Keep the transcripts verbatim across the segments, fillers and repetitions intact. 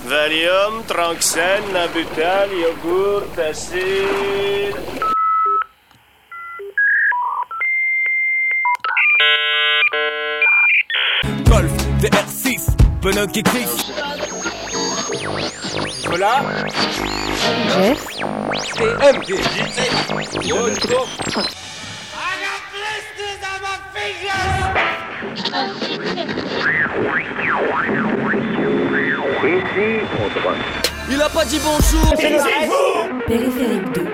Valium, Tranxène, Nabutal, yogourt, acide... Golf, D R six, pneu qui glisse. Voilà. Jeff. T M P. Il a pas dit bonjour. Périphérique deux.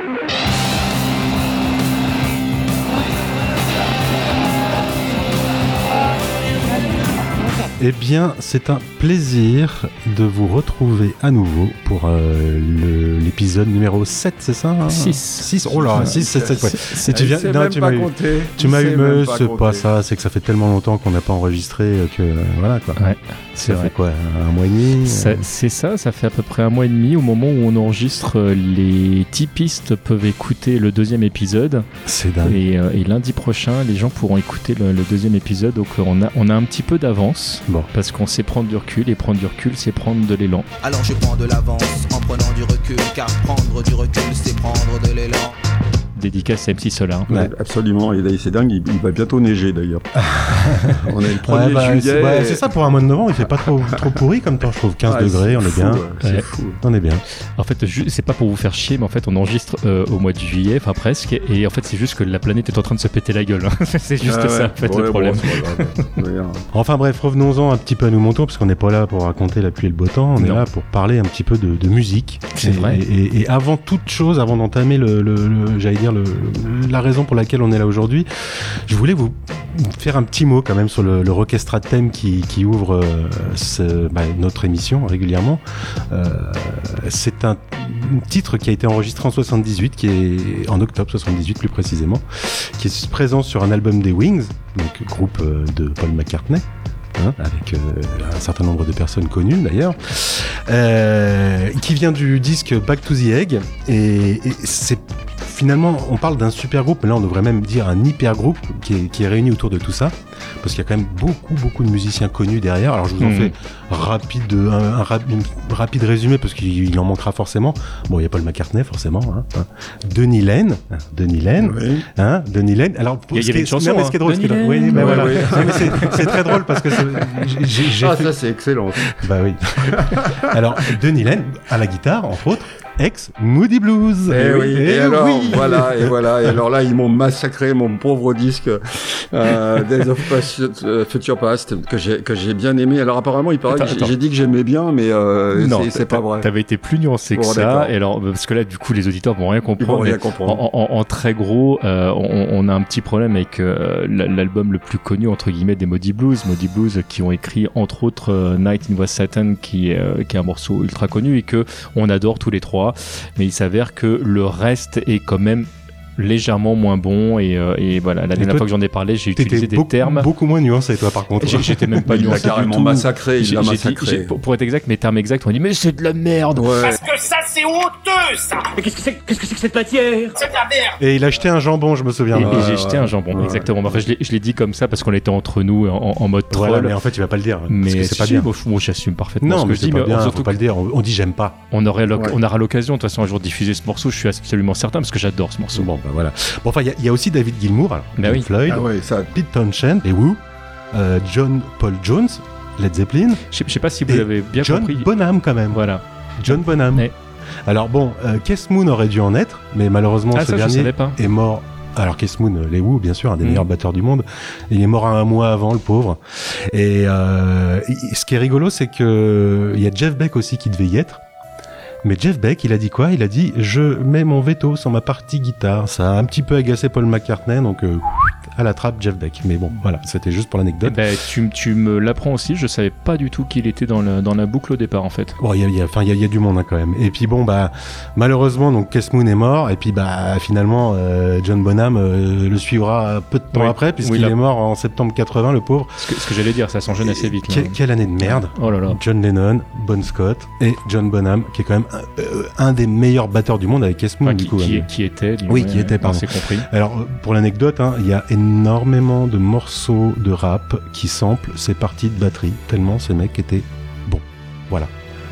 Eh bien, c'est un plaisir de vous retrouver à nouveau pour euh, le, l'épisode numéro sept, c'est ça hein six. six. Oh là, six, sept, sept, ouais. Et tu viens, non, tu m'as eu, tu m'as eu, mais c'est pas ça, c'est que ça fait tellement longtemps qu'on n'a pas enregistré que euh, voilà quoi. Ouais, c'est ça vrai. fait quoi, un mois et demi ça, euh... C'est ça, ça fait à peu près un mois et demi au moment où on enregistre. Les typistes peuvent écouter le deuxième épisode. C'est dingue. Et, euh, et lundi prochain, les gens pourront écouter le, le deuxième épisode. Donc on a, on a un petit peu d'avance. Bon. Parce qu'on sait prendre du recul, et prendre du recul, c'est prendre de l'élan. Alors je prends de l'avance en prenant du recul, car prendre du recul, c'est prendre de l'élan. Dédicace à M C Solar. Ouais, absolument, et d'ailleurs, c'est dingue, il, il va bientôt neiger d'ailleurs. On est le premier ouais, bah, juillet. C'est, bah, c'est ça pour un mois de novembre, il fait pas trop, trop pourri comme temps, je trouve. quinze ah, degrés, on est fou, bien. Ouais, c'est ouais. fou. On est bien. En fait, ju- c'est pas pour vous faire chier, mais en fait, on enregistre euh, au mois de juillet, enfin presque, et en fait, c'est juste que la planète est en train de se péter la gueule. Hein. c'est juste ah, ça, ouais. en fait, ouais, le problème. Bon, ouais, hein. Enfin bref, revenons-en un petit peu à nos moutons, parce qu'on n'est pas là pour raconter la pluie et le beau temps, on Non. est là pour parler un petit peu de, de musique. C'est et, vrai. Et, et, et avant toute chose, avant d'entamer le, le, le j'allais dire le, la raison pour laquelle on est là aujourd'hui, je voulais vous faire un petit mot quand même sur le, le orchestra de thème qui, qui ouvre euh, ce, bah, notre émission régulièrement. Euh, c'est un, un titre qui a été enregistré en soixante-dix-huit, qui est en octobre soixante-dix-huit plus précisément, qui est présent sur un album des Wings, donc groupe euh, de Paul McCartney. Hein, avec euh, un certain nombre de personnes connues d'ailleurs, euh, qui vient du disque Back to the Egg, et, et c'est finalement, on parle d'un super groupe, mais là on devrait même dire un hyper groupe qui est, qui est réuni autour de tout ça, parce qu'il y a quand même beaucoup beaucoup de musiciens connus derrière. Alors je vous en mmh. fais rapide, un, un, un rapide résumé parce qu'il il en manquera forcément. Bon, il y a Paul McCartney forcément, hein, hein. Denny Laine, hein, Denny Laine, oui. hein, Denny Laine. Alors il y a, y a une chanson. Non, mais ce qui est drôle, Denny oui, mais ouais, voilà. ouais. mais c'est, c'est très drôle parce que c'est, j'ai, j'ai ah fait... ça c'est excellent. Bah oui. Alors Denny Laine à la guitare entre autres. Ex Moody Blues. Et, et oui. Et, et alors oui. voilà et voilà et alors là ils m'ont massacré mon pauvre disque euh, Days of Past, uh, Future Past que j'ai que j'ai bien aimé. Alors apparemment il paraît attends, que j'ai, j'ai dit que j'aimais bien mais euh, non, c'est, c'est pas vrai. T'avais été plus nuancé bon, que d'accord. ça. Et alors parce que là du coup les auditeurs vont rien comprendre. Ils vont rien comprendre. En, en, en très gros, euh, on, on a un petit problème avec euh, l'album le plus connu entre guillemets des Moody Blues, Moody Blues qui ont écrit entre autres euh, Night in West Satan qui est euh, qui est un morceau ultra connu et que on adore tous les trois, mais il s'avère que le reste est quand même légèrement moins bon et, euh, et voilà la dernière fois que j'en ai parlé j'ai utilisé des beaucoup, termes beaucoup moins nuancés toi par contre. J'ai, j'étais même pas il nuancé l'a carrément massacré il j'ai, l'a j'ai massacré dit, j'ai, pour, pour être exact mes termes exacts on dit mais c'est de la merde ouais. Parce que ça c'est honteux ça. Mais qu'est-ce que c'est qu'est-ce que c'est que cette matière? C'est de la merde. Et il a jeté un jambon je me souviens. Et, et ouais, j'ai jeté ouais, un jambon ouais, exactement enfin, je, l'ai, je l'ai dit comme ça parce qu'on était entre nous en, en mode troll voilà, mais en fait tu vas pas le dire mais parce que c'est si, pas bien. Moi, moi j'assume parfaitement non, ce que mais je c'est dis pas mais bien, surtout faut pas le dire on, on dit j'aime pas on, aurait ouais. on aura l'occasion de toute façon un jour de diffuser ce morceau je suis absolument certain parce que j'adore ce morceau. Bon bah voilà bon enfin il y, y a aussi David Gilmour alors, bah oui. Floyd ah ouais, ça... Pete Townshend les Who euh, John Paul Jones Led Zeppelin je sais pas si vous l'avez bien John compris John Bonham quand même voilà John Bonham ouais. Alors bon euh, Keith Moon aurait dû en être mais malheureusement ah, ce ça, dernier est mort. Alors Keith Moon, les Who, bien sûr, un des mmh. meilleurs batteurs du monde, il est mort un mois avant, le pauvre. Et euh, ce qui est rigolo, c'est que il y a Jeff Beck aussi qui devait y être. Mais Jeff Beck, il a dit quoi ? Il a dit « Je mets mon veto sur ma partie guitare ». Ça a un petit peu agacé Paul McCartney, donc euh, à la trappe Jeff Beck. Mais bon, voilà, c'était juste pour l'anecdote. Eh ben, tu, tu me l'apprends aussi, je savais pas du tout qu'il était dans, le, dans la boucle au départ, en fait. Bon, il y a, y a, y a, y a du monde hein, quand même. Et puis bon, bah, malheureusement, donc Keith Moon est mort. Et puis bah, finalement, euh, John Bonham euh, le suivra peu de temps oui. après, puisqu'il oui, est mort en septembre quatre-vingts, le pauvre. Ce que, ce que j'allais dire, ça s'enchaîne assez vite. Là. Que, quelle année de merde. Oh là là. John Lennon, Bon Scott et John Bonham, qui est quand même un, euh, un des meilleurs batteurs du monde avec Keith Moon. Enfin, du qui, coup, qui, euh, qui était. Oui, ouais, qui était, pardon. C'est compris. Alors, pour l'anecdote, hein, il y a énormément de morceaux de rap qui samplent ces parties de batterie, tellement ces mecs étaient bons. Voilà.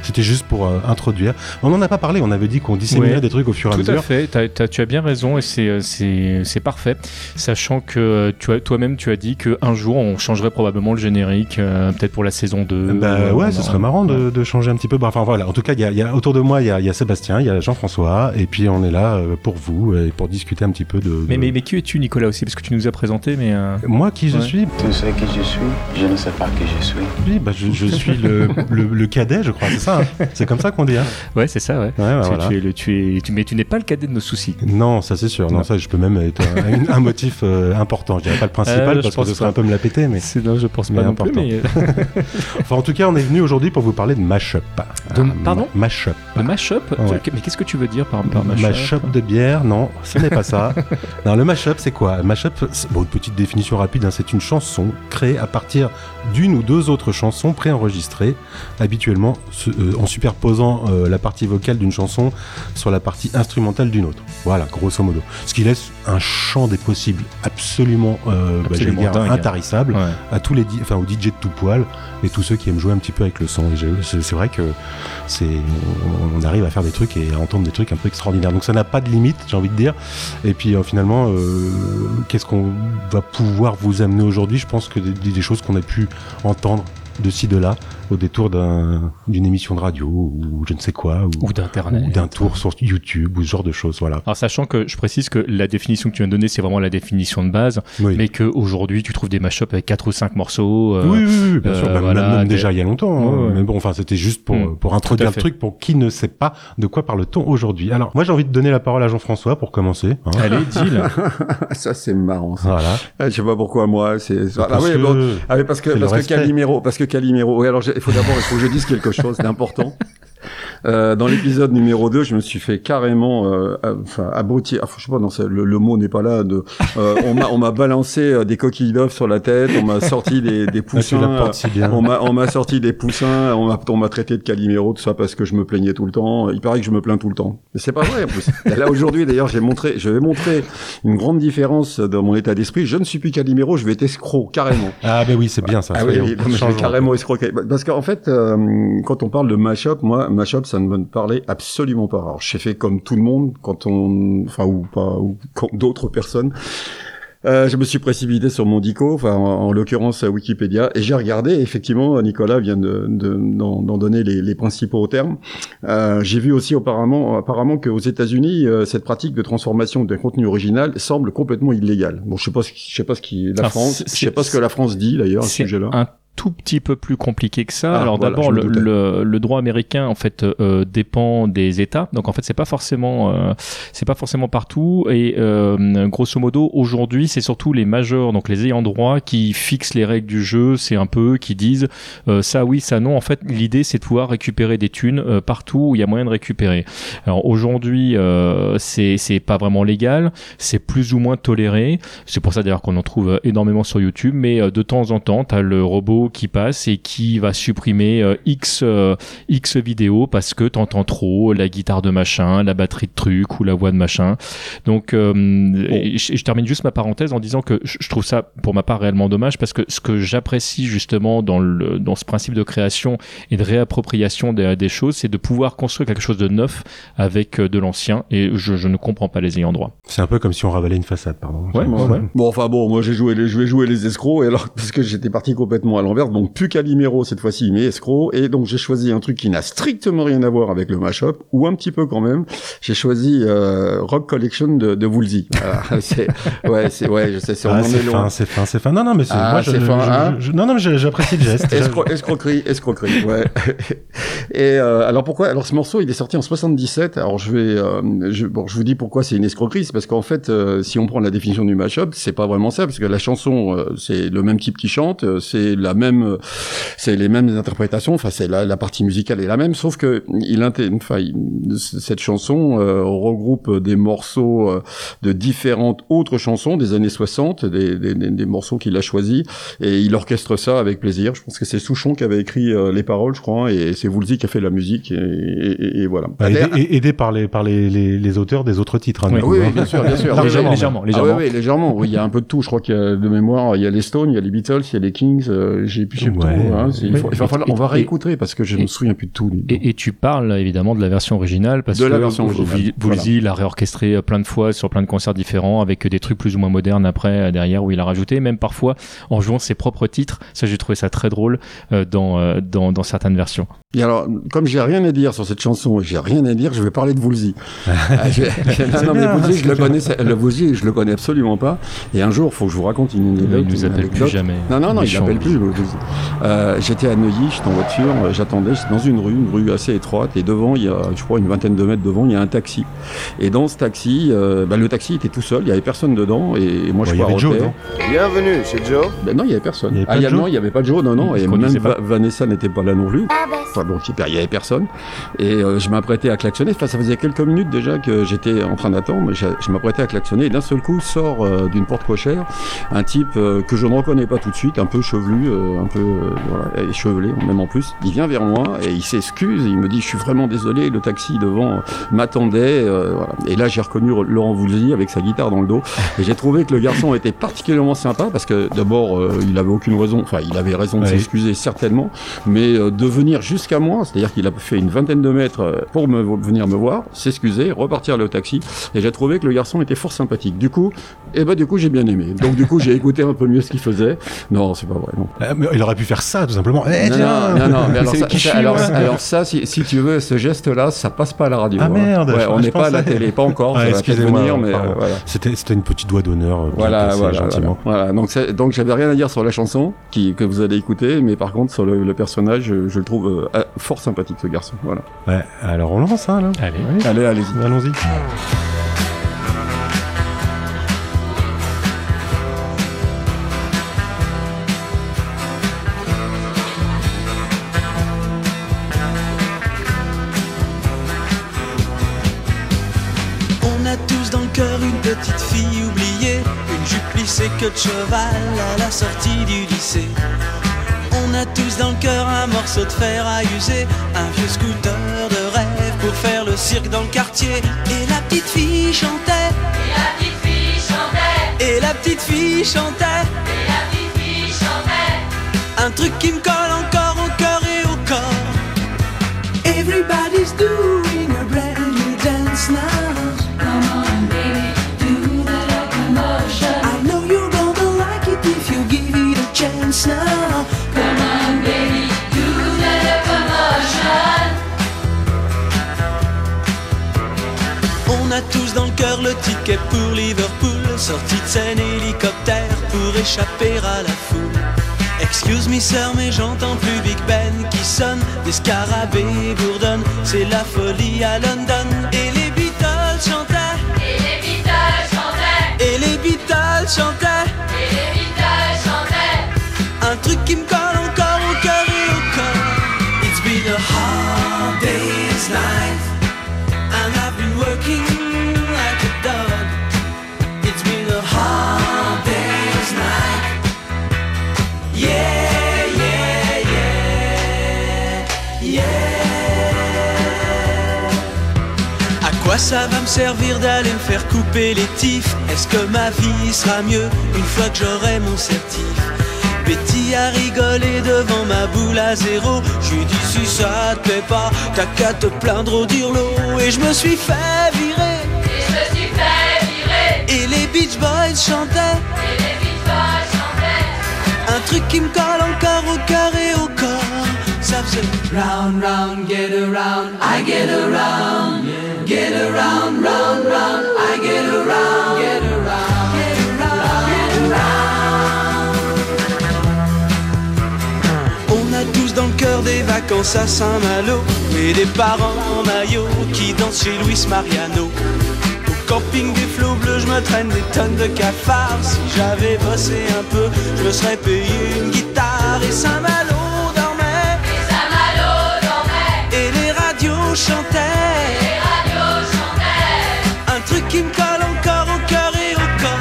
C'était juste pour euh, introduire. On n'en a pas parlé, on avait dit qu'on disséminerait Ouais, des trucs au fur et à mesure. Tout à fait, t'as, t'as, tu as bien raison et c'est, c'est, c'est parfait. Sachant que tu as, toi-même tu as dit qu'un jour on changerait probablement le générique, euh, peut-être pour la saison deux. Bah euh, ouais, on ce aura- serait marrant de, de changer un petit peu. Bah, enfin voilà, en tout cas, il y a, il y a, autour de moi, il y a, il y a Sébastien, il y a Jean-François, et puis on est là euh, pour vous et pour discuter un petit peu de. de... Mais, mais, mais qui es-tu, Nicolas, aussi? Parce que tu nous as présenté, mais. Euh... Moi, qui je Ouais. suis? Tu sais qui je suis, je ne sais pas qui je suis. Oui, bah, je, je suis le, le, le cadet, je crois, c'est ça. Hein, c'est comme ça qu'on dit. Hein. Ouais, c'est ça, ouais. Ouais, bah, tu, voilà. tu es le, tu es, tu, mais tu n'es pas le cadet de nos soucis. Non, ça c'est sûr. Non, Non. ça je peux même être un, un motif euh, important. Je dirais pas le principal Euh, je parce que pense ce serait pas. un peu me la péter, mais. C'est, non, je pense Mais pas non important. plus, mais. Enfin, en tout cas, on est venu aujourd'hui pour vous parler de mashup. De- Ah, pardon ma- Mashup. Le mash-up Ouais. Mais qu'est-ce que tu veux dire par, par mash-up Mashup de bière, non, ce n'est pas ça. Non, le mashup, c'est quoi? Le mashup, c'est- bon, une petite définition rapide, hein, c'est une chanson créée à partir d'une ou deux autres chansons préenregistrées, habituellement se- euh, en superposant euh, la partie vocale d'une chanson sur la partie instrumentale d'une autre. Voilà, grosso modo. Ce qui laisse un champ des possibles absolument, euh, bah, j'allais Absolument dire, dingue. intarissable Ouais. à tous les, di- enfin, aux D J de tout poil et tous ceux qui aiment jouer un petit peu avec le son. Et j'ai- C'est c'est vrai que c'est, on, on arrive à faire des trucs et à entendre des trucs un peu extraordinaires. Donc ça n'a pas de limite, j'ai envie de dire. Et puis euh, finalement, euh, qu'est-ce qu'on va pouvoir vous amener aujourd'hui? Je pense que des, des choses qu'on a pu entendre de ci de là au détour d'un, d'une émission de radio ou je ne sais quoi, ou, Ou d'internet. ou d'un tour sur YouTube ou ce genre de choses. Voilà. Alors, sachant que je précise que la définition que tu viens de donner, c'est vraiment la définition de base, Oui. mais qu'aujourd'hui, tu trouves des mashups avec quatre ou cinq morceaux. euh, oui, oui, oui, bien euh, sûr. Même, voilà, même des- déjà il y a longtemps. hein. Ouais, ouais. Mais bon, enfin, c'était juste pour, Mm, pour introduire tout à le fait. truc pour qui ne sait pas de quoi parle-t-on aujourd'hui. Alors, moi, j'ai envie de donner la parole à Jean-François pour commencer. hein. Allez, deal. Ça, c'est marrant. Ça. Voilà. Ah, je sais pas pourquoi moi. C'est. Ah Parce oui, que- bon. Ah oui, parce que c'est le parce que respect. Calimero, parce que Calimero. Oui, alors il faut d'abord, il faut que je dise quelque chose d'important. Euh, dans l'épisode numéro deux, je me suis fait carrément, euh, euh, enfin, abrutir. Enfin, je sais pas, non, c'est- le, le mot n'est pas là. De, euh, on m'a, on m'a balancé euh, des coquilles d'œufs sur la tête. On m'a sorti des, des Ah, tu poussins. la portes si bien. On m'a, on m'a sorti des poussins. On m'a, on m'a traité de Calimero, tout ça parce que je me plaignais tout le temps. Il paraît que je me plains tout le temps. Mais c'est pas vrai en plus. Là aujourd'hui, d'ailleurs, j'ai montré, je vais montrer une grande différence dans mon état d'esprit. Je ne suis plus Calimero, je vais être escroc carrément. Ah, ben oui, c'est bien ça. Ah oui, soyons- oui, non, mais je vais changeons. carrément escroquer. Parce qu'en fait, euh, quand on parle de mashup, moi, mashup, ça ne me parlait absolument pas. Alors, j'ai fait comme tout le monde, quand on, enfin, ou pas, ou quand d'autres personnes. Euh, je me suis précipité sur mon dico, enfin, en, en l'occurrence Wikipédia, et j'ai regardé. Effectivement, Nicolas vient de, de d'en, d'en donner les, les principaux termes. Euh, j'ai vu aussi apparemment, apparemment qu'aux États-Unis, euh, cette pratique de transformation d'un contenu original semble complètement illégale. Bon, je sais pas, ce, je sais pas ce qui la Alors, France, c'est- je sais pas ce que la France dit d'ailleurs à ce C'est sujet-là. un tout petit peu plus compliqué que ça. Ah, Alors voilà, d'abord, je me le, doutais. le, le droit américain en fait euh, dépend des États. Donc en fait, c'est pas forcément, euh, c'est pas forcément partout. Et euh, grosso modo, aujourd'hui, c'est surtout les majors, donc les ayants droit, qui fixent les règles du jeu. C'est un peu eux qui disent euh, ça oui, ça non. En fait, l'idée c'est de pouvoir récupérer des thunes euh, partout où il y a moyen de récupérer. Alors aujourd'hui, euh, c'est c'est pas vraiment légal. C'est plus ou moins toléré. C'est pour ça d'ailleurs qu'on en trouve énormément sur YouTube. Mais euh, de temps en temps, t'as le robot qui passe et qui va supprimer euh, X euh, X vidéos parce que t'entends trop la guitare de machin, la batterie de truc ou la voix de machin. Donc euh, et je, je termine juste ma parenthèse en disant que je, je trouve ça pour ma part réellement dommage parce que ce que j'apprécie justement dans le dans ce principe de création et de réappropriation des, des choses, c'est de pouvoir construire quelque chose de neuf avec euh, de l'ancien et je, je ne comprends pas les ayants droit. C'est un peu comme si on ravalait une façade, pardon. Ouais, Bon, ouais. bon, enfin bon, moi j'ai joué les, je vais jouer les escrocs, et alors, parce que j'étais parti complètement à l'envers, donc plus Calimero cette fois-ci, mais escrocs, et donc j'ai choisi un truc qui n'a strictement rien à voir avec le mashup, ou un petit peu quand même, j'ai choisi euh, Rock Collection de, de Woolsey. Voilà, c'est, ouais, c'est, ouais, je sais, c'est, on Ah, en c'est est loin. fin, c'est fin, c'est fin. Non, non, mais c'est, Ah, moi, je, c'est fin, je- hein je- non, non, mais je- j'apprécie le geste. Escro- escroquerie, escroquerie, ouais. Et euh, alors pourquoi? Alors ce morceau, il est sorti en soixante-dix-sept. Alors je vais, euh, je, bon, je vous dis pourquoi c'est une escroquerie, c'est parce qu'en fait, euh, si on prend la définition du mashup, c'est pas vraiment ça, parce que la chanson, euh, c'est le même type qui chante, euh, c'est la même, euh, c'est les mêmes interprétations. Enfin, c'est la, la partie musicale est la même, sauf que il, inté- enfin, il- cette chanson euh, regroupe des morceaux euh, de différentes autres chansons des années soixante, des, des, des, des morceaux qu'il a choisis, et il orchestre ça avec plaisir. Je pense que c'est Souchon qui avait écrit euh, les paroles, je crois, et c'est Woolsey qui a fait la musique, et, et, et voilà. Bah, aidé, et- aidé par les par les, les, les auteurs des autres titres. Hein, Oui, du coup, oui, hein. oui, bien sûr, bien sûr. Non, Légèrement, légèrement, légèrement. Ah oui, oui, légèrement. Oui, il y a un peu de tout. Je crois qu'il y a de mémoire, il y a les Stones, il y a les Beatles, il y a les Kings. Euh, j'ai plus ouais. Ouais. Hein, il faut, il va falloir, on va Et- réécouter parce que je et- me souviens plus de tout. Et, et tu parles évidemment de la version originale parce De que la version originale, Woolsey l'a réorchestré plein de fois sur plein de concerts différents avec des trucs plus ou moins modernes après euh, derrière où il a rajouté, même parfois en jouant ses propres titres. Ça, j'ai trouvé ça très drôle euh, dans, euh, dans dans certaines versions. Et alors, comme j'ai rien à dire sur cette chanson, j'ai rien à dire, je vais parler de Woolsey. Ah, j'ai- j'ai- non, non, mais bien, Woolsey, c'est je le bien. connais, c'est- le Woolsey, je le connais absolument pas. Et un jour, faut que je vous raconte une Il anecdote. nous une appelle plus anecdote. jamais. Non, non, non, il Méchant. n'appelle plus. le Woolsey. Euh, j'étais à Neuilly, j'étais en voiture, euh, j'attendais, j'étais dans une rue, une rue assez étroite, et devant, il y a, je crois, une vingtaine de mètres devant, il y a un taxi. Et dans ce taxi, euh, bah, le taxi était tout seul, il y avait personne dedans, et moi Ouais, je il y avait Joe, poireautais. non Bienvenue chez Joe. Ben non, il y avait personne. Il y avait pas ah, de y a- Joe non, il y avait pas de Joe, non, non, Il et se même conduisait Va- pas. Vanessa n'était pas là non plus. Enfin bon, super, il y avait personne. Et euh, je m'apprêtais à klaxonner. Enfin, ça faisait quelques minutes déjà que j'étais en train d'attendre, mais je, je m'apprêtais à klaxonner. Et d'un seul coup, sort euh, d'une porte cochère un type euh, que je ne reconnais pas tout de suite, un peu chevelu, euh, un peu euh, voilà, échevelé, même en plus. Il vient vers moi et il s'excuse. Il me dit, je suis vraiment désolé, le taxi devant m'attendait. Euh, voilà. Et là, j'ai reconnu Laurent Voulzy avec sa guitare dans le dos. Et j'ai trouvé que le garçon était particulièrement sympa parce que d'abord, euh, il avait aucune raison. Enfin, il avait raison de Ouais. s'excuser certainement, mais euh, de venir jusqu'à moi, c'est-à-dire qu'il a fait une vingtaine de mètres euh, pour me venir me voir, s'excuser, repartir le taxi. Et j'ai trouvé que le garçon était fort sympathique. Du coup, eh ben du coup, j'ai bien aimé. Donc du coup, j'ai écouté un peu mieux ce qu'il faisait. Non, c'est pas vrai. Non. Euh, mais il aurait pu faire ça, tout simplement. Eh, non, tiens, non, non, non, mais alors c'est ça, qui ça- chie, alors, ouais. alors ça, si, si tu veux, ce geste-là, ça passe pas à la radio. Ah hein. merde, Ouais, je- on je n'est pas à la pensais. télé, pas encore. Ouais, ça va peut-être excusez-moi, venir, mais pardon. euh, voilà. C'était, c'était une petite doigt d'honneur. euh, bien Voilà, placée, voilà, gentiment. voilà, voilà. Donc, c'est- donc j'avais rien à dire sur la chanson qui, que vous allez écouter, mais par contre sur le, le personnage, je, je le trouve euh, ah, fort sympathique ce garçon. Voilà. Ouais, alors on lance ça, là. Allez. Ouais, Allez, allez-y. allons-y. On a tous dans le cœur une petite fille oubliée, une jupe plissée queue de cheval à la sortie du lycée. On a tous dans le cœur un morceau de fer à user, un vieux scooter de rêve pour faire le cirque dans le quartier. Et la petite fille chantait, Et la petite fille chantait, et la petite fille chantait, et la petite fille chantait. un truc qui me colle encore au cœur et au corps. Everybody's doing a brand new dance now. Come on, baby, do the locomotion. I know you're gonna like it if you give it a chance now. Come on, baby, do the locomotion. On a tous dans le cœur le ticket pour Liverpool, sortie de scène hélicoptère pour échapper à la foule. Excuse me sir, mais j'entends plus Big Ben qui sonne, des scarabées bourdonnent, c'est la folie à London. Et les Beatles chantaient, Et les Beatles chantaient, et les Beatles chantaient, et les Beatles chantaient. un truc qui me colle encore au cœur et au corps. It's been a hard day's night, and I've been working like a dog. It's been a hard day's night. Yeah, yeah, yeah, yeah. À quoi ça va me servir d'aller me faire couper les tifs? Est-ce que ma vie sera mieux une fois que j'aurai mon certif? Betty a rigolé devant ma boule à zéro. J'ai dit si ça te plaît pas, t'as qu'à te plaindre au dirlo. Et je me suis fait virer, Et je me suis fait virer, et les Beach Boys chantaient, et les Beatles chantaient. un truc qui me colle encore au cœur et au corps. Ça faisait round, round, get around, I get around, get around, round, round, I get around, get around, get around, get around. On a tous dans le cœur des vacances à Saint-Malo et des parents en maillot qui dansent chez Luis Mariano. Au camping des flots bleus, je me traîne des tonnes de cafards. Si j'avais bossé un peu, je me serais payé une guitare. Et Saint-Malo dormait, Et Saint-Malo dormait, et les radios chantaient, et les radios chantaient. un truc qui me colle encore au cœur et au corps.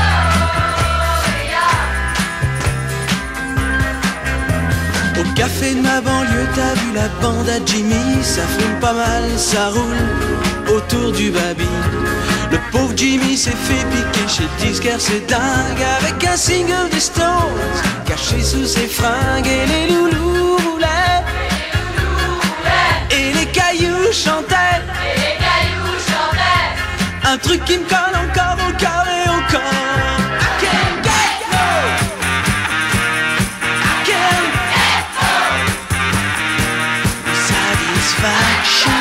Au café Quartier de ma banlieue, t'as vu la bande à Jimmy, ça fume pas mal, ça roule autour du baby. Le pauvre Jimmy s'est fait piquer chez le disquaire, c'est dingue, avec un single des Stones caché sous ses fringues. Et les loulous roulaient, et les cailloux chantaient, et les cailloux chantaient. Un truc qui me colle encore au cœur et au corps. I can't get no, I can't get no satisfaction.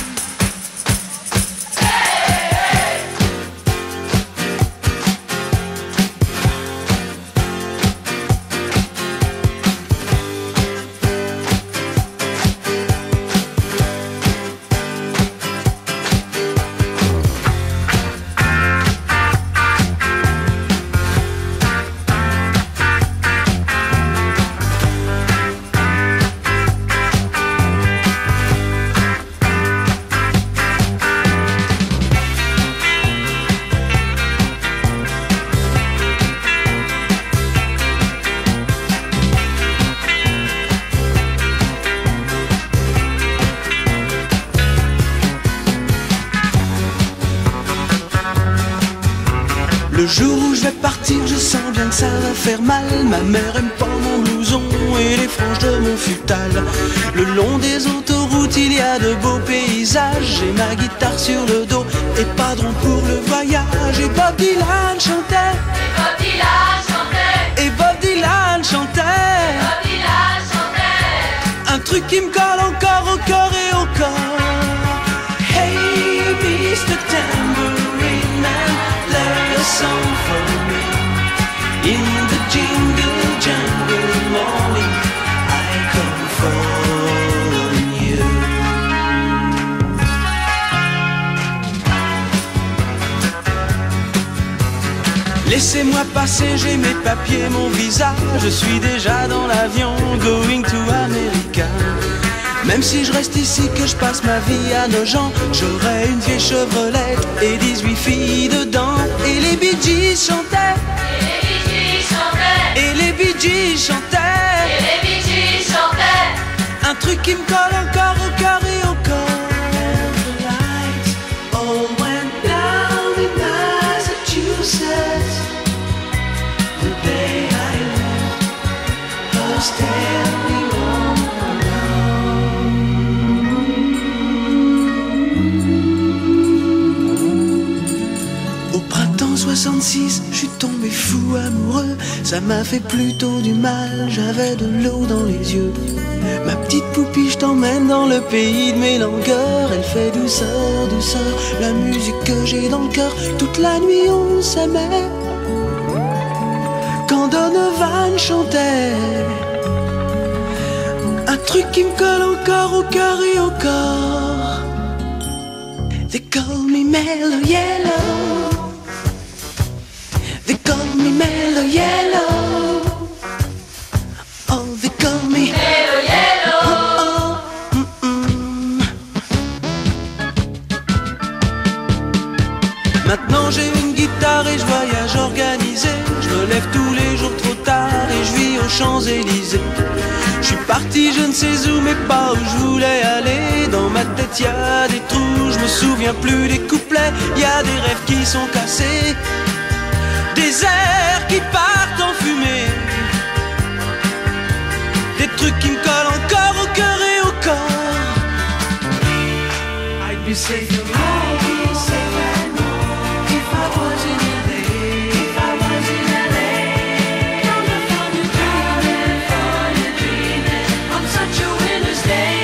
Le jour où je vais partir, je sens bien que ça va faire mal. Ma mère aime pas mon blouson et les franges de mon futal. Le long des autoroutes, il y a de beaux paysages. J'ai ma guitare sur le dos et pas de rond pour le voyage. Et Bob Dylan chantait, et Bob Dylan chantait, et Bob Dylan chantait, et Bob Dylan chantait. Un truc qui me colle encore au cœur et au corps. Hey, mister Tambourine Man, play a song for me. In the jingle jungle morning, I come for you. Laissez-moi passer, j'ai mes papiers, mon visa. Je suis déjà dans l'avion, going to America. Même si je reste ici, que je passe ma vie à Nogent, j'aurai une vieille Chevrolet et dix-huit filles dedans. Et les Bee Gees chantaient, et les Bee Gees chantaient, et les Bee Gees chantaient. Un truc qui me colle encore au cœur et au corps. The lights all went down in Massachusetts the day I left her standing on the ground. Au printemps soixante-six, je suis tombé fou amoureux. Ça m'a fait plutôt du mal, j'avais de l'eau dans les yeux. Ma petite poupie, je t'emmène dans le pays de mes langueurs. Elle fait douceur, douceur, la musique que j'ai dans le cœur. Toute la nuit on s'aimait, quand Donovan chantait. Un truc qui me colle encore au cœur et au corps. They call me Mellow Yellow, they call me Mellow Yellow. Oh, they call me Mellow Yellow. Oh, oh, mm, mm. Maintenant j'ai une guitare et je voyage organisé. Je me lève tous les jours trop tard et je vis aux Champs-Élysées. Je suis parti je ne sais où mais pas où je voulais aller. Dans ma tête y a des trous, je me souviens plus des couplets. Y a des rêves qui sont cassés, des airs qui partent en fumée, des trucs qui me collent encore au cœur et au corps. I'd be safe and I'd be safe and home if I was in L A. If I was in L A, on the phone you're dreaming, phone you're dreaming on such a winter's day.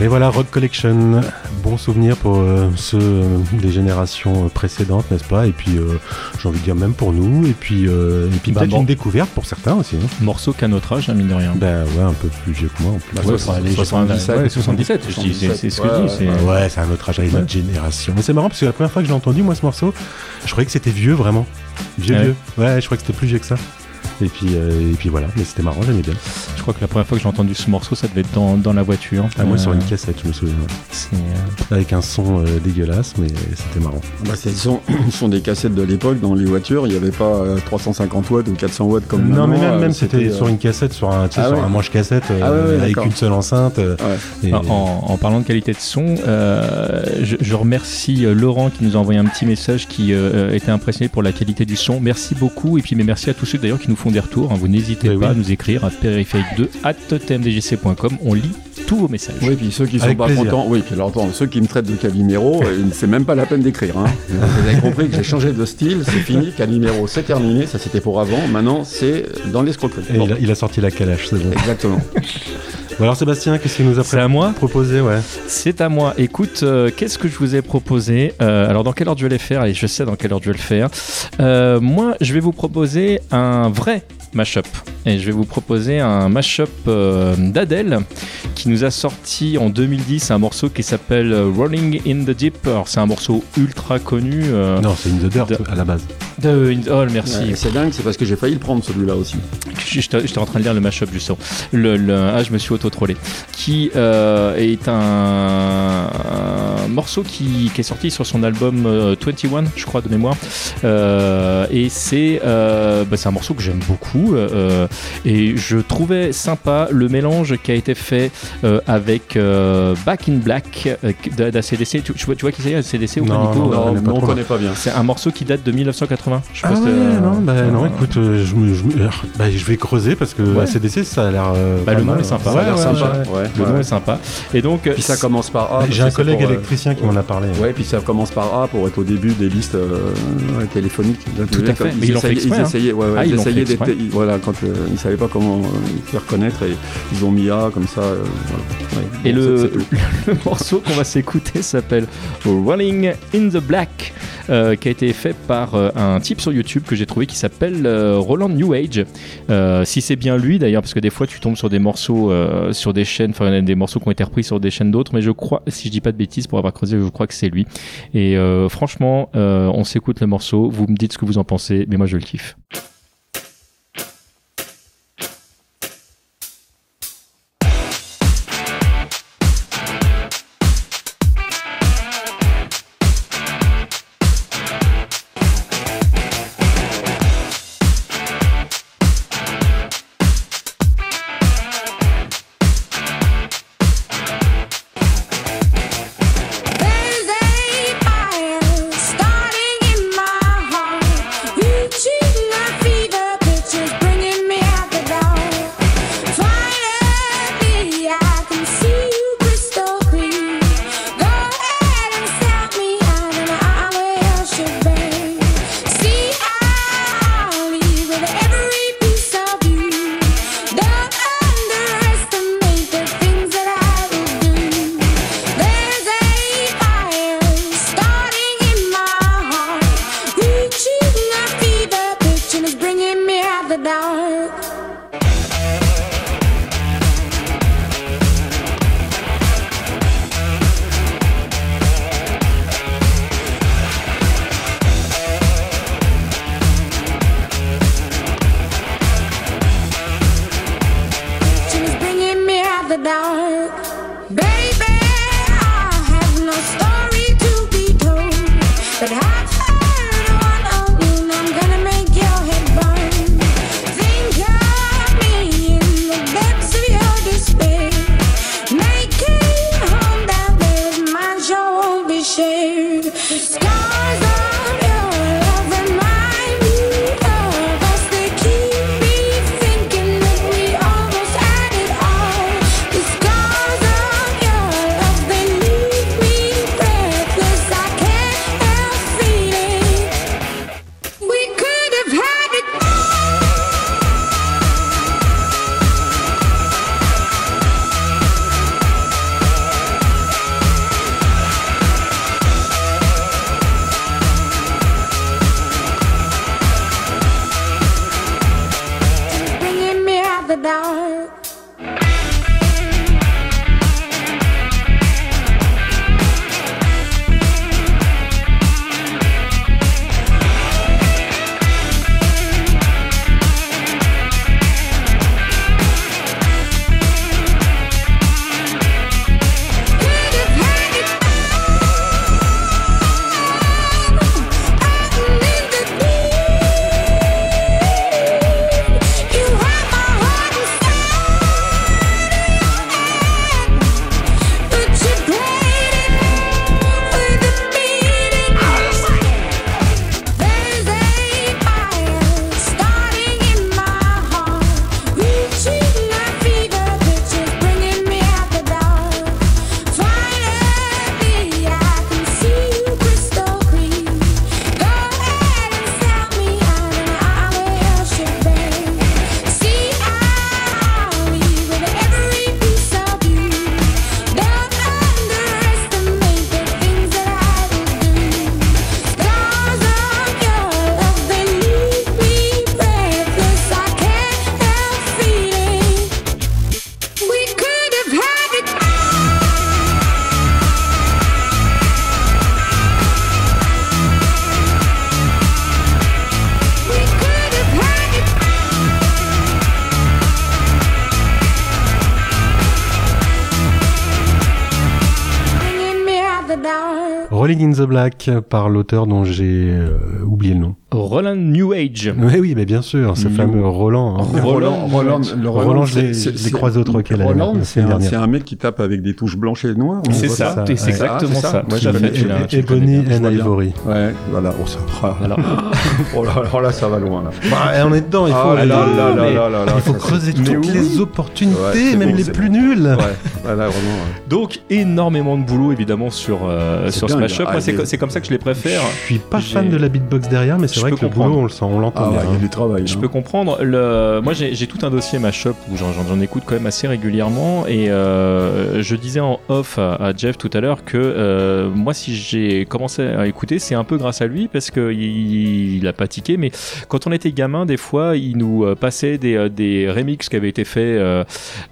Et voilà, Rock Collection, bon souvenir pour euh, ceux euh, des générations précédentes, n'est-ce pas? Et puis, euh, j'ai envie de dire même pour nous, et puis, euh, et puis bah, peut-être bon. une découverte pour certains aussi. Hein. Morceau qu'à notre âge, hein, mine de rien. Ben ouais, un peu plus vieux que moi en plus. Bah, Ouais, soixante- enfin, les- soixante-dix-sept, ouais, soixante-dix-sept, je dis, c'est, c'est ce que ouais, je dis. ouais, C'est... Ouais, c'est un autre âge, avec notre génération. Mais c'est marrant parce que la première fois que je l'ai entendu, moi, ce morceau, je croyais que c'était vieux, vraiment. Vieux, Ouais. vieux. Ouais, je crois que c'était plus vieux que ça. Et puis, euh, et puis voilà, mais c'était marrant, j'aimais bien. Je crois que la première fois que j'ai entendu ce morceau, ça devait être dans, dans la voiture. Ah, moi, Euh, sur une cassette, je me souviens. Ouais. c'est, euh, Avec un son euh, dégueulasse, mais c'était marrant. Bah, ce sont, ce sont des cassettes de l'époque. Dans les voitures, il n'y avait pas euh, trois cent cinquante watts ou quatre cents watts comme Non, maintenant. mais même, euh, même c'était euh, sur une cassette, sur un, tu sais, Ah sur ouais. un manche cassette, euh, Ah ouais, ouais, avec d'accord. une seule enceinte. euh, Ouais. et- En, en parlant de qualité de son, euh, je, je remercie euh, Laurent qui nous a envoyé un petit message qui euh, était impressionné pour la qualité du son. Merci beaucoup et puis mais merci à tous ceux d'ailleurs qui nous font des retours. Hein. Vous n'hésitez Mais pas oui. à nous écrire à périphérique deux arobase t m d g c point com. On lit tous vos messages. Oui, puis ceux qui sont Avec pas plaisir. contents, oui, puis alors, attends, ceux qui me traitent de Calimero, euh, c'est même pas la peine d'écrire. Hein. Vous avez compris que j'ai changé de style, c'est fini, Calimero, c'est terminé, ça c'était pour avant, maintenant c'est dans l'escroquerie. et Bon, il, a, il a sorti la calache, c'est bon. exactement. Bon, alors Sébastien, qu'est-ce qu'il nous a C'est à moi proposé, ouais. C'est à moi. Écoute, euh, qu'est-ce que je vous ai proposé Euh, Alors, dans quel ordre je vais les faire? Allez, je sais dans quel ordre je vais le faire. Euh, moi, je vais vous proposer un vrai mashup. Et je vais vous proposer un mashup euh, d'Adèle qui nous a sorti en deux mille dix un morceau qui s'appelle Rolling in the Deep. Alors, c'est un morceau ultra connu. euh, Non, c'est In the Dirt de- à la base. de, oh, merci. Ouais, et c'est dingue, c'est parce que j'ai failli le prendre celui-là aussi. J'étais j'étais en train de lire le mashup justement. Le, le, ah, je me suis auto-trollé. Qui euh, est un, un morceau qui, qui est sorti sur son album euh, vingt et un, je crois, de mémoire. Euh, et c'est euh, bah, c'est un morceau que j'aime beaucoup. Euh, et je trouvais sympa le mélange qui a été fait euh, avec euh, Back in Black euh, d'A C D C. Tu, tu vois, tu vois qui c'est, A C D C ou pas, Non, Nico? non, Euh, on connaît pas on trop. connaît pas bien. C'est un morceau qui date de mille neuf cent quatre-vingts. Je sais Ah pas si ouais, t'as- non, bah, euh, non, écoute, euh, je, me, je, me- alors, bah, je vais creuser parce que Ouais. A C D C, ça a l'air. euh, Bah, pas le nom mal. est sympa. Ça a l'air Ouais, sympa. ouais, ouais. Ouais, Le ouais. nom est sympa. Et donc, Puis ça commence par A. Bah, parce J'ai un que c'est collègue pour, euh, électricien qui m'en a parlé. Ouais, puis ça commence par A pour être au début des listes euh, ouais, téléphoniques. Tout à fait. Mais ils l'ont fait exprès, Ils hein. essayaient, ouais, ouais, Ah, ils ils l'ont fait essayaient d'être- exprès. ils- voilà, quand euh, ils savaient pas comment euh, faire connaître et ils ont mis A comme ça. euh, voilà. Ouais, Et bon, le, c'est- c'est tout. le morceau qu'on va s'écouter s'appelle Rolling in the Black, euh, qui a été fait par euh, un type sur YouTube que j'ai trouvé qui s'appelle euh, Roland New Age. Euh, si c'est bien lui d'ailleurs, parce que des fois tu tombes sur des morceaux euh, sur des chaînes, enfin des morceaux qui ont été repris sur des chaînes d'autres, mais je crois, si je dis pas de bêtises pour avoir creusé, je crois que c'est lui. Et euh, franchement, euh, on s'écoute le morceau, vous me dites ce que vous en pensez, mais moi je le kiffe. There's a fire starting in my heart, reaching Rolling in the Black par l'auteur dont j'ai euh, oublié le nom. Roland New Age. Oui, oui, mais bien sûr, ce New... fameux Roland. Hein. Roland, Roland, le Roland, Roland je l'ai, c'est, je l'ai c'est, croisé au troquet la Roland, la c'est, un, dernière. c'est un mec qui tape avec des touches blanches et noires. C'est ça, ça, c'est, c'est exactement ah, c'est ça. ça. Moi, j'avais fait et, Ebony and Ivory. Ouais, voilà. Oh, ça, voilà. oh là, là, là, ça va loin. Là. Bah, on est dedans, il faut, ah, là, là, là, là, là, là, il faut ça, creuser c'est... toutes les opportunités, ouais, même bon, les plus nulles. Ouais, voilà, vraiment. Ouais. Donc, énormément de boulot, évidemment, sur, euh, sur Smash Up. Moi, c'est, c'est comme ça que je les préfère. Je suis pas fan de la beatbox derrière, mais c'est vrai que le boulot, on le sent, on l'entend bien. Du travail. Je hein. peux comprendre. Le... Moi, j'ai, j'ai tout un dossier mashup où j'en, j'en, j'en écoute quand même assez régulièrement. Et euh, je disais en off à, à Jeff tout à l'heure que euh, moi, si j'ai commencé à écouter, c'est un peu grâce à lui parce qu'il il a pas tiqué. Mais quand on était gamin, des fois, il nous passait des, des remixes qui avaient été faits. Euh,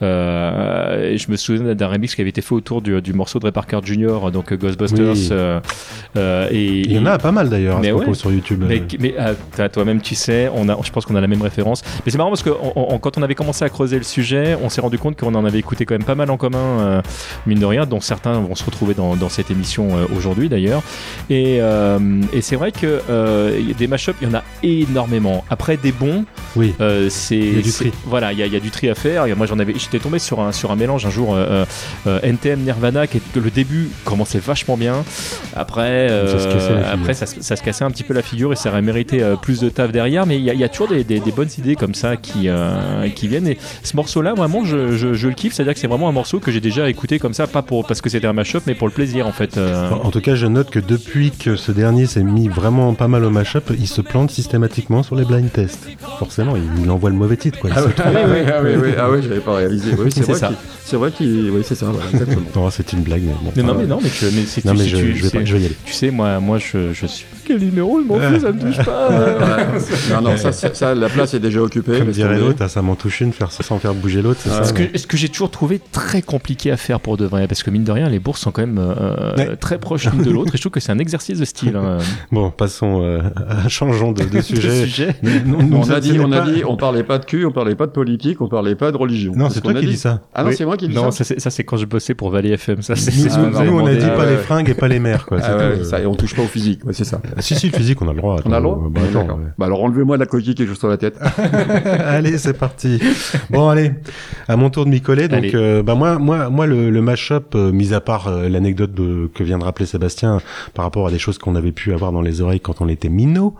euh, je me souviens d'un remix qui avait été fait autour du, du morceau de Ray Parker Junior, donc Ghostbusters. Oui. Euh, euh, et, il y en a pas mal d'ailleurs à ce propos ouais. sur YouTube. Mais, mais euh, toi-même, tu sais. On a, je pense qu'on a la même référence. Mais c'est marrant parce que on, on, quand on avait commencé à creuser le sujet, on s'est rendu compte qu'on en avait écouté quand même pas mal en commun, euh, mine de rien, dont certains vont se retrouver dans, dans cette émission euh, aujourd'hui d'ailleurs. Et, euh, et c'est vrai que euh, des mashups, il y en a énormément. Après, des bons, oui. euh, c'est, il y a du tri. Voilà, il y, y a du tri à faire. Et moi, j'en avais, j'étais tombé sur un, sur un mélange un jour euh, euh, N T M Nirvana, qui est, le début commençait vachement bien. Après, euh, ça, se après ça, ça se cassait un petit peu la figure et ça aurait mérité euh, plus de taf derrière. Mais il y, y a toujours des, des, des bonnes idées comme ça qui, euh, qui viennent. Et ce morceau-là, vraiment, je, je, je le kiffe. C'est-à-dire que c'est vraiment un morceau que j'ai déjà écouté comme ça, pas pour, parce que c'était un mashup, mais pour le plaisir en fait. Euh... En, en tout cas, je note que depuis que ce dernier s'est mis vraiment pas mal au mashup, il se plante systématiquement sur les blind tests. Forcément, il, il envoie le mauvais titre, quoi. Ah oui, ah oui, ah oui, oui, ah oui, j'avais pas réalisé. Oui, c'est, c'est vrai ça. Qu'il, c'est vrai qu'il, oui, c'est ça, voilà, exactement. Non, c'est une blague. Mais bon, mais non, mais non, mais, que, mais c'est non, tu, mais si je, tu, je, vais pas, je vais y aller. Tu sais, moi, moi, je, je suis. Quel numéro, je m'en fous, ça me touche pas. non, non, ça, ça, la place est déjà occupée. Comme dirait l'autre, ça m'en touche une, faire ça sans faire bouger l'autre, c'est ah, ça. Ce que, ce que j'ai toujours trouvé très compliqué à faire pour de vrai, parce que mine de rien, les bourses sont quand même euh, ouais. très proches l'une de l'autre, et je trouve que c'est un exercice de style. Hein. Bon, passons, euh, changeons de, de sujet. de sujet. Non, non, on a dit, on a dit, on parlait pas de cul, on parlait pas de politique, on parlait pas de religion. Non, c'est toi qui dis ça. Ah non, c'est moi qui dis ça. Non, ça c'est, ça c'est quand je bossais pour Valley F M. Ça, c'est, nous, nous on a dit pas les fringues et pas les mères, quoi. Et on touche pas au physique, c'est ça. Si, si, le physique, on a le droit. On a le droit. Bah, attends, ouais. Bah alors enlevez-moi la coquille qui est juste sur la tête. Allez, c'est parti. Bon, allez, à mon tour de m'y coller. Donc, euh, bah moi, moi, moi, le, le mash-up, euh, mis à part euh, l'anecdote de, que vient de rappeler Sébastien par rapport à des choses qu'on avait pu avoir dans les oreilles quand on était minot,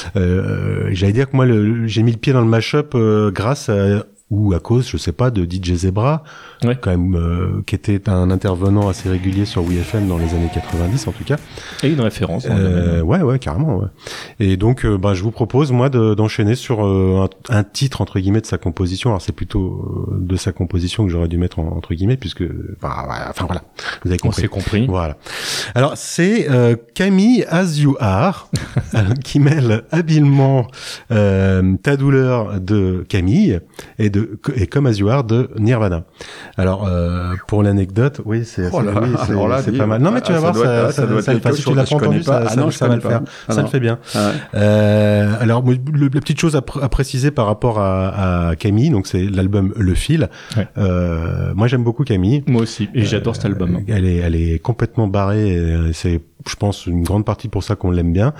euh, j'allais dire que moi, le, j'ai mis le pied dans le mash-up euh, grâce à ou à cause, je sais pas, de D J Zebra, ouais. quand même, euh, qui était un intervenant assez régulier sur W F M dans les années quatre-vingt-dix en tout cas. Et une référence. Euh, ouais, ouais, carrément. Ouais. Et donc, euh, bah, je vous propose moi de, d'enchaîner sur euh, un, un titre entre guillemets de sa composition. Alors c'est plutôt euh, de sa composition que j'aurais dû mettre en, entre guillemets, puisque, enfin, enfin voilà, vous avez compris. On s'est compris. Voilà. Alors c'est euh, Camille As You Are qui mêle habilement euh, Ta douleur de Camille et de et Comme As You Are de Nirvana. Alors euh, pour l'anecdote, oui, c'est, oh là, oui, c'est, là, c'est dit, pas mal. Non mais tu vas voir, ça, ça, ça, ça le fait. Si tu l'as pas entendu, ça, ça, ça va le faire. Ça le fait bien. Ah ouais. euh, alors le, la petite chose à, pr- à préciser par rapport à, à Camille, donc c'est l'album Le Fil. Ouais. Euh, moi j'aime beaucoup Camille. Moi aussi, et j'adore euh, cet album. Elle est, elle est complètement barrée. Et c'est je pense une grande partie pour ça qu'on l'aime bien.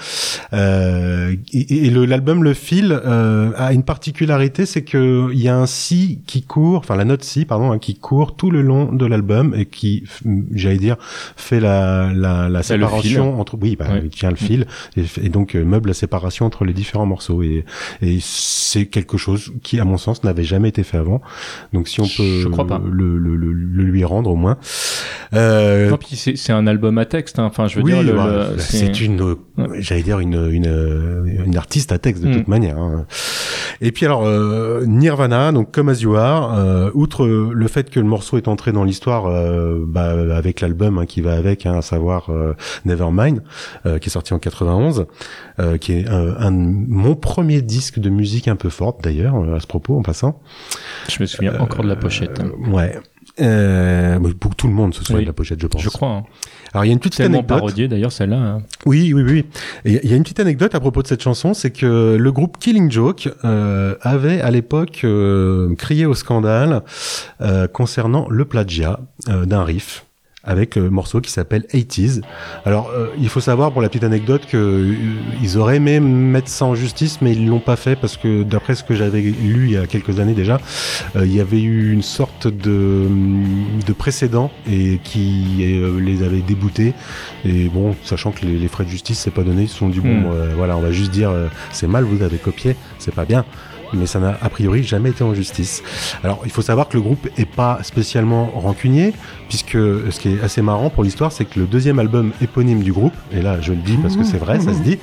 Euh, et, et le, l'album Le Fil euh, a une particularité, c'est que il y a un si qui court, enfin la note si, pardon, hein, qui court tout le long de l'album et qui, j'allais dire, fait la la, la séparation entre, oui, bah, ouais. il tient le fil et, et donc euh, meuble la séparation entre les différents morceaux et et c'est quelque chose qui, à mon sens, n'avait jamais été fait avant. Donc si on peut Je crois pas. Le, le, le, le lui rendre au moins. Euh, non, puis c'est, c'est un album à texte, hein. Enfin, je veux oui, dire. Le, bah, le, c'est... c'est une, ouais. j'allais dire une, une, une artiste à texte de mm. toute manière. Hein. Et puis alors euh, Nirvana, donc Come As You Are, euh, outre le fait que le morceau est entré dans l'histoire, euh, bah, avec l'album hein, qui va avec, hein, à savoir euh, Nevermind, euh, qui est sorti en quatre-vingt-onze, euh, qui est un, un mon premier disque de musique un peu forte d'ailleurs à ce propos en passant. Je me souviens euh, encore de la pochette. Euh, ouais. Euh, pour tout le monde se souvient oui, de la pochette, je pense. Je crois. Hein. Alors il y a une petite tellement anecdote. Parodié d'ailleurs celle-là. Hein. Oui, oui, oui. Et il y a une petite anecdote à propos de cette chanson, c'est que le groupe Killing Joke euh, avait à l'époque euh, crié au scandale euh, concernant le plagiat euh, d'un riff. avec un morceau qui s'appelle eighties. Alors, euh, il faut savoir, pour la petite anecdote, que euh, ils auraient aimé mettre ça en justice, mais ils l'ont pas fait parce que, d'après ce que j'avais lu il y a quelques années déjà, euh, il y avait eu une sorte de, de précédent et qui euh, les avait déboutés. Et bon, sachant que les, les frais de justice, c'est pas donné, ils se sont dit, bon, Mm. euh, voilà, on va juste dire, euh, c'est mal, vous avez copié, c'est pas bien. Mais ça n'a a priori jamais été en justice. Alors, il faut savoir que le groupe est pas spécialement rancunier, puisque ce qui est assez marrant pour l'histoire, c'est que le deuxième album éponyme du groupe, et là je le dis parce que c'est vrai, ça se dit,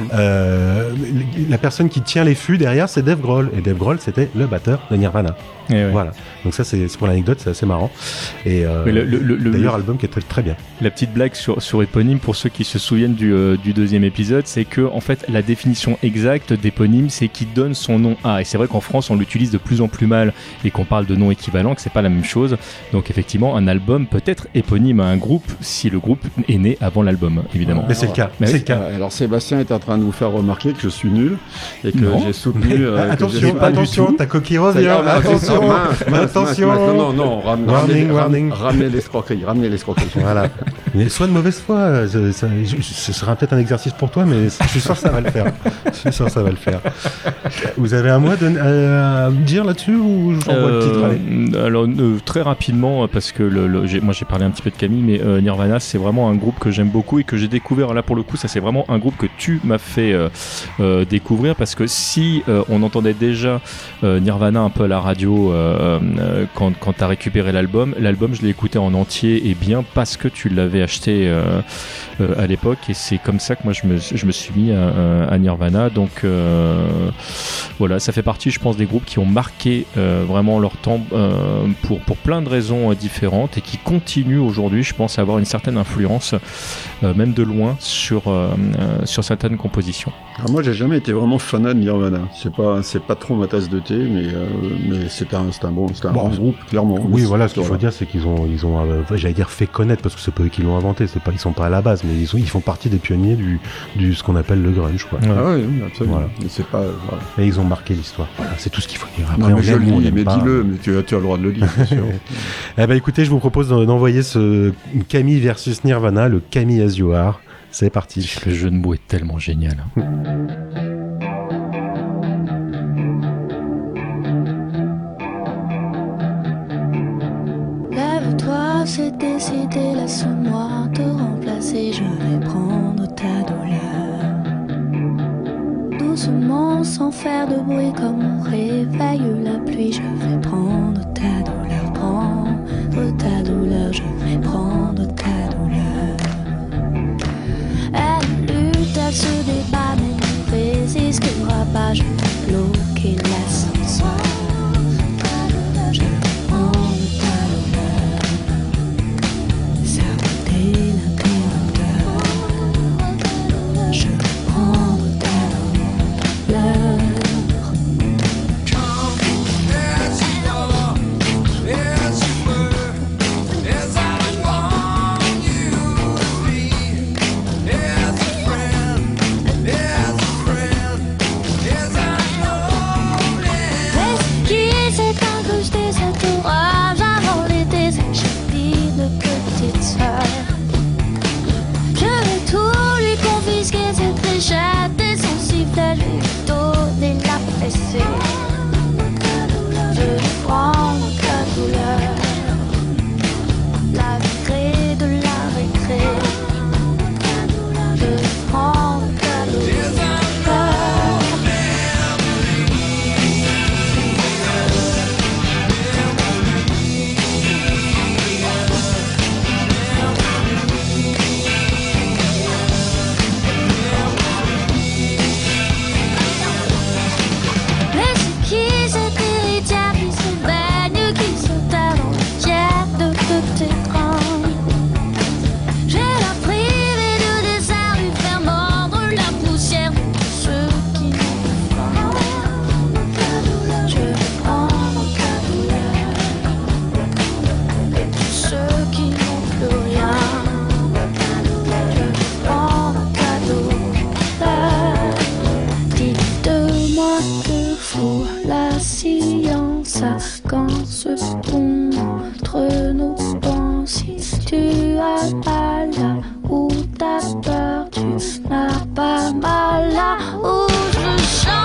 euh, la personne qui tient les fûts derrière, c'est Dave Grohl, et Dave Grohl, c'était le batteur de Nirvana. Et ouais. Voilà. Donc ça, c'est, c'est pour l'anecdote, c'est assez marrant. Et euh, Mais le- le- le- d'ailleurs, le- album qui est très, très bien. La petite blague sur, sur éponyme, pour ceux qui se souviennent du, euh, du deuxième épisode, c'est que en fait la définition exacte d'éponyme, c'est qui donne son nom à. Et c'est vrai qu'en France, on l'utilise de plus en plus mal et qu'on parle de nom équivalent, que c'est pas la même chose. Donc effectivement, un album peut être éponyme à un groupe si le groupe est né avant l'album, évidemment. Mais c'est le cas. Mais c'est oui. le cas. Euh, Alors Sébastien est en train de vous faire remarquer que je suis nul et que Non. j'ai soutenu. euh, que je attention, suis pas du attention, tout. ta coquille Ça y est, revient. ah, Attention, mince, mince, attention. mince, mince. Non, non, non, ram- Warning, ramenez, warning. ram- ramenez l'escroquerie, ramenez l'escroquerie. Voilà. Mais sois de mauvaise foi, euh, ça- ça- je- ce sera peut-être un exercice pour toi, mais je suis sûr que ça va le faire. Je suis sûr que ça va le faire. Vous avez un mot à, donner- à me dire là-dessus ou j'envoie le titre? Allez. alors euh, très rapidement, parce que le, le- j'ai- moi j'ai parlé un petit peu de Camille, mais euh, Nirvana c'est vraiment un groupe que j'aime beaucoup et que j'ai découvert. Là pour le coup, ça c'est vraiment un groupe que tu m'as fait euh, euh, découvrir, parce que si euh, on entendait déjà euh, Nirvana un peu à la radio euh, euh, quand, quand tu as récupéré l'album, l'album je l'ai écouté en entier et bien parce que tu l'avais acheté euh, euh, à l'époque, et c'est comme ça que moi je me, je me suis mis à, à Nirvana. Donc euh, voilà, ça fait partie, je pense, des groupes qui ont marqué euh, vraiment leur temps euh, pour, pour plein de raisons euh, différentes et qui continuent aujourd'hui, je pense, à avoir une certaine influence, euh, même de loin, sur, euh, euh, sur certaines compositions. Alors moi, j'ai jamais été vraiment fanat de Nirvana. C'est pas, c'est pas trop ma tasse de thé, mais, euh, mais c'est un, c'est un bon, c'est un Bon, bon groupe, clairement. Oui, Mais voilà, c'est- ce qu'il faut dire, c'est qu'ils ont, ils ont, euh, j'allais dire, fait connaître, parce que c'est pas eux qui l'ont inventé, c'est pas, ils sont pas à la base, mais ils, sont, ils font partie des pionniers du, du ce qu'on appelle le grunge, quoi. Ouais. Ah oui, oui, absolument. Voilà. Mais c'est pas, voilà. Et ils ont marqué l'histoire. Voilà, c'est tout ce qu'il faut dire. Après, Non, mais on je aime le ou on lis, n'aime mais pas. dis-le, mais tu, as- tu as le droit de le lire, bien sûr. Eh ben, écoutez, je vous propose d'en- d'envoyer ce Camille versus Nirvana, le Camille As You Are. C'est parti. Le jeu de mots est tellement génial. Lève-toi, c'est décidé, laisse-moi te remplacer, je vais prendre ta douleur. Doucement, sans faire de bruit, comme on réveille la pluie, je vais prendre ta douleur, prendre ta douleur, je vais prendre ta douleur. Elle lutte, elle se débat, mais ne résistera pas, je vais bloquer l'ascenseur. Je vais prendre ta douleur, saboter l'interrupteur. Je vais prendre ta douleur. Mais qui s'est incrusté cet orage avant l'été, cette chapille de petite sœur? Je vais tout lui confisquer, cette échette et son sifflet, lui donner la fessée. Je vais prendre ta douleur, la récré de la récré. Je vais prendre ta douleur. Mais c'est qui cet héritier qui se baigne, qui se tape dans le tiers de petite rangs? J'ai la privée de dessert, lui faire mordre la poussière de tous ceux qui n'ont pas. Je vais prendre ta douleur et tous ceux qui n'ont plus rien. Je vais prendre ta douleur. Dites-moi que fout la science quand se contre nos pensées. tu as mal là où t'as peur, tu n'as pas mal là où je chante.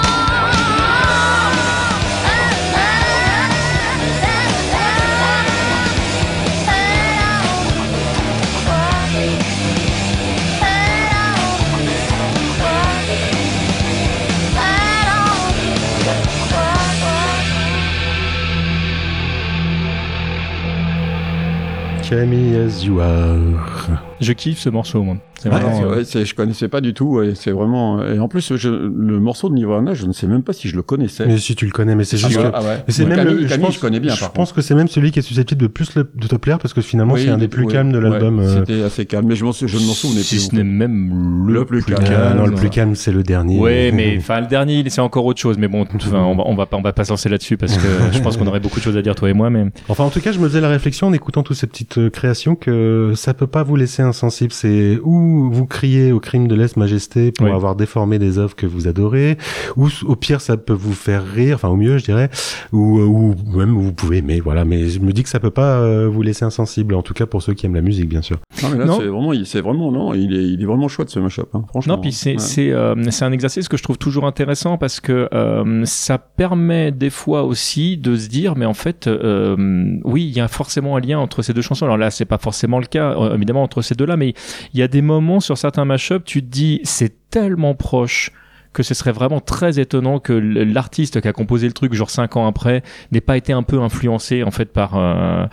Camille as you are. Je kiffe ce morceau, moi. C'est Ouais, vraiment, c'est, euh, ouais, c'est, je connaissais pas du tout. Ouais, c'est vraiment. Et en plus, je, le morceau de Nirvana, je ne sais même pas si je le connaissais. Mais si tu le connais, mais c'est Ah, juste ouais, que. ah ouais. Mais c'est Ouais, même Camille, le- je Camille, pense, je connais bien, Je par pense que c'est même celui qui est susceptible de plus le- de te plaire parce que finalement Oui, c'est un des il- plus ouais, calmes de l'album. ouais, euh, C'était assez calme, mais je, m'en, sou- je ne m'en souvenais si plus. ce n'est même le, Le plus plus calme. calme. Ah, non, le plus calme c'est le dernier. Ouais, mais enfin le dernier, c'est encore autre chose. Mais bon, enfin, on va, on va pas, on va pas se lancer là-dessus parce que je pense qu'on aurait beaucoup de choses à dire toi et moi. Mais Enfin, en tout cas, je me faisais la réflexion en écoutant toutes ces petites euh, créations que ça peut pas vous laisser insensible. C'est ou vous criez au crime de lèse-majesté pour Oui. avoir déformé des œuvres que vous adorez, ou au pire, ça peut vous faire rire, enfin au mieux, je dirais, ou, ou même vous pouvez aimer, voilà. Mais je me dis que ça peut pas euh, vous laisser insensible, en tout cas pour ceux qui aiment la musique, bien sûr. Non, mais là, Non. c'est vraiment, il- c'est vraiment, non, il est, il est vraiment chouette ce mashup, hein, franchement. non, puis c'est Ouais. c'est euh, c'est un exercice que je trouve toujours intéressant parce que euh, ça permet des fois aussi de se dire, mais en fait, euh, oui, il y a forcément un lien entre ces deux chansons. Alors là, c'est pas forcément le cas, euh, évidemment, entre ces deux-là, mais il y a des moments sur certains mashups, tu te dis, c'est tellement proche que ce serait vraiment très étonnant que l- l'artiste qui a composé le truc genre cinq ans après n'ait pas été un peu influencé en fait par euh,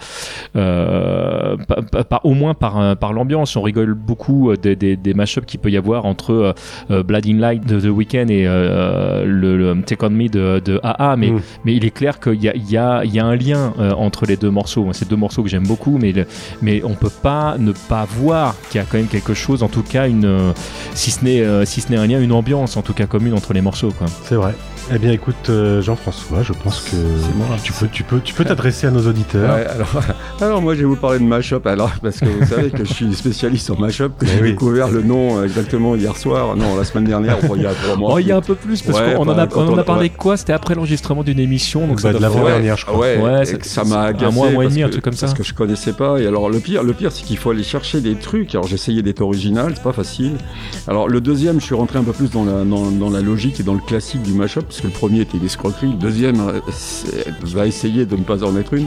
euh, par, par- par- au moins par euh, par l'ambiance. On rigole beaucoup euh, des des, des mashups qu'il peut y avoir entre euh, euh, Blinding Light de The Weeknd et euh, le, le Take On Me de de A A, mais Mm. mais il est clair qu'il y a il y a il y a un lien euh, entre les deux morceaux. Moi, c'est deux morceaux que j'aime beaucoup, mais le, mais on peut pas ne pas voir qu'il y a quand même quelque chose, en tout cas une euh, si ce n'est euh, si ce n'est un lien, une ambiance en tout cas commune entre les morceaux, quoi. C'est vrai. Eh bien, écoute, euh, Jean-François, je pense que moi. tu peux, tu peux, tu peux t'adresser à nos auditeurs. Ouais, alors, alors moi je vais vous parler de mashup alors parce que vous savez que je suis spécialiste en mashup, que Mais j'ai oui. découvert le nom euh, exactement hier soir, non la semaine dernière, enfin, il y a trois mois. Oh, il y a un peu plus parce Ouais, qu'on en enfin, a, quand on en on- a parlé ouais. quoi? C'était après l'enregistrement d'une émission, donc Bah, ça de doit faire- l'avant-dernière, je crois. Ouais, Ouais, et c'est- que ça c'est m'a un agacé mois, un mois et parce demi, un que- truc comme ça. Parce que je connaissais pas. Et alors le pire, le pire, c'est qu'il faut aller chercher des trucs. Alors j'essayais d'être original, c'est pas facile. Alors le deuxième, je suis rentré un peu plus dans la dans, dans la logique et dans le classique du mashup, parce que le premier était une escroquerie, le deuxième euh, c'est- va essayer de ne pas en être une.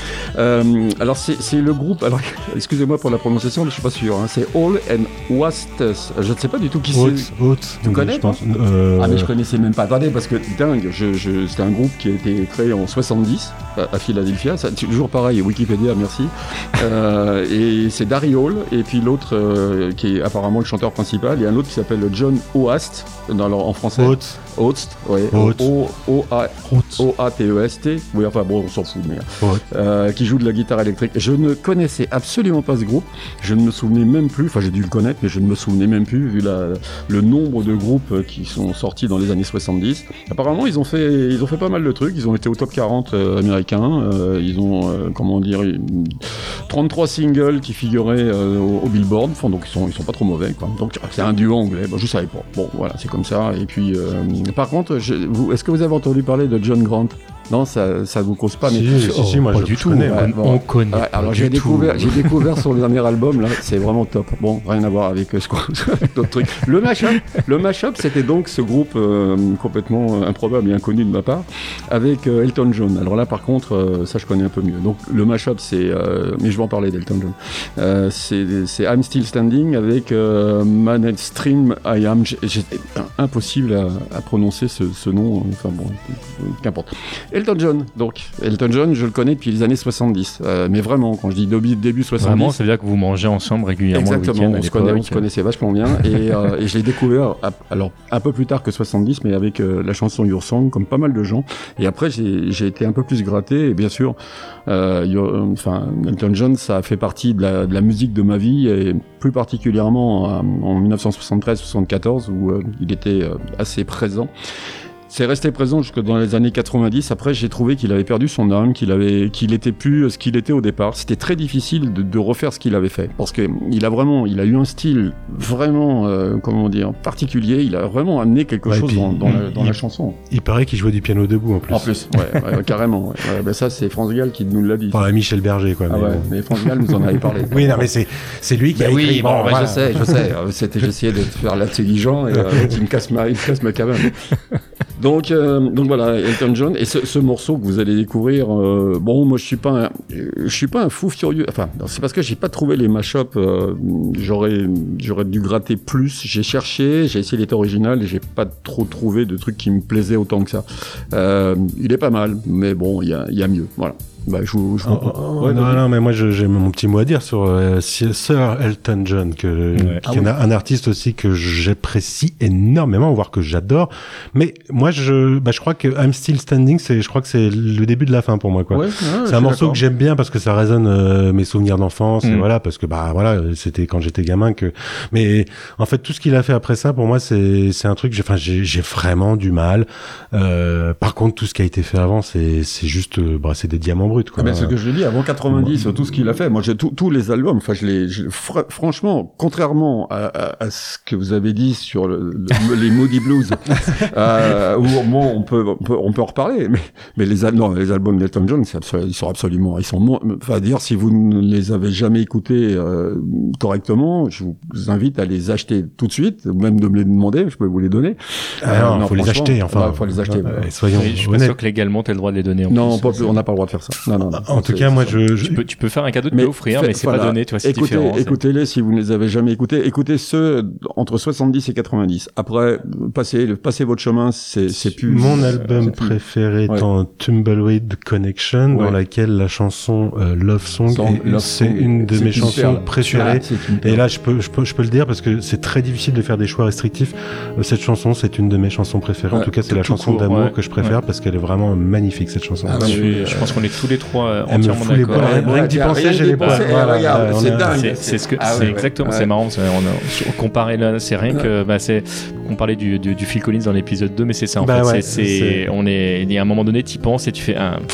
Euh, alors c'est c'est le groupe. Alors excusez-moi pour la prononciation, mais je suis pas sûr. Hein, c'est All and Wastes. Je ne sais pas du tout qui Haute, c'est. haute. Tu connais, je pense. Euh, Ah mais je connaissais même pas. Attendez, parce que dingue, je, je, c'était un groupe qui a été créé en soixante-dix à, à Philadelphia. Ça, c'est toujours pareil, Wikipédia, merci. Euh, et c'est Darry Hall et puis l'autre euh, qui est apparemment le chanteur principal. Il y a un autre qui s'appelle John Oast dans leur- en français. haute. Oast, ouais. Haute. O O A Haute. O A T E S T. Oui, enfin bon, on s'en fout, mais Haute. euh, qui joue de la guitare électrique. Je ne connaissais absolument pas ce groupe. Je ne me souvenais même plus. Enfin, j'ai dû le connaître, mais je ne me souvenais même plus vu la, le nombre de groupes qui sont sortis dans les années soixante-dix. Apparemment, ils ont fait, ils ont fait pas mal de trucs. Ils ont été au top quarante euh, américain. Euh, ils ont, euh, comment dire, une- trente-trois singles qui figuraient euh, au, au Billboard. Enfin, donc ils sont, ils sont pas trop mauvais, quoi. Donc c'est un duo anglais. Bon, je savais pas. Bon, voilà, c'est comme ça. Et puis, euh, par contre, je- vous, est-ce que vous avez entendu parler de John Grant? Non, ça, ça vous cause pas. Mais Si, si, si, moi, pas je- du je tout. connais, on, ouais, bon. on connaît. Ouais, pas alors du j'ai tout. découvert, j'ai découvert son dernier album là, c'est vraiment top. Bon, rien à voir avec euh, ce qu'on, d'autres trucs. Le mashup, le mashup, c'était donc ce groupe euh, complètement euh, improbable et inconnu de ma part, avec euh, Elton John. Alors là, par contre, euh, ça je connais un peu mieux. Donc le mashup, c'est, euh, mais je vais en parler d'Elton John. Euh, c'est, c'est I'm Still Standing avec euh, Managed Stream I Am. J'ai- j'ai- impossible à, à prononcer ce, ce nom. Enfin bon, qu'importe. Elton John, donc Elton John, je le connais depuis les années soixante-dix, euh, mais vraiment, quand je dis début, début soixante-dix, Vraiment, ça veut dire que vous mangez ensemble régulièrement exactement, le week-end à on se, connaît, on l'époque. se connaissait vachement bien, et, euh, et je l'ai découvert, à- alors un peu plus tard que soixante-dix, mais avec euh, la chanson Your Song, comme pas mal de gens, et après j'ai, j'ai été un peu plus gratté, et bien sûr, euh, Your- enfin, Elton John, ça a fait partie de la, de la musique de ma vie, et plus particulièrement en, en dix-neuf cent soixante-treize soixante-quatorze, où euh, il était euh, assez présent. c'est resté présent jusque dans les années quatre-vingt-dix. Après, j'ai trouvé qu'il avait perdu son âme, qu'il avait, qu'il était plus ce qu'il était au départ. C'était très difficile de, de refaire ce qu'il avait fait, parce que il a vraiment, il a eu un style vraiment, euh, comment dire, particulier. Il a vraiment amené quelque ouais, chose puis, dans, dans, il, la, dans il, la chanson. Il paraît qu'il jouait du piano debout en plus. En plus, ouais, ouais carrément. Ouais. Ouais, ben ça, c'est France Gall qui nous l'a dit. Enfin, Michel Berger, quoi. Ah mais, ouais, mais France Gall nous en avait parlé. Oui, non, mais c'est, c'est lui qui ben a écrit. Oui, bon, bon, voilà. je sais, je sais. C'était, j'essayais de faire l'intelligent et euh, qui me casse ma, il me casse ma cabane. Donc, euh, donc voilà, Elton John. Et ce, ce morceau que vous allez découvrir, euh, bon, moi je suis pas, un, je suis pas un fou furieux. Enfin, c'est parce que j'ai pas trouvé les mashups. Euh, j'aurais, j'aurais dû gratter plus. J'ai cherché, j'ai essayé d'être original et j'ai pas trop trouvé de trucs qui me plaisaient autant que ça. Euh, il est pas mal, mais bon, il y a, il y a mieux. Voilà. Bah, je vous, je vous... Oh, oh, ouais, non, non, mais moi je, j'ai mon petit mot à dire sur euh, Sir Elton John, que, ouais. qui ah, est oui. un artiste aussi que j'apprécie énormément, voire que j'adore. Mais moi, je, bah, je crois que I'm Still Standing, c'est, je crois que c'est le début de la fin pour moi, quoi. Ouais, ouais, c'est un morceau d'accord. que j'aime bien parce que ça résonne euh, mes souvenirs d'enfance, mmh. et voilà, parce que bah voilà, c'était quand j'étais gamin que. Mais en fait, tout ce qu'il a fait après ça, pour moi, c'est, c'est un truc. Enfin, j'ai, j'ai vraiment du mal. Euh, par contre, tout ce qui a été fait avant, c'est, c'est juste, euh, bah, c'est des diamants. Brut, quoi. Ah ben, c'est ce que je l'ai dit, avant quatre-vingt-dix, ouais. tout ce qu'il a fait. Moi, j'ai tous les albums, enfin, je les, je, fr- franchement, contrairement à, à, à ce que vous avez dit sur le, le, les Moody Blues, euh, où moi, on peut, on peut, on peut en reparler, mais, mais les, non, les albums d'Elton John, absolument, ils sont absolument, ils sont, enfin, dire, si vous ne les avez jamais écoutés, euh, correctement, je vous invite à les acheter tout de suite, ou même de me les demander, je peux vous les donner. Ah euh, non, non, faut les acheter, enfin. Il faut les acheter. Euh, soyons je suis pas sûr que légalement, t'as le droit de les donner. En non, plus, pas plus, on n'a pas le droit de faire ça. Non, non, non. En tout cas, moi, je, je... Tu peux, tu peux faire un cadeau, tu peux offrir, mais c'est voilà. pas donné, tu vois, c'est Écoutez, différent. Écoutez-les si vous ne les avez jamais écoutés. Écoutez ceux entre soixante-dix et quatre-vingt-dix. Après, passez, passez votre chemin, c'est, c'est plus... Mon album plus... préféré étant ouais. Tumbleweed Connection, ouais. dans laquelle la chanson euh, Love Song, Song est, Love c'est Song, une de c'est mes chansons perle. préférées. Ah, et là, je peux, je peux, je peux le dire parce que c'est très difficile de faire des choix restrictifs. Cette chanson, c'est une de mes chansons préférées. Ouais. En tout cas, c'est tout, la chanson court, d'amour ouais. que je préfère ouais. parce qu'elle est vraiment magnifique, cette chanson. Ah, bah, je, je pense qu'on est tous les trois euh, entièrement d'accord. Rien que d'y penser, j'ai les poils. C'est dingue. C'est, c'est ce que, ah, c'est ouais, exactement, ouais. c'est marrant. C'est, on a comparé là, c'est rien que, bah, c'est, on parlait du, du, du Phil Collins dans l'épisode deux, mais c'est ça, en bah fait. Ouais, c'est, c'est, c'est, on est, il y a un moment donné, t'y penses et tu fais un.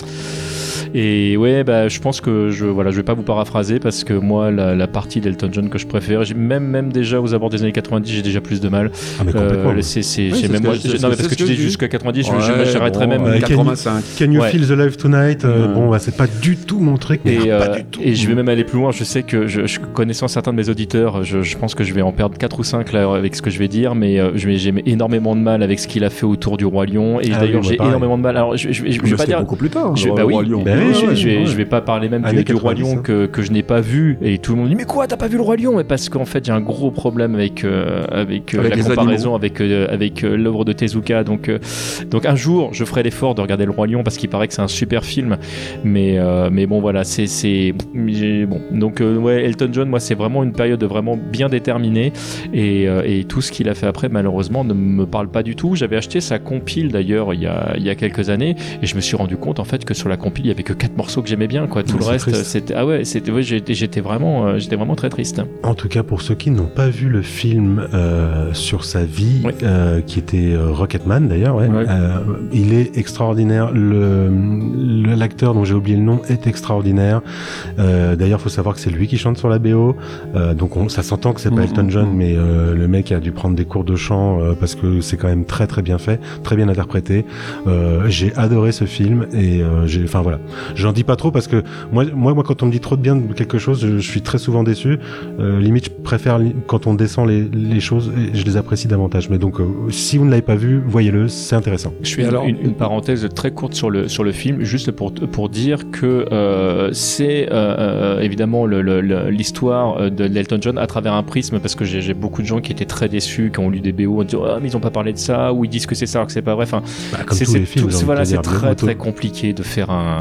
Et ouais, bah, je pense que je, voilà, je vais pas vous paraphraser parce que moi, la, la partie d'Elton John que je préfère, j'ai même, même déjà aux abords des années quatre-vingt-dix, j'ai déjà plus de mal. Ah, mais complètement. Euh, c'est, c'est, oui, j'ai c'est même moi, je, non, mais parce que, que tu dis jusqu'à quatre-vingt-dix, ouais, je, je, j'arrêterais bon, même euh, quatre-vingt-cinq. Can You ouais. Feel the Life Tonight? euh, ouais. Bon, bah, c'est pas du tout mon truc, mais et, euh, pas du tout. Et je vais même aller plus loin. Je sais que, je, je connaissant certains de mes auditeurs, je, je pense que je vais en perdre quatre ou cinq là avec ce que je vais dire, mais euh, je, j'ai énormément de mal avec ce qu'il a fait autour du Roi Lion. Et ah, d'ailleurs, oui, j'ai pareil. énormément de mal. Alors, je, je, je, je vais pas dire beaucoup plus tard. Je, bah oui, je vais pas parler même du, du Roi Lion que, que je n'ai pas vu, et tout le monde dit mais quoi, t'as pas vu le Roi Lion? Mais parce qu'en fait j'ai un gros problème avec euh, avec, euh, avec la comparaison animaux. avec euh, avec euh, l'œuvre de Tezuka, donc euh, donc un jour je ferai l'effort de regarder le Roi Lion parce qu'il paraît que c'est un super film, mais euh, mais bon voilà, c'est c'est bon, donc euh, ouais, Elton John, moi c'est vraiment une période vraiment bien déterminée, et euh, et tout ce qu'il a fait après malheureusement ne me parle pas du tout. J'avais acheté sa compile d'ailleurs il y a il y a quelques années, et je me suis rendu compte en fait que sur la compile il y avait que quatre morceaux que j'aimais bien, quoi. Tout non, le reste, triste. c'était ah ouais, c'était ouais, j'étais, j'étais vraiment, euh, j'étais vraiment très triste. En tout cas, pour ceux qui n'ont pas vu le film euh, sur sa vie, oui. euh, qui était euh, Rocketman d'ailleurs, ouais, ouais. Euh, il est extraordinaire. Le, le l'acteur dont j'ai oublié le nom est extraordinaire. Euh, d'ailleurs, faut savoir que c'est lui qui chante sur la B O. Euh, donc, on, ça s'entend que c'est pas mmh, Elton John, mmh. mais euh, le mec a dû prendre des cours de chant euh, parce que c'est quand même très très bien fait, très bien interprété. Euh, j'ai adoré ce film et euh, j'ai, enfin voilà, j'en dis pas trop parce que moi, moi, moi, quand on me dit trop de bien de quelque chose, je, je suis très souvent déçu. Euh, limite, je préfère li- quand on descend les, les choses, et je les apprécie davantage. Mais donc, euh, si vous ne l'avez pas vu, voyez-le, c'est intéressant. Je fais alors une, une parenthèse très courte sur le sur le film, juste pour pour dire que euh, c'est euh, évidemment le, le, le, l'histoire de l'Elton John à travers un prisme, parce que j'ai, j'ai beaucoup de gens qui étaient très déçus, qui ont lu des B O en disant ah mais ils ont pas parlé de ça, ou ils disent que c'est ça alors que c'est pas vrai. Enfin, bah, comme c'est, tous les films, tout, voilà, c'est très très compliqué de faire un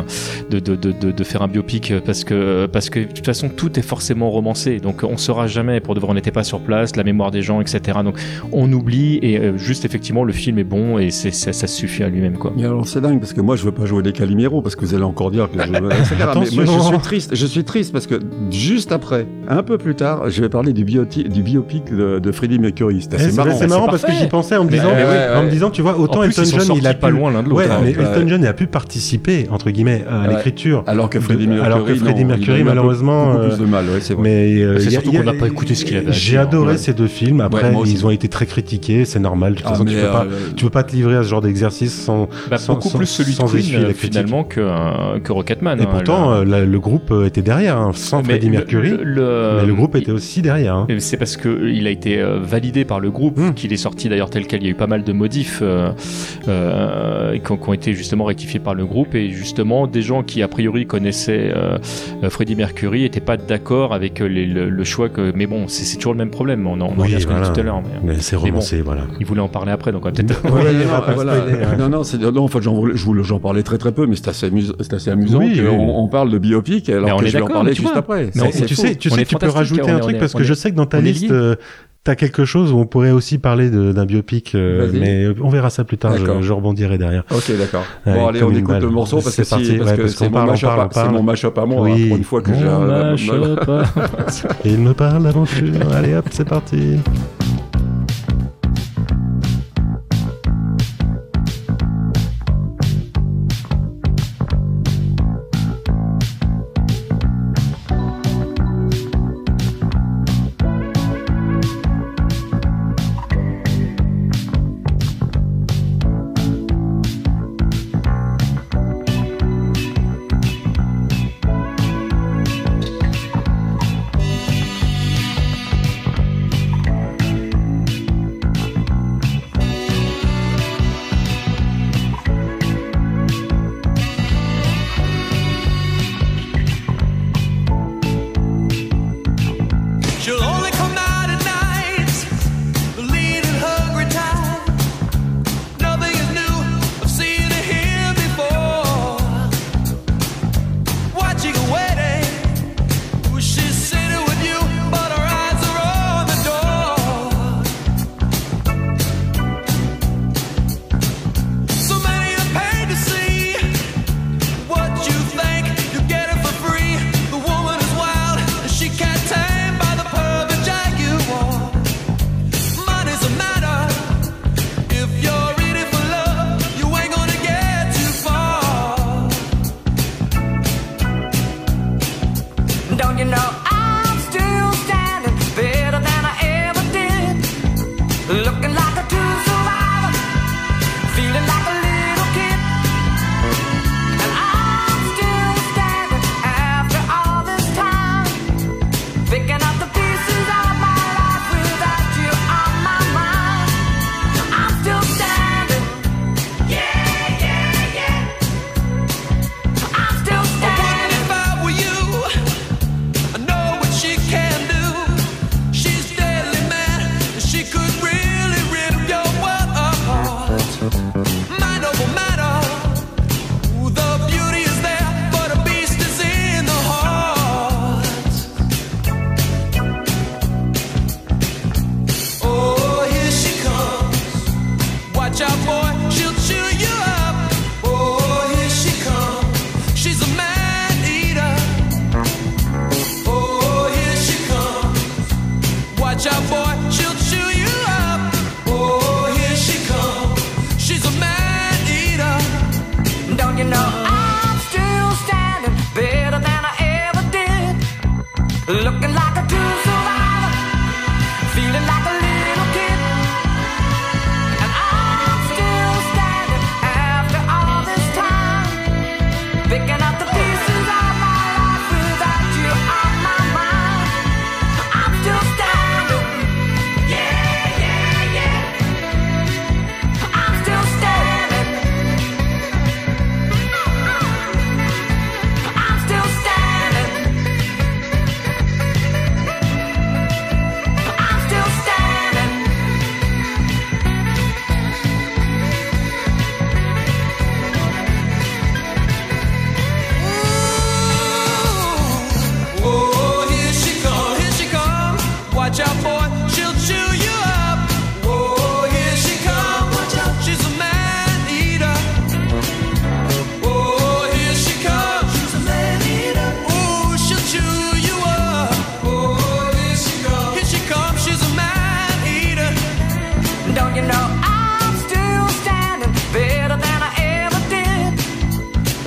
de, de, de, de, de faire un biopic parce que, parce que de toute façon tout est forcément romancé, donc on saura jamais, pour de vrai on n'était pas sur place, la mémoire des gens, et cetera. Donc on oublie et euh, juste effectivement le film est bon et c'est, ça, ça suffit à lui-même quoi. Et alors c'est dingue parce que moi je veux pas jouer les Calimero parce que vous allez encore dire que je veux... mais moi je suis triste, je suis triste parce que juste après, un peu plus tard, je vais parler du, bioti- du biopic de, de Freddie Mercury. C'est assez c'est, marrant. c'est marrant c'est parce que j'y pensais en me disant, mais, mais ouais, ouais, en me disant, tu vois, autant plus, Elton John, il a pas pu, loin l'un de l'autre. ouais, hein. mais ouais. Elton John il a pu participer entre guillemets à Ouais. l'écriture, Alors que Freddie Mercury, alors que Freddie non, Mercury il a eu malheureusement, beaucoup euh, plus de mal. Ouais, c'est vrai. mais euh, C'est y a- surtout y a- qu'on n'a pas écouté ce qu'il avait à J'ai dire, adoré ouais. ces deux films. Après, Ouais, moi aussi. ils ont été très critiqués, c'est normal. De toute Ah, façon, tu mais, peux pas, euh, tu peux pas te livrer à ce genre d'exercice sans, Bah, sans beaucoup sans- plus celui de sans Queen essuyer la euh, critique. finalement que, euh, que Rocketman. Et hein, pourtant, là. euh, la- le groupe euh, était derrière, hein, sans Mais Freddie le- Mercury. le- le- mais le groupe il- était aussi derrière. Hein. Et c'est parce que il a été euh, validé par le groupe, Mm. qu'il est sorti d'ailleurs tel quel. Il y a eu pas mal de modifs euh, euh, qui, ont, qui ont été justement rectifiés par le groupe, et justement des gens qui a priori connaissaient euh, euh, Freddie Mercury n'étaient pas d'accord avec les, le, le choix que. Mais bon, c'est, c'est toujours le même problème. On en, on en Oui, revient à ce qu'on voilà. dit tout à l'heure. Mais, Mais c'est mais bon, romancé, voilà. il voulait en parler après, donc on va peut-être. Ouais, Ouais, non, on va pas voilà. spoiler, ouais. non, non, c'est, non, en fait, j'en, voulais- je voulais, j'en parlais très très peu, mais c'est assez, amus- c'est assez amusant Oui, qu'on oui, oui. on parle de biopic alors Mais on que est je vais en d'accord, parler mais tu juste vois. après. Mais C'est- on- c'est tu faux. sais, tu On sais est que tu peux fantastique, rajouter on un est- truc on est- parce on que est- je sais que dans ta on est liste, libre. euh, t'as quelque chose où on pourrait aussi parler de, d'un biopic, euh, Vas-y. mais on verra ça plus tard. D'accord. Je, je rebondirai derrière. Ok, d'accord. Ouais, Bon, allez, comme on une écoute balle. le morceau parce que, C'est parti, si, parce ouais, que parce c'est, qu'on mon parle, on mashup parle, à- on c'est parle. mon mashup à moi, Oui. hein, pour une fois que j'ai On un- lâche pas. Il me parle d'aventure. Allez hop, c'est parti.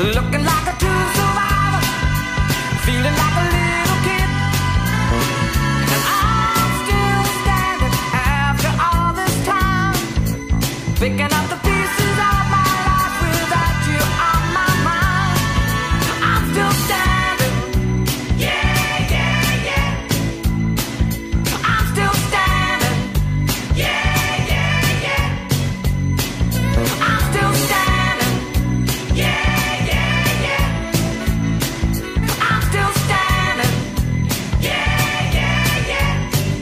looking like a true survivor, feeling like a little kid. And I'm still standing after all this time, picking up the pieces of my life without you on my mind. I'm still standing, yeah, yeah, yeah. I'm still standing, yeah, yeah, yeah. I'm still standing, yeah, yeah, yeah. I'm still standing, yeah, yeah, yeah.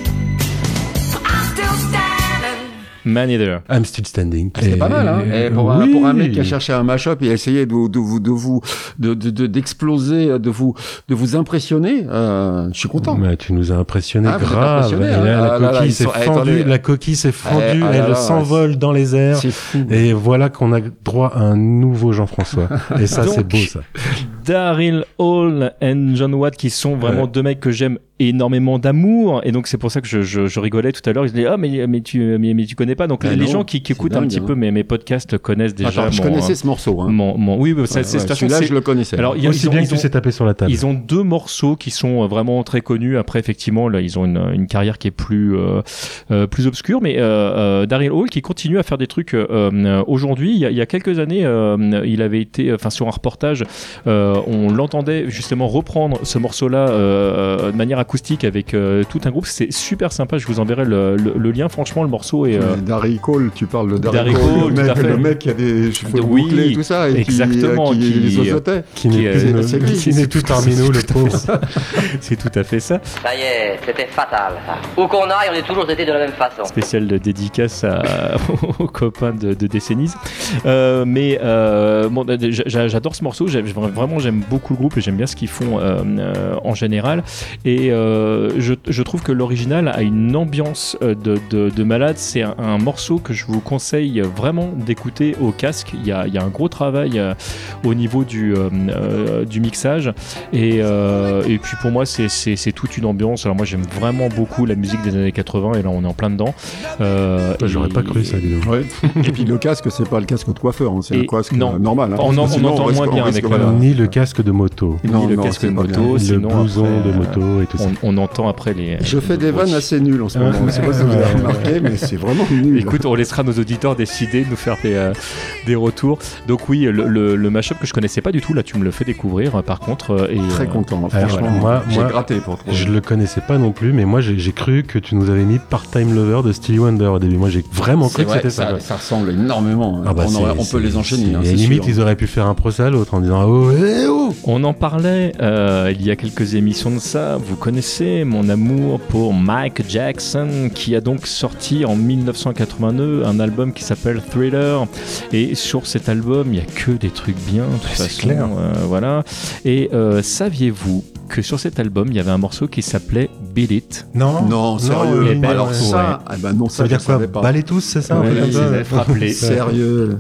I'm still standing. Man Eater. I'm Still Standing. C'était Et- pas mal, hein. Et pour, un, oui. pour un mec qui a cherché un mash-up et a essayé de vous, de vous, de vous, de, de, de- d'exploser, de vous, de vous impressionner, euh, je suis content. Ouais, tu nous as impressionné Ah, vous êtes grave. impressionné, Et hein. là, la Ah là là, coquille ils s'est sont- eh, fendue, attendez. la coquille s'est fendue, Eh, ah là elle là, s'envole dans les airs. C'est fou. Et voilà qu'on a droit à un nouveau Jean-François. Et ça, Donc, c'est beau, ça. Daryl Hall et John Watt, qui sont vraiment Ouais. deux mecs que j'aime énormément d'amour, et donc c'est pour ça que je, je, je rigolais tout à l'heure. Ils disaient ah mais mais tu mais, mais tu connais pas. Donc Ben les non, gens qui, qui c'est écoutent un dingue, petit hein. peu mes, mes podcasts connaissent déjà. Attends, je mon, connaissais ce morceau, hein. Mon, mon, oui, bah, ça, Ouais, c'est, ouais, de toute façon, celui-là, c'est- je le connaissais. Alors, il y a- Aussi ils ont, bien ils que tu ont- sais taper sur la table. Ils ont deux morceaux qui sont euh, vraiment très connus. Après, effectivement, là, ils ont une, une carrière qui est plus euh, euh, plus obscure. Mais euh, euh, Daryl Hall qui continue à faire des trucs euh, euh, aujourd'hui. Il y, a, il y a quelques années, euh, il avait été, enfin, sur un reportage, euh, on l'entendait justement reprendre ce morceau-là euh, de manière acoustique avec euh, tout un groupe. C'est super sympa. Je vous enverrai le, le, le lien. Franchement, le morceau est euh, Mais Darry Cole, tu parles de Darry, Darry Cole, Cole, le, tout à mec, fait. le mec qui a des cheveux Oui, bouclés et tout ça, et exactement, qui, euh, qui, qui- les osotait. Qui qui n'est est- plus, c'est lui, qui n'est plus parmi nous, le pauvre. c'est tout à fait ça. Ça y est, c'était fatal. Où qu'on aille, on est toujours été de la même façon. Spécial de dédicace à, aux copains de, de décennies. Euh, mais euh, bon, j'a- j'adore ce morceau. J'aime, vraiment, j'aime beaucoup le groupe et j'aime bien ce qu'ils font euh, euh, en général. Et euh, je, je trouve que l'original a une ambiance euh, de, de, de malade. C'est un, un morceau que je vous conseille vraiment d'écouter au casque. Il y a, il y a un gros travail euh, au niveau du, euh, euh, du mixage. Et, euh, et puis pour moi, c'est, c'est, c'est toute une ambiance. Alors moi, j'aime vraiment beaucoup la musique des années quatre-vingts et là, on est en plein dedans. Euh, J'aurais et- pas cru ça, dis donc. Ouais. Et puis le casque, c'est pas le casque de coiffeur, hein, c'est Et un casque non. euh, normal. Hein. On en- on Sinon, entend risque- moins bien risque- avec voilà. le- Ni le casque de moto. Ni Non, le non, casque c'est de pas moto, bien. Le sinon blouson après, de moto et tout ça. on, on entend après les. Je fais les des vannes bruits. assez nulles en ce moment. Je sais pas si vous avez remarqué, mais c'est vraiment nul. Écoute, on laissera nos auditeurs décider de nous faire des, euh, des retours. Donc oui, le, le, le mashup que je connaissais pas du tout, là tu me le fais découvrir euh, par contre. euh, Et, Très euh, content. Alors, Franchement, moi- j'ai moi, gratté pour trouver. Je le connaissais pas non plus, mais moi j'ai j'ai cru que tu nous avais mis Part-Time Lover de Stevie Wonder au début. Moi j'ai vraiment C'est cru que vrai, c'était ça. ça, quoi. ça ressemble énormément. Ah bah, on, c'est- aurait- on c'est- peut les enchaîner. c'est- Hein, et c'est limite, sûr. ils auraient pu faire un procès à l'autre en disant oh, eh, oh. On en parlait euh, il y a quelques émissions de ça. Vous connaissez mon amour pour Mike Jackson, qui a donc sorti en dix-neuf cent quatre-vingt-deux un album qui s'appelle Thriller. Et sur cet album, il n'y a que des trucs bien, de toute C'est façon. clair. euh, voilà. Et euh, saviez-vous que sur cet album, il y avait un morceau qui s'appelait Beat It? Non, Non, sérieux. eh ben, Alors ouais. ça, eh ben non, Ça ça, veut je dire quoi savais pas. Ballez tous, c'est ça un Ouais, truc comme il ça disait frapper. Sérieux.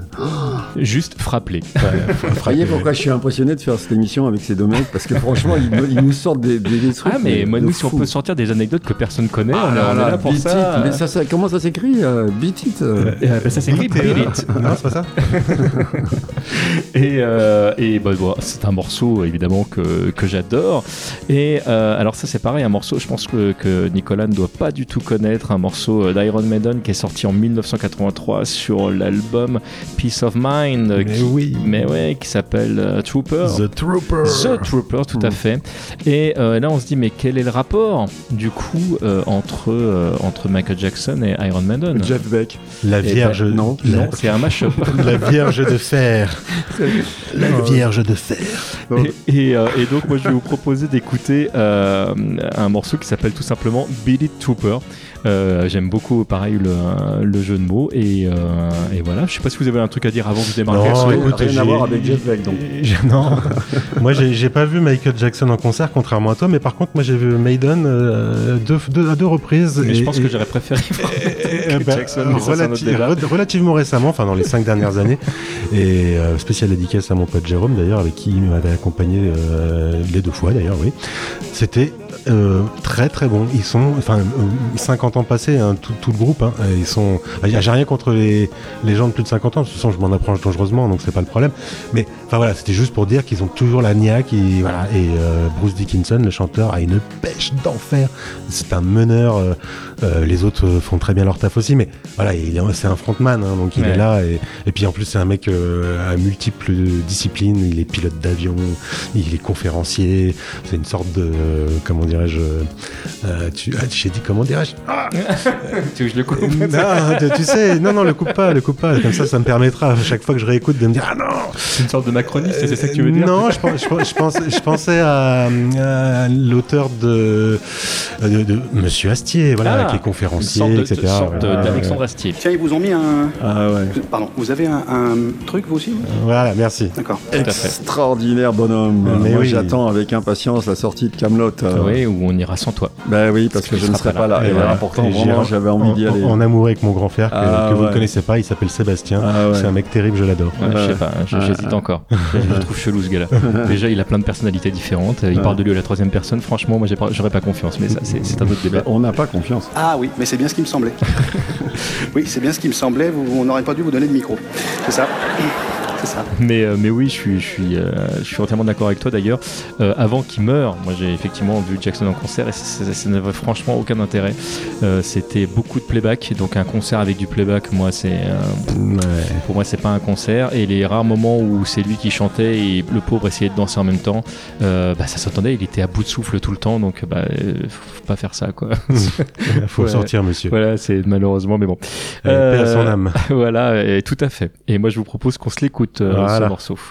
Juste frapper. Vous voyez pourquoi je suis impressionné de faire cette émission avec ces deux mecs, parce que franchement, ils, me- ils nous sortent des, des, des trucs. Ah mais moi de nous si on fou. peut sortir des anecdotes que personne connaît, Ah on, est- là on là, est là pour Beat ça. It. Mais ça, ça- comment ça s'écrit euh, Beat It euh Euh, bah, ça s'écrit Beat It. Non, c'est pas ça. Et, euh, et bah, bon, c'est un morceau évidemment que, que j'adore. Et euh, alors ça c'est pareil, un morceau je pense que, que Nicolas ne doit pas du tout connaître, un morceau d'Iron Maiden qui est sorti en dix-neuf cent quatre-vingt-trois sur l'album Peace of Mind. Mais qui, oui. mais ouais, qui s'appelle euh, Trooper. The Trooper. The Trooper, tout à fait. Et euh, là, on se dit, mais quel est le rapport, du coup, euh, entre, euh, entre Michael Jackson et Iron Maiden? Jeff Beck. La Eh ben, Vierge. non, la, Non, c'est un mashup. la Vierge de fer. La Vierge de fer. et, et, euh, et donc, moi, je vais vous proposer d'écouter euh, un morceau qui s'appelle tout simplement Beat It Trooper. Euh, j'aime beaucoup, pareil, le, le jeu de mots. Et, euh, et voilà, je sais pas si vous avez un truc à dire avant que je démarre. Non, Rien- écoute, rien à j'ai- voir avec Jeff Beck, donc. j'ai- Non, moi j'ai j'ai pas vu Michael Jackson en concert, contrairement à toi, mais par contre moi j'ai vu Maiden euh, deux, deux- à deux reprises. Mais et- je pense et- que j'aurais préféré voir Eh Michael ben, Jackson, mais ça, c'est un autre relati- débat. re- relativement récemment, enfin dans les cinq dernières années, et euh, spécial dédicace à mon pote Jérôme d'ailleurs, avec qui il m'avait accompagné euh, les deux fois d'ailleurs, oui. C'était euh, très très bon. Ils sont, enfin, euh, cinquante ans passés, hein, tout, tout le groupe. Hein, ils sont. J'ai rien contre les, les gens de plus de cinquante ans. De toute façon, je m'en approche dangereusement, donc c'est pas le problème. Mais enfin voilà, c'était juste pour dire qu'ils ont toujours la niaque. Et voilà. Et euh, Bruce Dickinson, le chanteur, a une pêche d'enfer. C'est un meneur. Euh, euh, les autres font très bien leur taf aussi, mais voilà, il est, c'est un frontman, hein, donc il ouais. est là. Et, et puis en plus, c'est un mec euh, à multiples disciplines. Il est pilote d'avion, il est conférencier. C'est une sorte de, euh, comment dirais-je, euh, tu, ah, j'ai dit comment dirais-je ah tu veux que je le coupe? Non, tu, tu sais, non, non, le coupe pas, le coupe pas. Comme ça, ça me permettra à chaque fois que je réécoute de me dire ah non. C'est une sorte de macroniste, euh, c'est ça que tu veux dire? Non, je, pense, je, je, pensais, je pensais à, à l'auteur de, de, de Monsieur Astier, voilà, ah, qui est conférencier, une sorte de, et cetera. Sorte voilà. d'Alexandre Astier. Tiens, ils vous ont mis un. Ah ouais. Pardon, vous avez un, un truc vous aussi? Voilà, merci. D'accord. Extraordinaire bonhomme. Mais Moi, oui. j'attends avec impatience la sortie de Kaamelott. Euh... Oui, où on ira sans toi. Ben oui, parce, parce que, que je ne serai pas là. là. Et, et voilà, pourtant, et vraiment, j'avais envie d'y aller. En amour avec mon grand frère, que, ah, que ouais. vous ne connaissez pas, il s'appelle Sébastien. Ah, ouais. C'est un mec terrible, je l'adore. Ouais, ouais. Je sais pas, j'hésite ouais. encore. Je le trouve chelou ce gars-là. Déjà, il a plein de personnalités différentes. Il ouais. parle de lui à la troisième personne. Franchement, moi, pas, j'aurais pas confiance, mais ça, c'est, c'est un autre débat. On n'a pas confiance. Ah oui, mais c'est bien ce qui me semblait. Oui, c'est bien ce qui me semblait. Vous, on n'aurait pas dû vous donner de micro. C'est ça. C'est ça. Mais, euh, mais oui, je suis, je, suis, euh, je suis entièrement d'accord avec toi d'ailleurs. Euh, avant qu'il meure, moi j'ai effectivement vu Jackson en concert et ça, ça, ça n'avait franchement aucun intérêt. Euh, c'était beaucoup de playback, donc un concert avec du playback, moi c'est euh, ouais. pour moi c'est pas un concert. Et les rares moments où c'est lui qui chantait et le pauvre essayait de danser en même temps, euh, bah, ça s'entendait, il était à bout de souffle tout le temps, donc bah, euh, faut pas faire ça quoi. Il faut ouais. sortir, monsieur. Voilà, c'est malheureusement, mais bon. Euh, paix à son âme. Voilà, et, tout à fait. Et moi je vous propose qu'on se l'écoute. Euh, voilà. Ce morceau.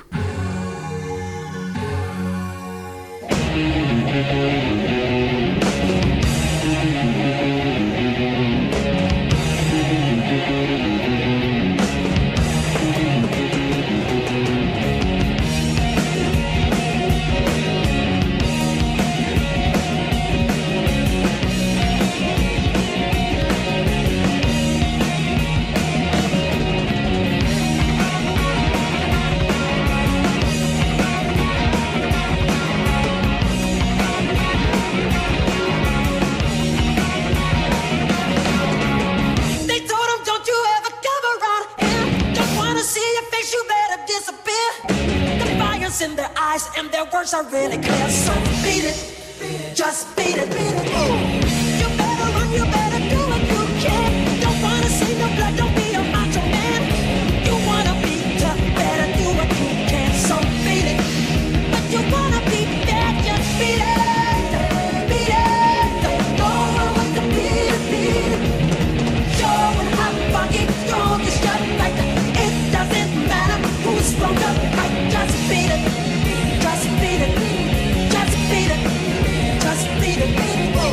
In their eyes and their words are really clear. So beat it, just beat it. You better run, you better do what you can. Don't wanna see no blood, don't be a macho man. You wanna be tough, better do what you can. So beat it, but you wanna be bad, just beat it, beat it. No one wants to beat it, beat it. Show it how funky, strong, you shut like that. It doesn't matter who's wrong or right, just beat it. Just beat it, just beat it, just beat it, beat it.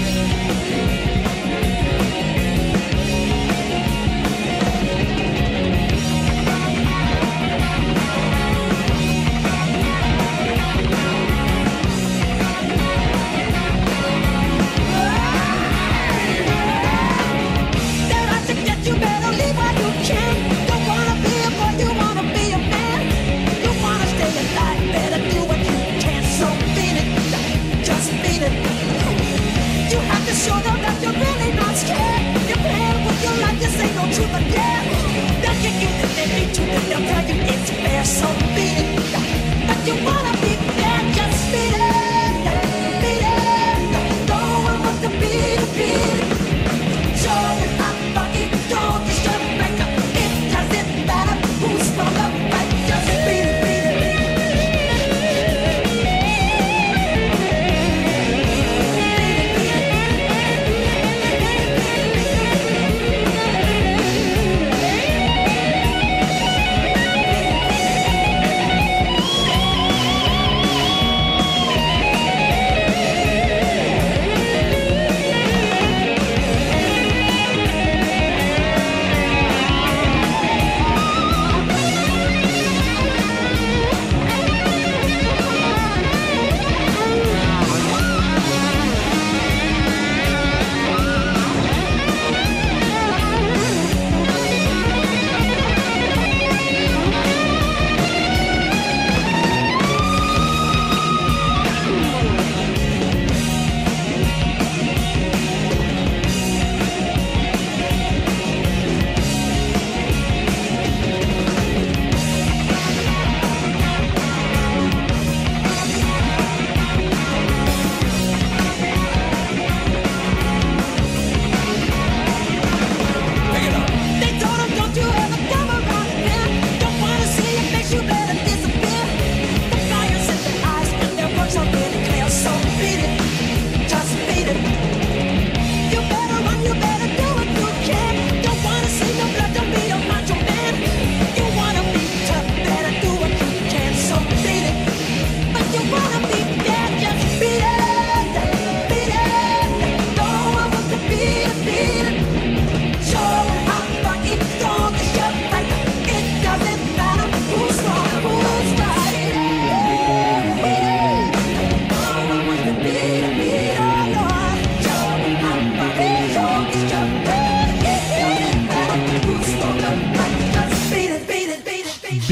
There I suggest you better leave while you can. Don't wanna be a boy, you wanna be a man. You wanna stay alive, better do what you can. So beat it, just beat it. You have to show them that you're really not scared. You're playing with your life, this ain't no truth or dare. They'll kick you to the beat you, and they'll tell you it's fair. So beat it, but you wanna be bad, just beat it, beat it. No one wants to beat it, beat it. Show it how funky, don't you shut back up. It doesn't matter who's wrong or right, just beat it, beat it.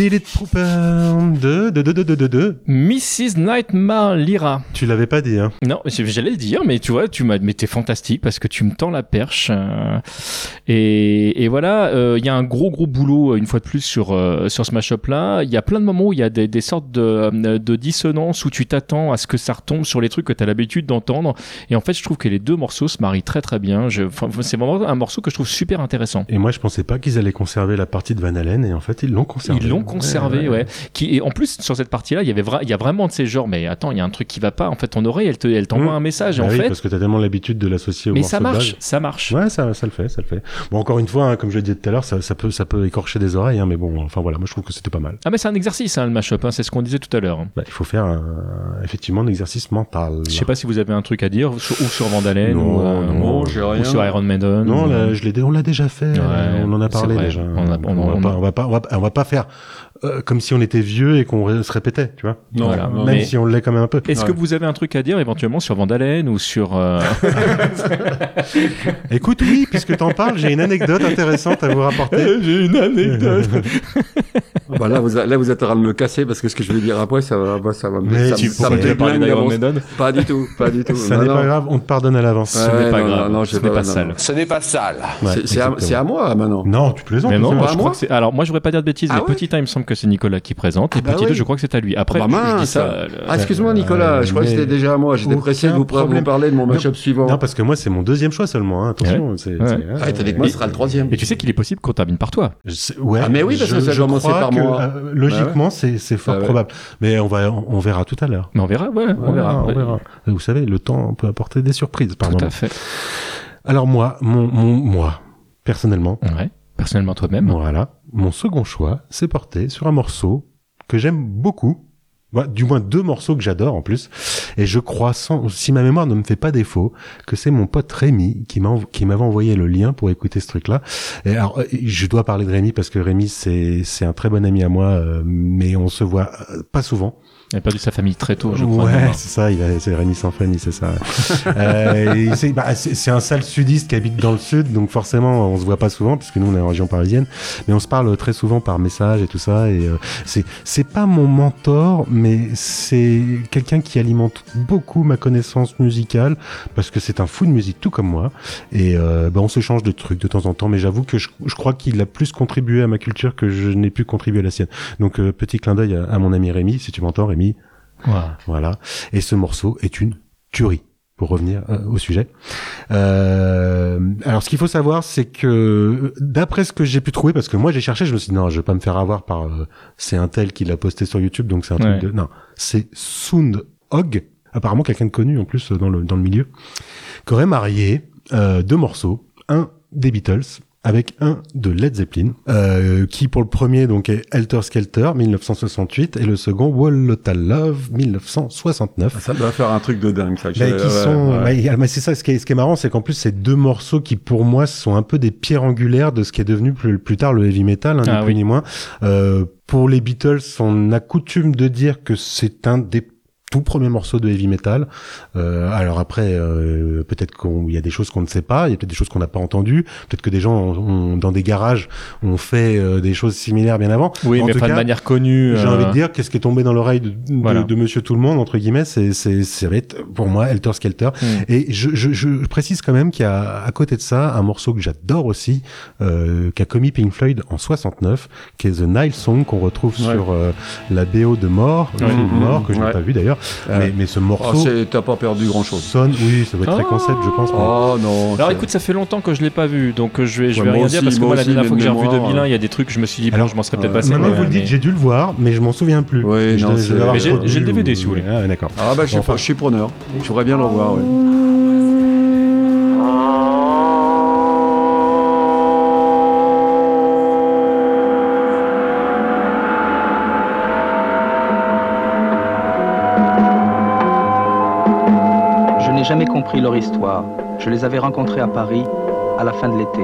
Billy Trooper de, de, de, de, de, de, de. missus Nightmare Lyra. Tu l'avais pas dit, hein. Non, j'allais le dire, mais tu vois, tu m'as, mais t'es fantastique parce que tu me tends la perche. Euh, et, et voilà, il euh, y a un gros gros boulot une fois de plus sur euh, sur ce mashup là. Il y a plein de moments où il y a des, des sortes de, de dissonances où tu t'attends à ce que ça retombe sur les trucs que t'as l'habitude d'entendre. Et en fait, je trouve que les deux morceaux se marient très très bien. Je, c'est vraiment un morceau que je trouve super intéressant. Et moi, je pensais pas qu'ils allaient conserver la partie de Van Halen, et en fait, ils l'ont conservé. Ils l'ont conservé, ouais. ouais. ouais. Qui, et en plus, sur cette partie-là, il y avait vra- il y a vraiment de ces genres, mais attends, il y a un truc qui va pas. En fait, ton oreille, elle, te, elle t'envoie mmh. un message. Bah en oui, fait, parce que t'as tellement l'habitude de l'associer au mais morceau ça marche, de base. ça marche. Ouais, ça, ça le fait, ça le fait. Bon, encore une fois, hein, comme je le disais tout à l'heure, ça, ça peut, ça peut écorcher des oreilles, hein, mais bon, enfin voilà, moi je trouve que c'était pas mal. Ah, mais c'est un exercice, hein, le mashup, hein, c'est ce qu'on disait tout à l'heure. Bah, il faut faire un, effectivement un exercice mental. Je sais pas si vous avez un truc à dire, sur, ou sur Van Halen, non, ou, euh, non, ou, j'ai rien. ou sur Iron Maiden. Non, ou... là, je l'ai, on l'a déjà fait. Ouais, on en a parlé déjà. On, a, on, on, on, va pas, on va pas, on va, on va pas faire euh, comme si on était vieux et qu'on ré- se répétait, tu vois. Non, voilà, même mais... si on l'est quand même un peu. Est-ce ouais. que vous avez un truc à dire éventuellement sur Van Halen ou sur euh... Écoute, oui, puisque t'en parles, j'ai une anecdote intéressante à vous rapporter. J'ai une anecdote. Bah là, vous, là, vous êtes en train de me casser parce que ce que je vais dire après, ça va, bah, ça va, mais ça, tu ça me déglingue d'avance. Pas du tout, pas du tout. Ça non, n'est non. pas grave, on te pardonne à l'avance. Ouais, ce n'est pas non, grave, non, non, ce n'est pas, pas sale. Ce n'est pas sale. Ouais, c'est, c'est, à, c'est à moi maintenant. Non, tu plaisantes. Mais non, moi, je crois que c'est... Alors moi, je voudrais pas dire de bêtises, ah mais ouais petit un, il me semble que c'est Nicolas qui présente, et ah bah petit deux, oui. je crois que c'est à lui. Après, ah bah je, je dis ça. ça. Le... Ah, excuse-moi, Nicolas, euh, je crois que c'était déjà à moi. J'étais pressé de vous, vous parler de mon match-up suivant. Non, parce que moi, c'est mon deuxième choix seulement. Hein. Attention, ouais. c'est. Ouais. c'est ah, avec moi, ce sera le troisième. Et tu sais qu'il est possible qu'on termine par toi. Ouais. Ah mais oui, parce que ça a commencé par moi. Euh, logiquement, ouais. c'est c'est fort ah ouais. probable. Mais on va, on, on verra tout à l'heure. Mais on verra, ouais, on ouais, verra. On ouais. verra. Vous savez, le temps peut apporter des surprises. Pardon. Tout à fait. Alors moi, mon, mon, moi, personnellement. Ouais. Personnellement toi-même. Voilà. Mon second choix, c'est porté sur un morceau que j'aime beaucoup. Bah, du moins deux morceaux que j'adore en plus, et je crois, sans, si ma mémoire ne me fait pas défaut, que c'est mon pote Rémi qui m'a qui m'avait envoyé le lien pour écouter ce truc-là. Et alors, je dois parler de Rémi parce que Rémi c'est c'est un très bon ami à moi, euh, mais on se voit euh, pas souvent. Il a perdu sa famille très tôt, je crois. Ouais, c'est ça, il a, c'est Rémi sans famille, c'est ça. euh, c'est, bah, c'est, c'est un sale sudiste qui habite dans le sud, donc forcément, on se voit pas souvent, puisque nous, on est en région parisienne, mais on se parle très souvent par message et tout ça, et euh, c'est, c'est pas mon mentor, mais c'est quelqu'un qui alimente beaucoup ma connaissance musicale, parce que c'est un fou de musique, tout comme moi, et euh, bah, on se change de trucs de temps en temps, mais j'avoue que je, je crois qu'il a plus contribué à ma culture que je n'ai pu contribuer à la sienne. Donc, euh, petit clin d'œil à, à mon ami Rémi, si tu m'entends, Rémi. Wow. Voilà. Et ce morceau est une tuerie, pour revenir euh, au sujet. Euh, alors, ce qu'il faut savoir, c'est que, d'après ce que j'ai pu trouver, parce que moi j'ai cherché, je me suis dit, non, je vais pas me faire avoir par, euh, c'est un tel qui l'a posté sur YouTube, donc c'est un ouais. truc de, non, c'est Soundhog, apparemment quelqu'un de connu en plus dans le, dans le milieu, qui aurait marié euh, deux morceaux, un des Beatles, avec un de Led Zeppelin, euh, qui pour le premier donc est Helter Skelter dix-neuf cent soixante-huit et le second Wall Lotta Love dix-neuf cent soixante-neuf. Ça doit faire un truc de dingue, ça. Mais qui ouais, sont, ouais. Bah, mais c'est ça. Ce qui est, ce qui est marrant, c'est qu'en plus ces deux morceaux qui pour moi sont un peu des pierres angulaires de ce qui est devenu plus, plus tard le heavy metal, hein, ah, ni oui. plus ni moins. Euh, pour les Beatles, on a coutume de dire que c'est un des tout premier morceau de heavy metal. Euh, alors après, euh, peut-être qu'il y a des choses qu'on ne sait pas, il y a peut-être des choses qu'on n'a pas entendues, peut-être que des gens ont, ont, dans des garages ont fait euh, des choses similaires bien avant. Oui, en mais tout pas cas, de manière connue. J'ai euh... envie de dire, qu'est-ce qui est tombé dans l'oreille de, de, voilà. de Monsieur Tout le Monde entre guillemets, c'est c'est ça va être pour moi Helter Skelter. Mm. Et je, je je précise quand même qu'il y a à côté de ça un morceau que j'adore aussi, euh, qu'a commis Pink Floyd en soixante-neuf, qui est The Nile Song qu'on retrouve ouais. sur euh, la B O de Mort, le ouais. film mmh, Mort que je n'ai ouais. pas vu d'ailleurs, euh, mais mais ce morceau, oh, c'est, t'as pas perdu grand chose. Sonne, oui, ça va être oh très concept, je pense. Mais... Oh non. Alors écoute, ça fait longtemps que je l'ai pas vu, donc je vais, je ouais, vais rien aussi, dire parce que moi, moi la aussi, dernière fois que j'ai revu mémoire, deux mille un, il y a des trucs, je me suis dit, alors, bon, je m'en serais peut-être euh, passé. Maintenant, mais, vous le dites, mais... j'ai dû le voir, mais je m'en souviens plus. Oui, je non, je mais j'ai, j'ai le D V D si vous voulez. Ah, d'accord. Ah bah je sais pas, je suis preneur. Je voudrais bien le revoir. Ouais. Jamais compris leur histoire. Je les avais rencontrés à Paris à la fin de l'été.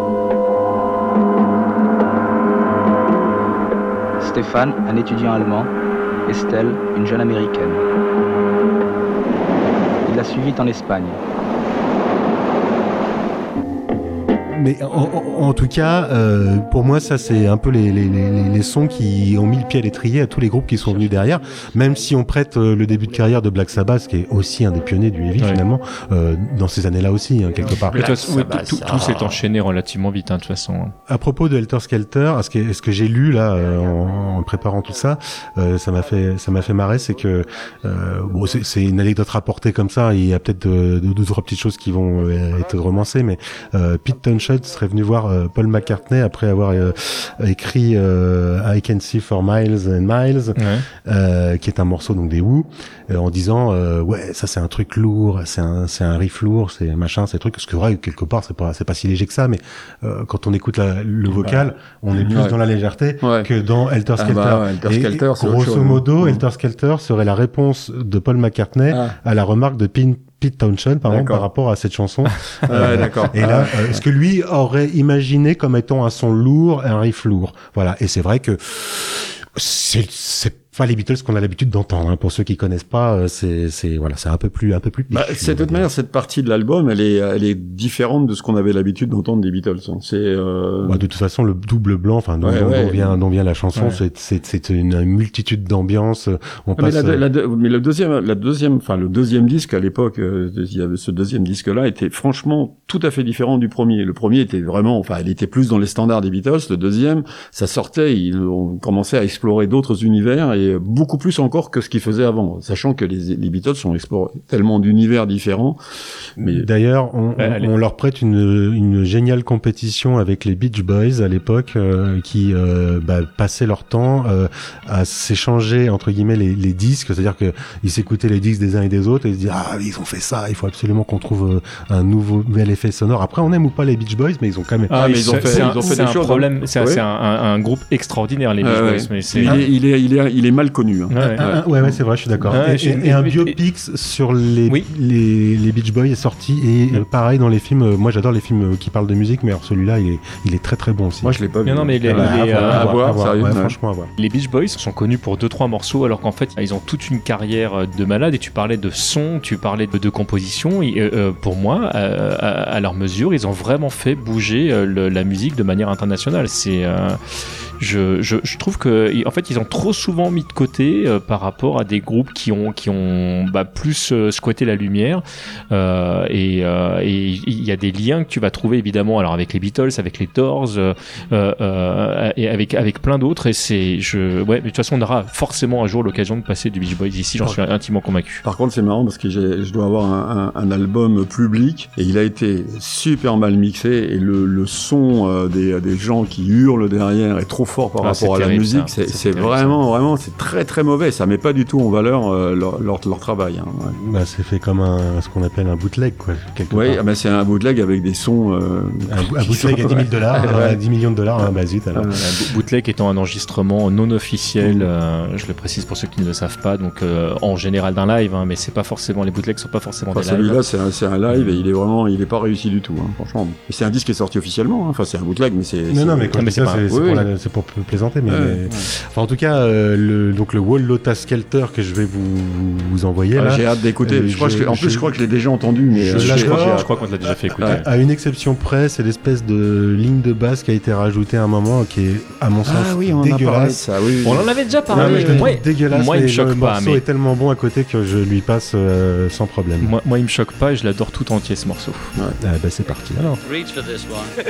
Stéphane, un étudiant allemand, Estelle, une jeune américaine. Il la suivit en Espagne. mais en, en, en tout cas, euh, pour moi, ça c'est un peu les, les, les, les sons qui ont mis le pied à l'étrier à tous les groupes qui sont venus derrière. Même si on prête euh, le début de carrière de Black Sabbath, qui est aussi un des pionniers du heavy ouais. finalement, euh, dans ces années-là aussi, hein, quelque part. Mais oui, tout, tout s'est enchaîné relativement vite, hein, de toute façon. À propos de Helter Skelter, ce que, ce que j'ai lu là euh, en, en préparant tout ça, euh, ça m'a fait, ça m'a fait marrer, c'est que euh, bon, c'est, c'est une anecdote rapportée comme ça. Il y a peut-être deux, deux, deux trois petites choses qui vont euh, être romancées, mais euh, Pete Townshend serait venu voir euh, Paul McCartney après avoir euh, écrit euh, I Can See for Miles and Miles, ouais. euh, qui est un morceau donc des Who, euh, en disant euh, ouais ça c'est un truc lourd, c'est un c'est un riff lourd, c'est machin, c'est un truc. Parce que vrai quelque part c'est pas c'est pas si léger que ça, mais euh, quand on écoute la, le vocal, bah, on est plus ouais. dans la légèreté ouais. que dans Helter Skelter. Ah bah, Helter Skelter, et, grosso chose, modo, ouais. Helter Skelter serait la réponse de Paul McCartney ah. à la remarque de Pin Pete Townshend, par exemple, par rapport à cette chanson. euh, ouais, d'accord. Et là, euh, ce que lui aurait imaginé comme étant un son lourd, un riff lourd. Voilà. Et c'est vrai que c'est, c'est pas les Beatles qu'on a l'habitude d'entendre, hein. Pour ceux qui connaissent pas, c'est, c'est, voilà, c'est un peu plus, un peu plus. Bah, c'est de toute manière, cette partie de l'album, elle est, elle est différente de ce qu'on avait l'habitude d'entendre des Beatles. C'est, euh... bah, de toute façon, le double blanc, enfin, dont, ouais, ouais. dont vient, dont vient la chanson, ouais. c'est, c'est, c'est une multitude d'ambiances. On ah, passe. Mais, la, la, mais le deuxième, la deuxième, enfin, le deuxième disque à l'époque, euh, il y avait ce deuxième disque-là était franchement tout à fait différent du premier. Le premier était vraiment, enfin, il était plus dans les standards des Beatles. Le deuxième, ça sortait, il, on commençait à explorer d'autres univers et beaucoup plus encore que ce qu'ils faisaient avant, sachant que les, les Beatles ont exploré tellement d'univers différents. Mais d'ailleurs, on, on, on leur prête une, une géniale compétition avec les Beach Boys à l'époque, euh, qui euh, bah, passaient leur temps euh, à s'échanger entre guillemets les, les disques, c'est-à-dire que ils s'écoutaient les disques des uns et des autres et ils se disaient ah ils ont fait ça, il faut absolument qu'on trouve euh, un nouveau nouvel effet sonore. Après, on aime ou pas les Beach Boys, mais ils ont quand même. Ah, mais ils ont fait, ils ont fait des choses. Problème, c'est, ouais. c'est un, un, un groupe extraordinaire les Beach euh, Boys, ouais. mais c'est. Il est, il est, il est, il est mal connu. Hein. Ouais, ouais. Un, ouais, ouais, c'est vrai, je suis d'accord. Ouais, et, et, et un biopic sur les, oui. les, les Beach Boys est sorti et euh, pareil dans les films. Euh, moi, j'adore les films qui parlent de musique, mais alors celui-là, il est, il est très très bon aussi. Moi, je l'ai pas vu. Non, non mais il est, ah, il est, à, euh, à, à voir, voir ouais, franchement, à voir. Les Beach Boys sont connus pour deux trois morceaux, alors qu'en fait, ils ont toute une carrière de malade. Et tu parlais de son, tu parlais de, de composition. Et, euh, pour moi, euh, à, à leur mesure, ils ont vraiment fait bouger euh, le, la musique de manière internationale. C'est euh, Je, je, je trouve que en fait ils ont trop souvent mis de côté euh, par rapport à des groupes qui ont qui ont bah, plus euh, squatté la lumière euh, et euh, et il y a des liens que tu vas trouver évidemment alors avec les Beatles, avec les Doors euh, euh, et avec avec plein d'autres et c'est je ouais mais de toute façon on aura forcément un jour l'occasion de passer du Beach Boys ici, j'en suis intimement convaincu. Par contre c'est marrant parce que j'ai, je dois avoir un, un, un album public et il a été super mal mixé et le, le son euh, des, des gens qui hurlent derrière est trop fort par ah, rapport à terrible, la musique, ça. c'est, c'est, c'est vraiment, ça. vraiment, c'est très très mauvais. Ça met pas du tout en valeur euh, leur, leur, leur travail. Hein, ouais. Bah, c'est fait comme un, ce qu'on appelle un bootleg, quoi. Oui, ah bah, c'est un bootleg avec des sons. Euh, un, un bootleg à dix mille dollars, ouais. à dix millions de dollars, hein, bah zut alors. Euh, un bootleg étant un enregistrement non officiel, mmh. euh, je le précise pour ceux qui ne le savent pas, donc euh, en général d'un live, hein, mais c'est pas forcément, les bootlegs sont pas forcément enfin, des celui-là, lives. Celui-là, c'est un, c'est un live et il est vraiment, il est pas réussi du tout, hein, franchement. Et c'est un disque qui est sorti officiellement, hein. Enfin, c'est un bootleg, mais c'est. Non, c'est... non, mais, quand mais c'est, ça, c'est, c'est, oui, pour la, c'est pour plaisanter, mais. Ouais, mais... Ouais. Enfin, en tout cas, euh, le, donc le Wall Lotus Skelter que je vais vous, vous envoyer ah, là. J'ai hâte d'écouter. Euh, je crois que, en plus, je crois que je l'ai déjà entendu, mais je, euh, je, je, crois, je crois qu'on l'a déjà fait écouter. À, à une exception près, c'est l'espèce de ligne de basse qui a été rajoutée à un moment, qui est à mon sens ah, oui, on dégueulasse. Ça, oui, oui. On en avait déjà parlé. Non, mais je moi, dégueulasse. Moi, il me choque le pas. morceau Mais... est tellement bon à côté que je lui passe euh, sans problème. Moi, moi, il me choque pas et je l'adore tout entier ce morceau. Ouais. Ah, bah, c'est parti alors. Reach for this one.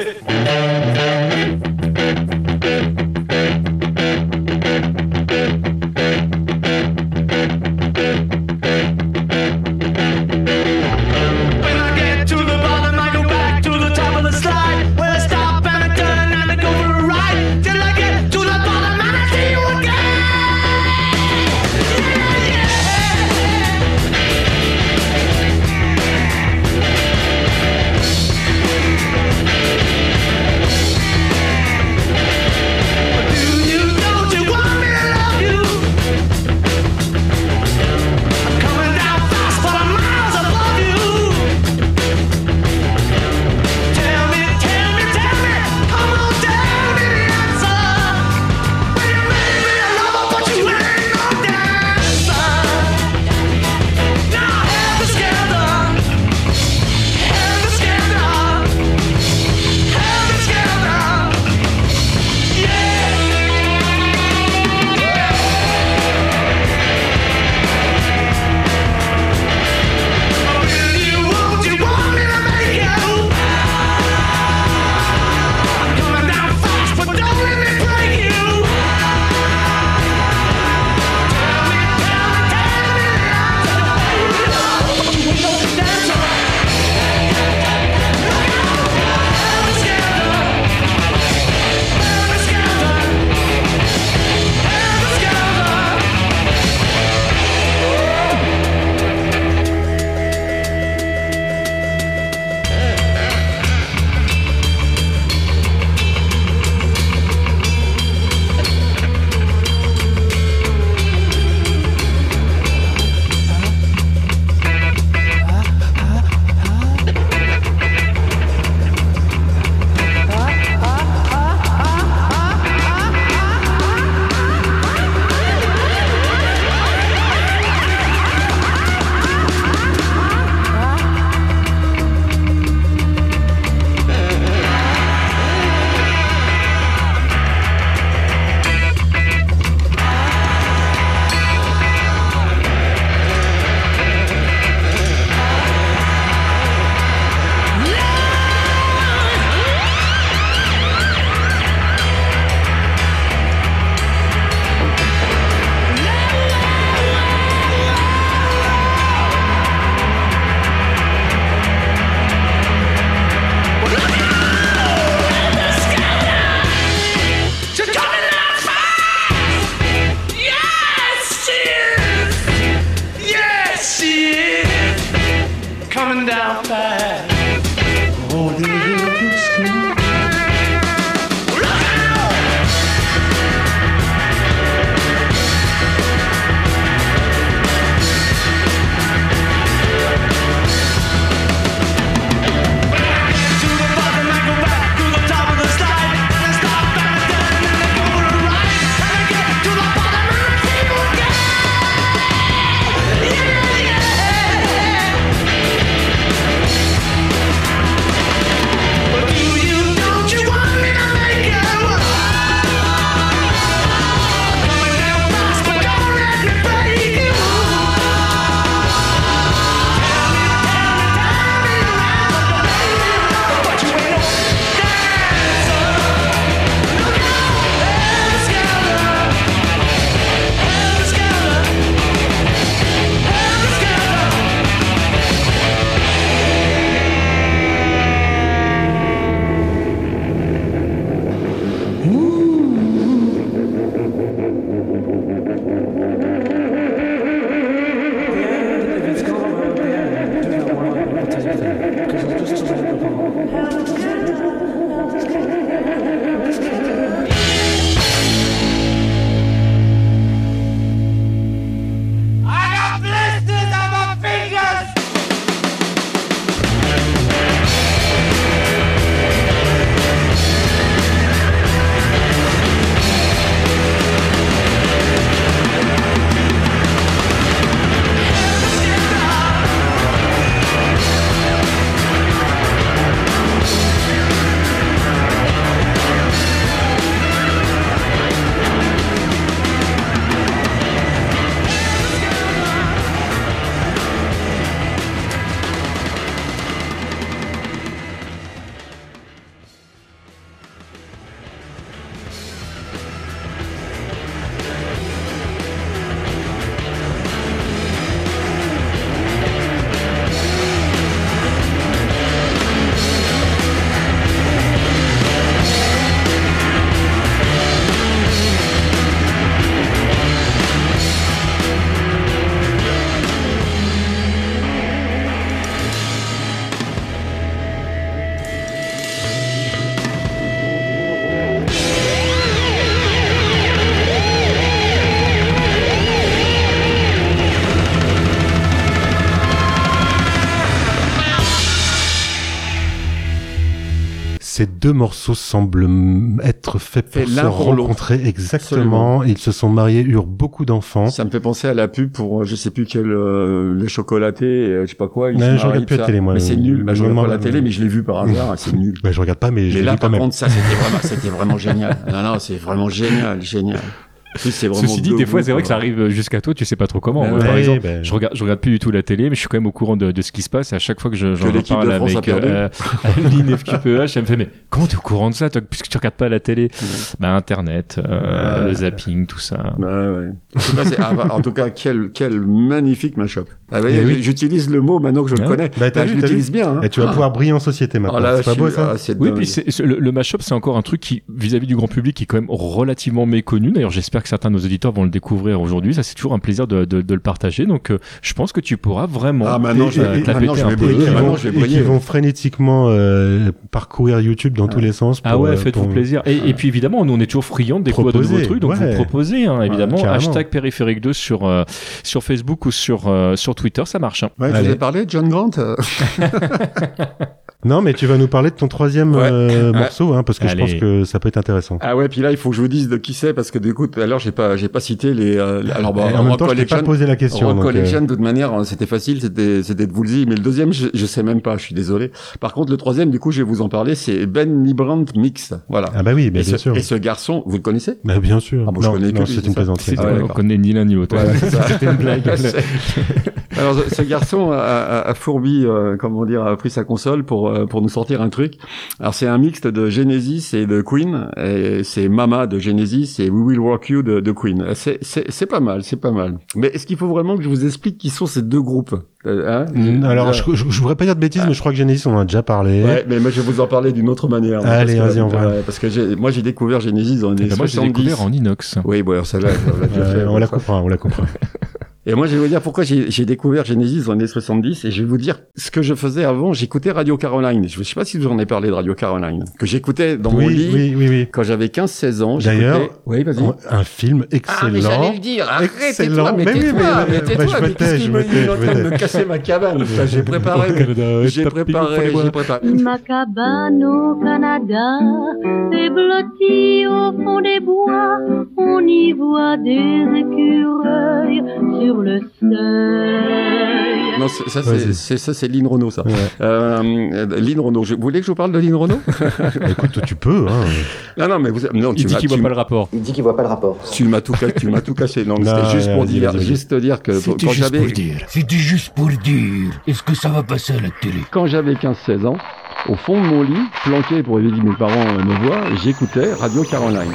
ces deux morceaux semblent être faits pour Fait se l'un pour l'autre. rencontrer exactement. Absolument. Ils se sont mariés, eurent beaucoup d'enfants. Ça me fait penser à la pub pour, je sais plus quel, euh, les chocolatés, euh, je sais pas quoi. Ils Ouais, se je regarde marient, plus la ça. télé, moi. Mais c'est nul. Bah, je regarde Non, pas la non, télé, non. mais je l'ai vu par hasard. C'est nul. Bah, je regarde pas, mais je Mais l'ai là, vu quand par même. contre, ça, c'était vraiment, c'était vraiment génial. Non, non, c'est vraiment génial, génial. En plus, c'est vraiment Ceci dit, deux des fois, groupes, c'est vrai que ça euh, arrive jusqu'à toi, tu sais pas trop comment. Ouais, Moi, ouais, par exemple, ben. je regarde, je regarde plus du tout la télé, mais je suis quand même au courant de, de ce qui se passe. Et à chaque fois que je, j'en Que l'équipe parle de France a avec perdu. euh, Aline F Q P H, elle me fait, mais comment t'es au courant de ça, toi, puisque tu regardes pas la télé? Bah, Internet, euh, Ouais. le zapping, tout ça. Ouais, ouais. En tout cas, c'est, ah, bah, en tout cas, quel, quel magnifique mashup. Ah, vous voyez, Eh oui. j'utilise le mot maintenant que je le Ah. connais. Bah, t'as Bah, vu, je t'as l'utilise vu. bien, hein. Et tu vas Ah. pouvoir briller en société maintenant. Oh là, c'est pas je beau suis- ça ah, c'est Oui, dingue. puis c'est, c'est- le, le mashup, c'est encore un truc qui, vis-à-vis du grand public, qui est quand même relativement méconnu. D'ailleurs, j'espère que certains de nos auditeurs vont le découvrir aujourd'hui. Ça, c'est toujours un plaisir de, de, de le partager. Donc, euh, je pense que tu pourras vraiment Ah, maintenant, je- euh, et- te la maintenant, péter je un vais peu. briller. Et qui Maintenant, vont, je vais et qui briller. vont frénétiquement euh, parcourir YouTube dans tous les sens. Pour, Ah ouais, euh, faites-vous pour- plaisir. Et, et puis évidemment, nous on est toujours friands de découvrir de Proposer, nouveaux trucs, donc ouais. vous proposez, hein, évidemment. carrément. Hashtag périphérique deux sur, euh, sur Facebook ou sur, euh, sur Twitter, ça marche. Hein. Ouais, je Allez. vous ai parlé de John Grant. euh. Non, mais tu vas nous parler de ton troisième Ouais. euh, Ouais. morceau, hein, parce que Allez. je pense que ça peut être intéressant. Ah ouais, puis là, il faut que je vous dise de qui c'est, parce que du coup, tout à l'heure, j'ai pas, j'ai pas cité les, euh, les- alors, bon, Et en même temps, je t'ai pas Collection- posé la question. Rock donc, euh, Collection, de toute manière, hein, c'était facile, c'était, c'était de vous le dire, mais le deuxième, je, je sais même pas, je suis désolé. Par contre, le troisième, du coup, je vais vous en parler, c'est Ben Librand Mix. Voilà. Ah bah oui, mais et, bien ce, sûr. et ce garçon, vous le connaissez? Bah bien sûr. Ah bon, je non, connais non, plus, c'est c'est une ça. plaisanterie. Ah ouais, on d'accord. connaît ni l'un ni l'autre. Voilà, c'est ça. C'était une blague. Alors, ce, ce garçon a, a, a fourbi, euh, comment dire, a pris sa console pour euh, pour nous sortir un truc. Alors, c'est un mixte de Genesis et de Queen. Et c'est Mama de Genesis et We Will Rock You de, de Queen. C'est c'est c'est pas mal, c'est pas mal. Mais est-ce qu'il faut vraiment que je vous explique qui sont ces deux groupes? Euh, hein Mm, Alors, Euh, je, je, je voudrais pas dire de bêtises, mais je crois que Genesis, on en a déjà parlé. Ouais, mais moi je vais vous en parler d'une autre manière. moi, Allez, parce que- vas-y, on va. ouais, parce que j'ai, moi j'ai découvert Genesis dans les Eh ben, moi, j'ai soixante-dix. découvert en inox. Oui, bon, alors celle-là, on l'a déjà Euh, fait, on bon, la ça. coupera, on la coupera. Et moi, je vais vous dire pourquoi j'ai, j'ai découvert Genesis dans les années soixante-dix, et je vais vous dire ce que je faisais avant. J'écoutais Radio Caroline. Je ne sais pas si je vous en ai parlé de Radio Caroline, que j'écoutais dans oui, mon lit oui, oui, oui. quand j'avais quinze seize ans. D'ailleurs, j'écoutais- oui, vas-y. un film excellent. Ah, mais j'allais le dire. Arrête, Excellent. tais-toi, mais Mais oui, tais-toi, mais- mais mais tais-toi, je me mais tais, qu'est-ce je qu'il me me tais, dit? Il est en je me train de tais. me casser ma cabane. Putain, j'ai préparé, j'ai préparé, j'ai préparé. Ma cabane au Canada est blottie au fond des bois. On y voit des écureuils sur le seuil. Non, c'est- ça, c'est, Vas-y. c'est, ça, c'est Lynn Renault, ça. Ouais. Euh, Lynn Renault. Je, vous voulez que je vous parle de Lynn Renault? Écoute, tu peux. Hein. Non, non, mais vous, non, tu Il dit m'as- qu'il voit tu pas le rapport. Il dit qu'il voit pas le rapport. Tu m'as tout cassé, tu m'as tout cassé. Non, mais Non, c'était juste ouais, pour vas-y, dire, vas-y, vas-y. juste dire que C'était quand juste j'avais, pour dire. C'était juste pour dire. Est-ce que ça va passer à la télé? quand j'avais quinze seize ans, au fond de mon lit, planqué pour éviter que mes parents euh, me voient, j'écoutais Radio Caroline.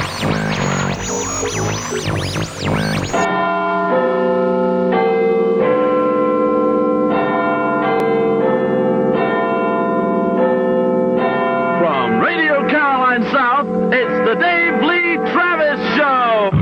From Radio Caroline South, it's the Dave Lee Travis Show.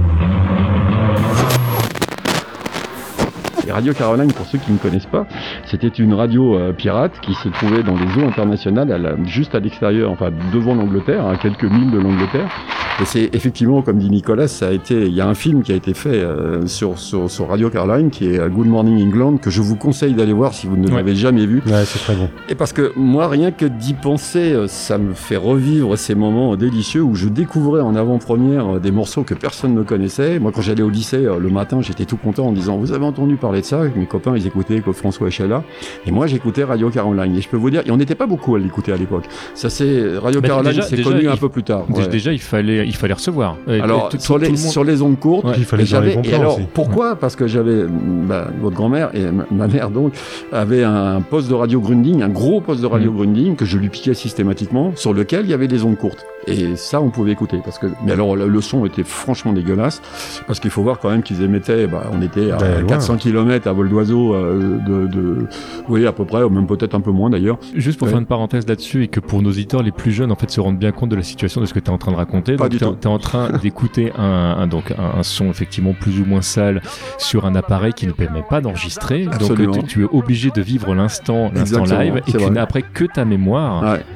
Et Radio Caroline, pour ceux qui ne connaissent pas, c'était une radio euh, pirate qui se trouvait dans les eaux internationales, à la- juste à l'extérieur, enfin devant l'Angleterre, à quelques milles de l'Angleterre. Et c'est effectivement, comme dit Nicolas, ça a été, il y a un film qui a été fait euh, sur, sur, sur Radio Caroline, qui est euh, Good Morning England, que je vous conseille d'aller voir si vous ne Ouais. l'avez jamais vu. Ouais, c'est très bon. Et parce que moi, rien que d'y penser, euh, ça me fait revivre ces moments délicieux où je découvrais en avant-première euh, des morceaux que personne ne connaissait. Moi, quand j'allais au lycée euh, le matin, j'étais tout content en disant « Vous avez entendu parler de ça ?» Mes copains, ils écoutaient Claude François Echella. Et moi, j'écoutais Radio Caroline. Et je peux vous dire, et on n'était pas beaucoup à l'écouter à l'époque. Ça, c'est Radio Bah, Caroline, déjà- c'est déjà, connu un il- peu plus tard. Déjà, Ouais. déjà, il fallait, il fallait recevoir. Et- Alors, et tout- sur, tout les, le monde- sur les ondes courtes, Ouais. Il fallait et dans les j'avais, bons et plans alors, aussi. pourquoi? Parce que j'avais, bah, votre grand-mère et ma, ma mère, donc, avait un poste de radio Grunding, un gros poste de radio Mmh. Grunding, que je lui piquais systématiquement, sur lequel il y avait des ondes courtes. Et ça, on pouvait écouter. Parce que, mais alors, le, le son était franchement dégueulasse. Parce qu'il faut voir quand même qu'ils émettaient, bah, on était à Ben, loin. quatre cents kilomètres à vol d'oiseau, euh, de, de, oui, à peu près, ou même peut-être un peu moins d'ailleurs. Juste pour Ouais. faire une parenthèse là-dessus et que pour nos auditeurs les plus jeunes en fait se rendent bien compte de la situation de ce que tu es en train de raconter. Pas Donc du t'es, tout. t'es en train d'écouter un, un donc un, un son effectivement plus ou moins sale sur un appareil qui ne permet pas d'enregistrer. Absolument. Donc tu, tu es obligé de vivre l'instant, l'instant Exactement, live et c'est tu vrai. n'as après que ta mémoire Ouais.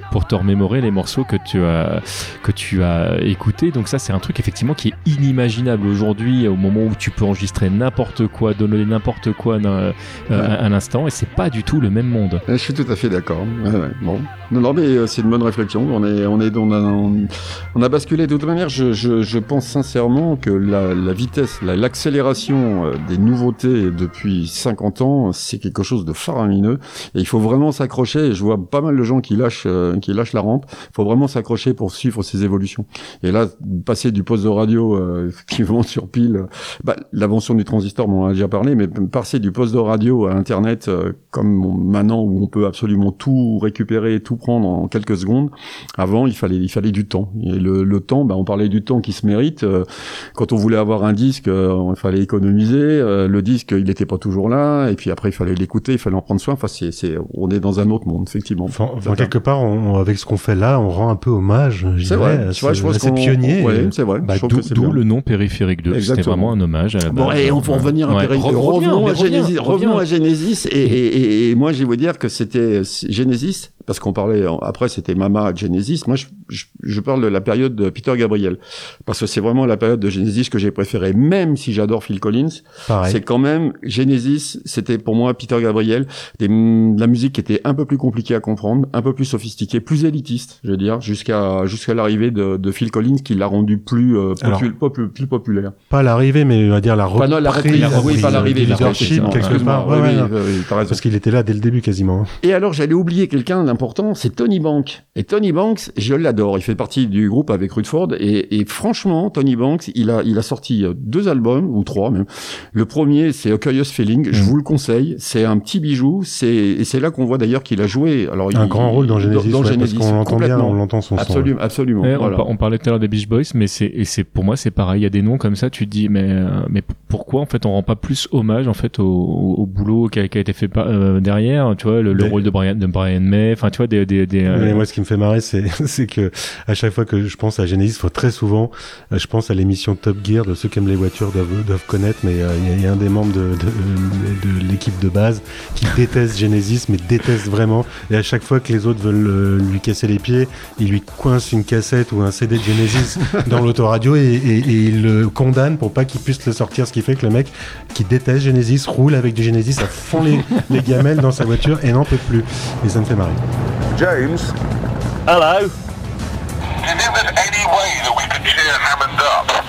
pour te remémorer les morceaux que tu as que tu as écoutés. Donc ça, c'est un truc effectivement qui est inimaginable aujourd'hui, au moment où tu peux enregistrer n'importe quoi, donner n'importe quoi d'un, euh, à l'instant, et c'est pas du tout le même monde. Je suis tout à fait d'accord. Ouais, ouais. Bon, non, non, mais euh, c'est une bonne réflexion. On est, on est, on a, on, on a basculé de toute manière. Je, je, je pense sincèrement que la, la vitesse, la, l'accélération euh, des nouveautés depuis cinquante ans, c'est quelque chose de faramineux. Et il faut vraiment s'accrocher. Et je vois pas mal de gens qui lâchent, euh, qui lâchent la rampe. Il faut vraiment s'accrocher pour suivre ces évolutions. Et là, passer du poste de radio, euh, effectivement, sur pile, bah, l'invention du transistor, on en a déjà parlé, mais passer du poste de radio à Internet, euh, comme maintenant où on peut absolument tout récupérer, tout prendre en quelques secondes. Avant, il fallait, il fallait du temps. Et le, le temps, bah, on parlait du temps qui se mérite. Euh, quand on voulait avoir un disque, euh, il fallait économiser. Euh, le disque, il n'était pas toujours là. Et puis après, il fallait l'écouter, il fallait en prendre soin. Enfin, c'est, c'est, on est dans un autre monde, effectivement. Enfin, enfin quelque part, on, avec ce qu'on fait là, on rend un peu hommage. C'est vrai. À ce, vrai, je pense c'est pionnier. Ouais, c'est vrai. Bah, d'où, c'est d'où le nom Périphérique deux. Exactement. C'était vraiment un hommage à la base. Bon, et on va en venir à ouais. Périphérique. Revenons à Genesis. Revenons à Genesis. Et, et, et, et moi, je vais vous dire que c'était Genesis, parce qu'on parlait, après, c'était Mama Genesis. Moi, je, je, je parle de la période de Peter Gabriel. Parce que c'est vraiment la période de Genesis que j'ai préférée, même si j'adore Phil Collins. Pareil. C'est quand même, Genesis, c'était pour moi Peter Gabriel, des, de la musique qui était un peu plus compliquée à comprendre, un peu plus sophistiquée, plus élitiste, je veux dire, jusqu'à, jusqu'à l'arrivée de, de Phil Collins, qui l'a rendu plus, euh, Alors, popu, popu, plus populaire. Pas l'arrivée, mais on va dire la reprise. Pas non, la reprise, la reprise, oui, pas l'arrivée, la leadership, quelque part. Ouais, ouais, oui, ouais, oui, oui, t'as raison. Parce qu'il était là dès le début, quasiment. Et alors, j'allais oublier quelqu'un d'important, c'est Tony Banks. Et Tony Banks, je l'adore. Il fait partie du groupe avec Rutherford. Et, et franchement, Tony Banks, il a, il a sorti deux albums, ou trois même. Le premier, c'est A Curious Feeling. Je mmh. vous le conseille. C'est un petit bijou. C'est, et c'est là qu'on voit d'ailleurs qu'il a joué. Alors, un il, grand rôle dans Genesis. Dans, dans ouais, Genesis. Parce qu'on l'entend bien, on l'entend son absolument, son. Absolument. Ouais, voilà. on, on parlait tout à l'heure des Beach Boys, mais c'est, et c'est, pour moi, c'est pareil. Il y a des noms comme ça, tu te dis, mais, euh, mais pourquoi, en fait, on rend pas plus hommage, en fait, au, au, au boulot qui a, qui a été fait par, euh, derrière, tu vois, le, le rôle de Brian, de Brian May, enfin, tu vois, des, des, des euh... mais moi, ce qui me fait marrer, c'est, c'est que, à chaque fois que je pense à Genesis, faut très souvent, euh, je pense à l'émission Top Gear, de ceux qui aiment les voitures doivent, doivent connaître, mais il euh, y, y a un des membres de, de, de, de l'équipe de base qui déteste Genesis, mais déteste vraiment, et à chaque fois que les autres veulent euh, lui casser les pieds, il lui coince une cassette ou un C D de Genesis dans l'autoradio et, et, et il le condamne pour pas qu'il puisse le sortir, ce qui fait que le mec qui déteste Genesis roule avec du Genesis à fond les, les gamelles dans sa voiture et n'en peut plus, et ça me fait marrer. James. Hello. Do you think there's any way that we could cheer Hammond up?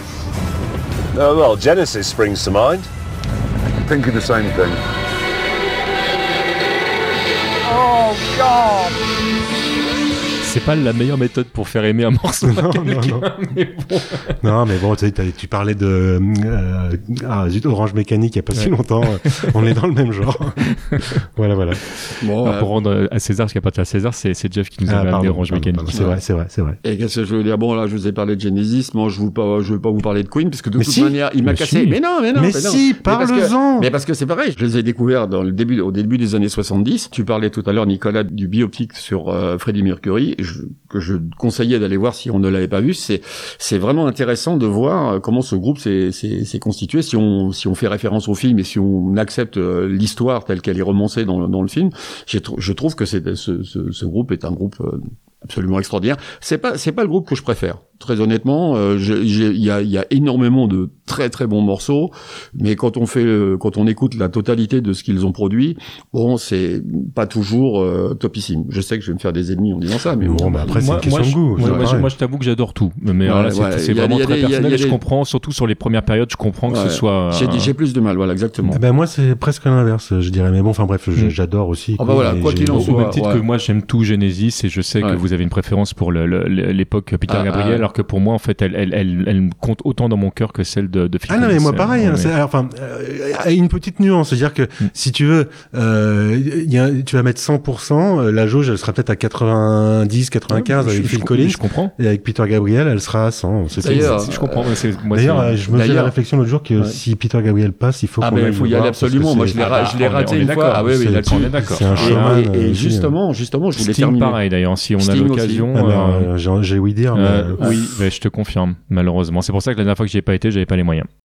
Oh, well, Genesis springs to mind. Thinking the same thing. Oh, God! C'est pas la meilleure méthode pour faire aimer un morceau. Non, non, non. Mais bon. Non, mais bon, tu sais, tu parlais de euh, ah, zut, Orange Mécanique il y a pas ouais. si longtemps. On est dans le même genre. Voilà, voilà. Bon, alors, pour rendre à César, ce qui appartient à César, c'est, c'est Jeff qui nous a ah, amené Orange pardon, Mécanique. Pardon, c'est ouais. vrai, c'est vrai, c'est vrai. Et qu'est-ce que je veux dire? Bon, là, je vous ai parlé de Genesis. Moi, je ne veux pas vous parler de Queen, parce que de mais toute si. manière, il m'a mais cassé. Si. Mais non, mais non. Mais, mais si, non. parle-en. Mais parce que c'est pareil. Je les ai découverts dans le début, au début des années soixante-dix. Tu parlais tout à l'heure, Nicolas, du biopic sur euh, Freddie Mercury, je, que je conseillais d'aller voir si on ne l'avait pas vu. C'est, c'est vraiment intéressant de voir comment ce groupe s'est, s'est, s'est constitué. Si on, si on fait référence au film et si on accepte euh, l'histoire telle qu'elle est romancée dans, dans le film, j'ai, je trouve que c'est, ce, ce, ce groupe est un groupe euh, absolument extraordinaire. C'est pas, c'est pas le groupe que je préfère. Très honnêtement, euh, il y a, y a énormément de très très bons morceaux, mais quand on fait, euh, quand on écoute la totalité de ce qu'ils ont produit, bon, c'est pas toujours euh, topissime. Je sais que je vais me faire des ennemis en disant ça, mais bon, bon, bah après moi, c'est une question moi, de goût. Moi, moi, je, moi, je t'avoue que j'adore tout, mais ouais, alors là, c'est, ouais, c'est vraiment très personnel. Des, je des... comprends, surtout sur les premières périodes, je comprends que ouais, ce soit. J'ai, j'ai plus de mal, voilà, exactement. Eh ben moi, c'est presque l'inverse, je dirais. Mais bon, enfin bref, mm. j'adore aussi. Ah bah voilà, quoi qu'il en soit. Au même titre que moi, j'aime tout Genesis et je sais que vous avez une préférence pour l'époque Peter Gabriel, alors que pour moi, en fait, elle, elle, elle, elle compte autant dans mon cœur que celle de, de Phil Collins. Ah non, mais moi pareil. Euh, hein, c'est, alors, enfin, euh, une petite nuance, c'est-à-dire que mm. si tu veux, euh, y a, tu vas mettre cent pour cent, la jauge, elle sera peut-être à quatre-vingt-dix, quatre-vingt-quinze ouais, avec je, Phil je, Collins. Je comprends. Et avec Peter Gabriel, elle sera à cent. C'est d'ailleurs, c'est, je comprends. Mais c'est, moi, d'ailleurs, c'est, je me faisais la réflexion l'autre jour que ouais. si Peter Gabriel passe, il faut ah qu'on ben, il faut y aller absolument. Moi, je l'ai, ah, je l'ai raté une fois. Ah oui, oui, là-dessus, on est d'accord. C'est un showman. Et justement, justement, je voulais Sting terminer. pareil d'ailleurs, si on a l'occasion. J'ai ouï dire. Oui, mais je te confirme, malheureusement. C'est pour ça que la dernière fois que j'y ai pas été, j'avais pas les moyens.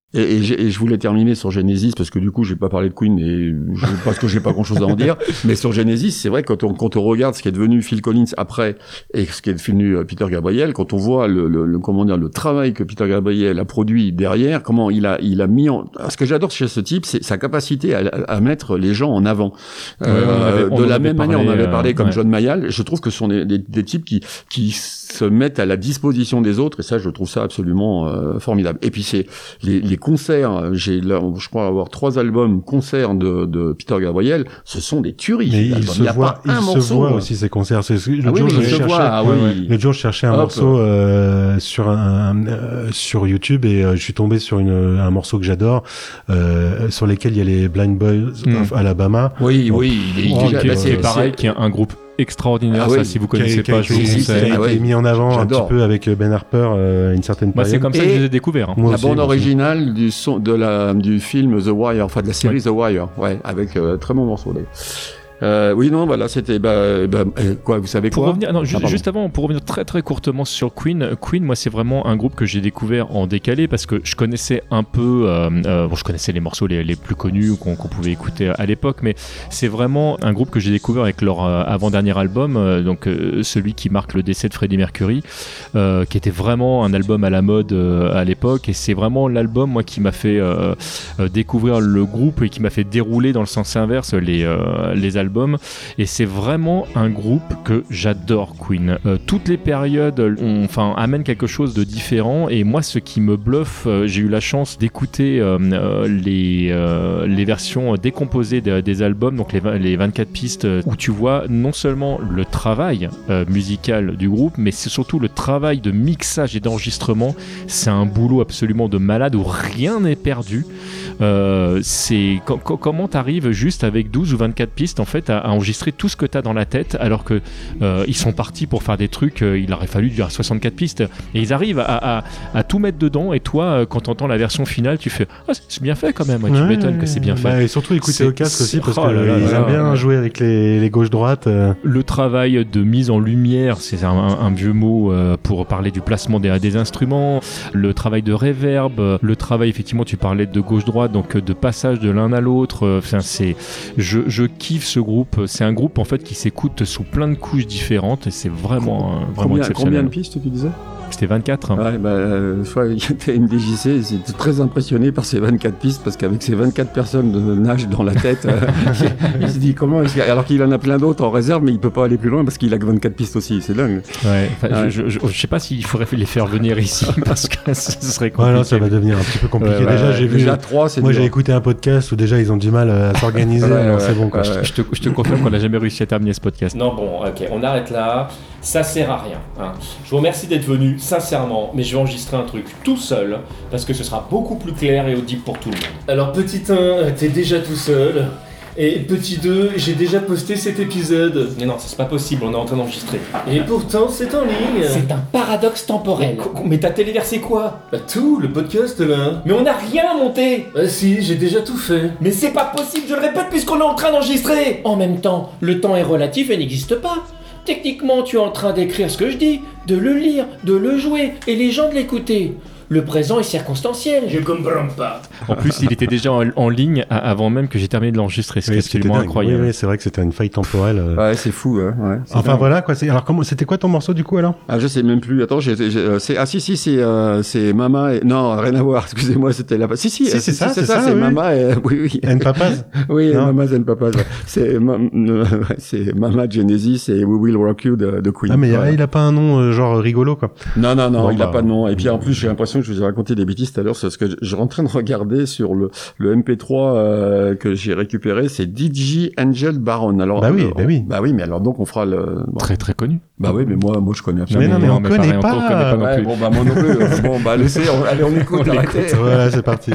Et, et, et je voulais terminer sur Genesis parce que du coup, j'ai pas parlé de Queen et je, parce que j'ai pas grand-chose à en dire. Mais sur Genesis, c'est vrai quand on quand on regarde ce qui est devenu Phil Collins après et ce qui est devenu Peter Gabriel, quand on voit le, le, le comment dire le travail que Peter Gabriel a produit derrière, comment il a il a mis en. Ce que j'adore chez ce type, c'est sa capacité à, à mettre les gens en avant. Ouais, euh, avait, de la même parlé, manière, on avait parlé euh, comme ouais. John Mayall. Je trouve que ce sont des, des, des types qui qui se mettent à la disposition des autres et ça, je trouve ça absolument euh, formidable. Et puis c'est les, les concerts. J'ai là, je crois avoir trois albums concerts de, de Peter Gabriel. Ce sont des tueries. Mais il se se voit, il se voit aussi ces concerts. C'est, le ah jour oui, je se cherchais, voit, ah oui. le jour je cherchais un Hop. morceau euh, sur un, euh, sur YouTube et euh, je suis tombé sur une, un morceau que j'adore euh, sur lesquels il y a les Blind Boys Mm. of Alabama. Oui, Donc, oui. Il est, Oh, il est, qui bah, est, c'est pareil, qui est un groupe extraordinaire. Ah ça, oui, si vous qui a- connaissez qui a- pas, je vous qui a- conseille. qui a été Ah ouais. mis en avant J'adore. un petit peu avec Ben Harper euh, à une certaine Bah, période. c'est comme ça que Et je les ai découverts. hein. Moi la aussi, bande moi aussi. originale du son de la du film The Wire, enfin de la série The Wire, ouais, avec euh, très bon morceau. Là. Euh, oui, non, voilà, c'était bah, bah, euh, quoi, vous savez Pour quoi revenir, non, ju- Ah, pardon. juste avant, pour revenir très très courtement sur Queen. Queen, moi, c'est vraiment un groupe que j'ai découvert en décalé parce que je connaissais un peu, euh, euh, bon, je connaissais les morceaux les, les plus connus qu'on, qu'on pouvait écouter à l'époque, mais c'est vraiment un groupe que j'ai découvert avec leur euh, avant-dernier album, euh, donc euh, celui qui marque le décès de Freddie Mercury, euh, qui était vraiment un album à la mode euh, à l'époque, et c'est vraiment l'album, moi, qui m'a fait euh, euh, découvrir le groupe et qui m'a fait dérouler dans le sens inverse les euh, les albums. Et c'est vraiment un groupe que j'adore, Queen. Euh, toutes les périodes ont, enfin, amènent quelque chose de différent. Et moi, ce qui me bluffe, euh, j'ai eu la chance d'écouter euh, euh, les, euh, les versions décomposées de, des albums, donc les, les vingt-quatre pistes, où tu vois non seulement le travail euh, musical du groupe, mais c'est surtout le travail de mixage et d'enregistrement. C'est un boulot absolument de malade où rien n'est perdu. Euh, c'est co- co- comment t'arrives juste avec douze ou vingt-quatre pistes en fait à, à enregistrer tout ce que t'as dans la tête alors que euh, ils sont partis pour faire des trucs, euh, il aurait fallu dire soixante-quatre pistes et ils arrivent à, à, à tout mettre dedans et toi euh, quand t'entends la version finale tu fais ah, c'est bien fait quand même, ouais, tu Ouais, m'étonnes que c'est bien fait. Bah, et surtout écouter C'est- au casque aussi parce oh qu'ils là là là aiment là bien là. jouer avec les, les gauches-droites. euh. Le travail de mise en lumière, c'est un, un, un vieux mot euh, pour parler du placement des, des instruments, le travail de reverb, euh, le travail effectivement tu parlais de gauche-droite, donc euh, de passage de l'un à l'autre, euh, enfin, c'est, je, je kiffe ce groupe, c'est un groupe en fait qui s'écoute sous plein de couches différentes et c'est vraiment, euh, vraiment Combien, exceptionnel. combien de pistes tu disais C'était vingt-quatre. Hein. Ouais, bah, euh, soit il y a M D J C, j'étais très impressionné par ces vingt-quatre pistes parce qu'avec ces vingt-quatre personnes de nage dans la tête, euh, il se dit comment est-ce qu'il- alors qu'il en a plein d'autres en réserve, mais il peut pas aller plus loin parce qu'il a que vingt-quatre pistes aussi, c'est dingue. Ouais, enfin, Ouais. Je, je, je sais pas s'il faudrait les faire venir ici parce que ce serait compliqué. Ouais, non, ça va devenir un petit peu compliqué. Ouais, ouais, déjà, ouais. j'ai vu. Déjà trois, c'est Moi, dur. j'ai écouté un podcast où déjà ils ont du mal à s'organiser. Ouais, alors ouais, c'est bon, quoi. ouais, ouais. Je te, je te confirme qu'on n'a jamais réussi à terminer ce podcast. Non, bon, ok, on arrête là. Ça sert à rien. Hein. Je vous remercie d'être venu, sincèrement, mais je vais enregistrer un truc tout seul parce que ce sera beaucoup plus clair et audible pour tout le monde. Alors, petit un, t'es déjà tout seul. Et petit deux, j'ai déjà posté cet épisode. Mais non, ça, c'est pas possible, on est en train d'enregistrer. Et pourtant, c'est en ligne. C'est un paradoxe temporel. Mais, co- mais t'as téléversé quoi? Bah tout, le podcast là. Mais on n'a rien monté. Bah si, j'ai déjà tout fait. Mais c'est pas possible, je le répète puisqu'on est en train d'enregistrer. En même temps, le temps est relatif et n'existe pas. Techniquement, tu es en train d'écrire ce que je dis, de le lire, de le jouer, et les gens de l'écouter. Le présent est circonstanciel. Je comprends pas. En plus, il était déjà en, en ligne a- avant même que j'ai terminé de l'enregistrer, ce qui est Oui, c'était absolument dingue. incroyable. Oui, oui, c'est vrai que c'était une faille temporelle. euh. Ouais, c'est fou, hein, ouais. c'est Enfin dingue. voilà quoi. C'est... Alors comment c'était quoi ton morceau du coup alors? Ah, je sais même plus. Attends, j'ai, j'ai, euh, c'est, ah si si c'est euh, c'est Mama et non rien à voir. Excusez-moi, c'était la. Si si, Si, euh, c'est ça, c'est c'est ça, c'est oui. Mama et oui oui. And Papas. Oui, Non. Mama's and Papas. ouais. C'est ma- euh, ouais, c'est Mama Genesis et We Will Rock You de, de Queen. Ah mais il a- Voilà. il a pas un nom euh, genre rigolo quoi. Non non non, Bon, il bah, a pas de nom. Et puis en plus, j'ai l'impression que je vous ai raconté des bêtises tout à l'heure, c'est parce que je suis en train de regarder sur le le M P trois euh, que j'ai récupéré, c'est D J Angel Baron. Alors Bah oui, euh, bah oui. Bah oui, mais alors donc on fera le. Bon. Très très connu. Bah oui, mais moi moi je connais absolument. Mais non, mais Non, on mais connaît pareil, on- pas. on connaît pas non Ouais, plus. bon bah moi non plus. euh, bon bah laissez, on- allez on écoute, On arrêtez. Voilà, c'est parti.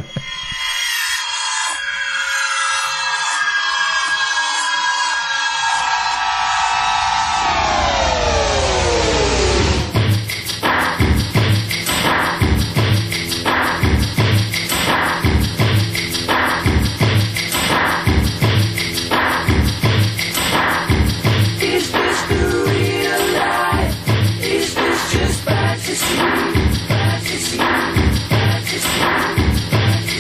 Is this the real life? Is this just fantasy? Fantasy, fantasy, fantasy.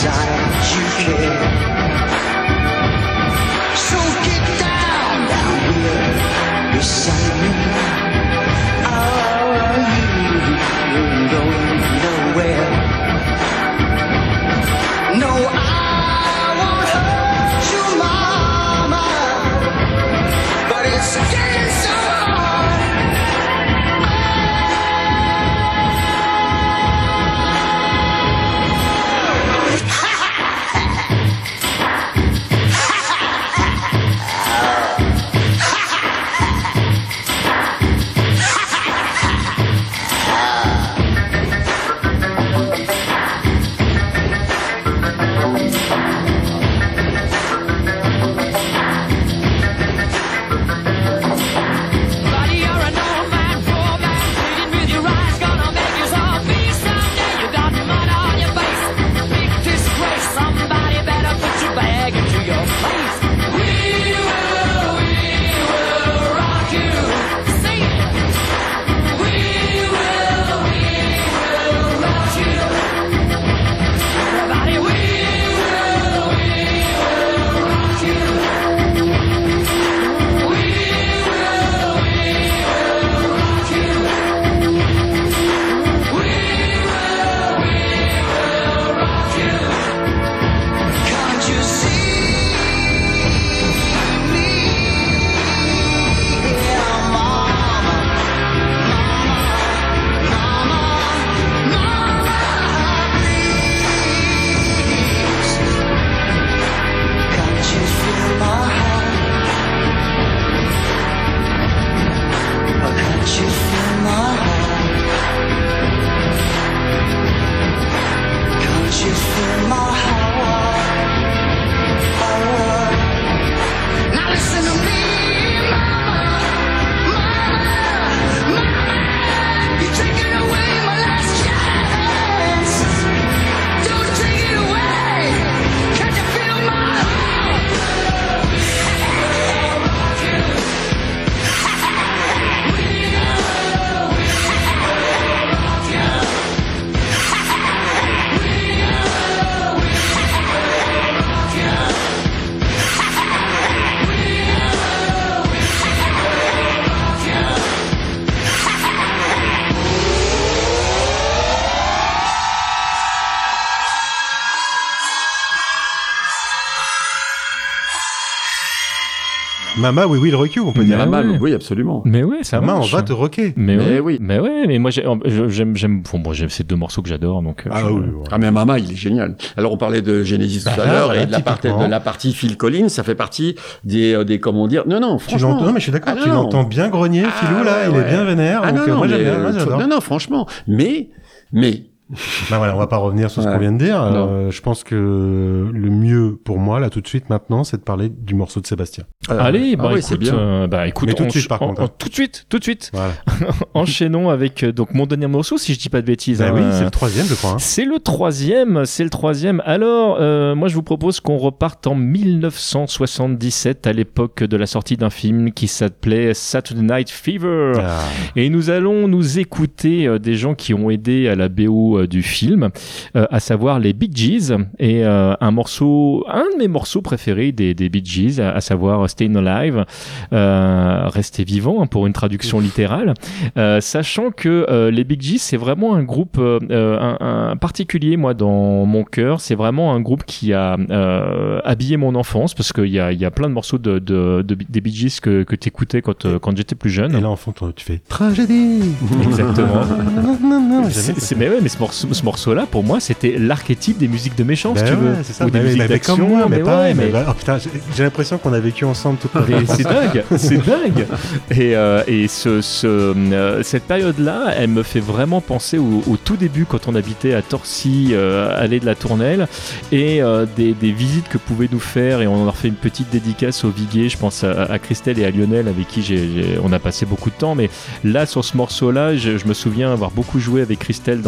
inside you care. So get down, down here beside me. Oh, you don't know where. No, I won't hurt you, mama, but it's getting so hard. Mama, oui, oui, le recul, on peut Mais dire. Mama, ouais. oui, absolument. Mais ouais, ça Mama, on marche. va te rocker. Mais, Mais ouais. oui. Mais ouais, mais moi j'ai- j'aime, j'aime, bon, moi j'aime ces deux morceaux que j'adore, donc. Ah je- oui, ouais. Ah mais Mama, il est génial. Alors on parlait de Genesis Bah, tout à l'heure voilà, et de la, partie, typiquement. de la partie Phil Collins, ça fait partie des, euh, des comment dire. Non non, Tu franchement. l'entends, non, mais je suis d'accord, Ah tu non. l'entends bien grogner, Ah, Philou, là, ouais, il ouais. est bien vénère, Ah donc non, euh, moi non, j'aime mais, bien, moi euh, j'adore. non non, franchement. Mais mais Bah voilà, on va pas revenir sur ce Ouais. qu'on vient de dire. Non. Euh, je pense que le mieux pour moi, là, tout de suite, maintenant, c'est de parler du morceau de Sébastien. euh, Allez, bah ah ouais, écoute, c'est bien. euh, bah écoute, Mais tout de encha- suite, par en- contre, en- hein. tout de suite, tout de suite. Voilà. Enchaînons avec euh, donc mon dernier morceau, si je dis pas de bêtises. Bah hein, oui, euh, c'est le troisième, je crois. hein. C'est le troisième, c'est le troisième. Alors, euh, moi, je vous propose qu'on reparte en dix-neuf cent soixante-dix-sept, à l'époque de la sortie d'un film qui s'appelait Saturday Night Fever. Ah. Et nous allons nous écouter euh, des gens qui ont aidé à la B O euh, du film, euh, à savoir les Bee Gees, et euh, un morceau, un de mes morceaux préférés des, des Bee Gees, à, à savoir Staying Alive, euh, rester vivant, hein, pour une traduction littérale, euh, sachant que euh, les Bee Gees, c'est vraiment un groupe euh, un, un particulier, moi, dans mon cœur. C'est vraiment un groupe qui a euh, habillé mon enfance, parce qu'il y a, il y a plein de morceaux de, de, de, des Bee Gees que, que t'écoutais quand, euh, quand j'étais plus jeune. Et là, en fond, tu fais tragédie. Exactement. Non, non, non, C'est, jamais. c'est- mais ouais, mais ce morceau, ce morceau-là, pour moi, c'était l'archétype des musiques de méchants, Bah si tu ouais, veux, c'est ça. ou des Bah, musiques mais- mais d'action. comme moi, mais, ouais, pareil. mais- Mais bah, oh, putain, j'ai, j'ai l'impression qu'on a vécu ensemble toute notre Et vie. c'est dingue, c'est dingue. Et, euh, et ce, ce, euh, cette période-là, elle me fait vraiment penser au, au tout début, quand on habitait à Torcy, euh, allée de la Tournelle, et euh, des, des visites que pouvaient nous faire, et on leur fait une petite dédicace au Viguier. Je pense à, à Christelle et à Lionel, avec qui j'ai, j'ai- on a passé beaucoup de temps. Mais là, sur ce morceau-là, je, je me souviens avoir beaucoup joué avec Christelle dans le,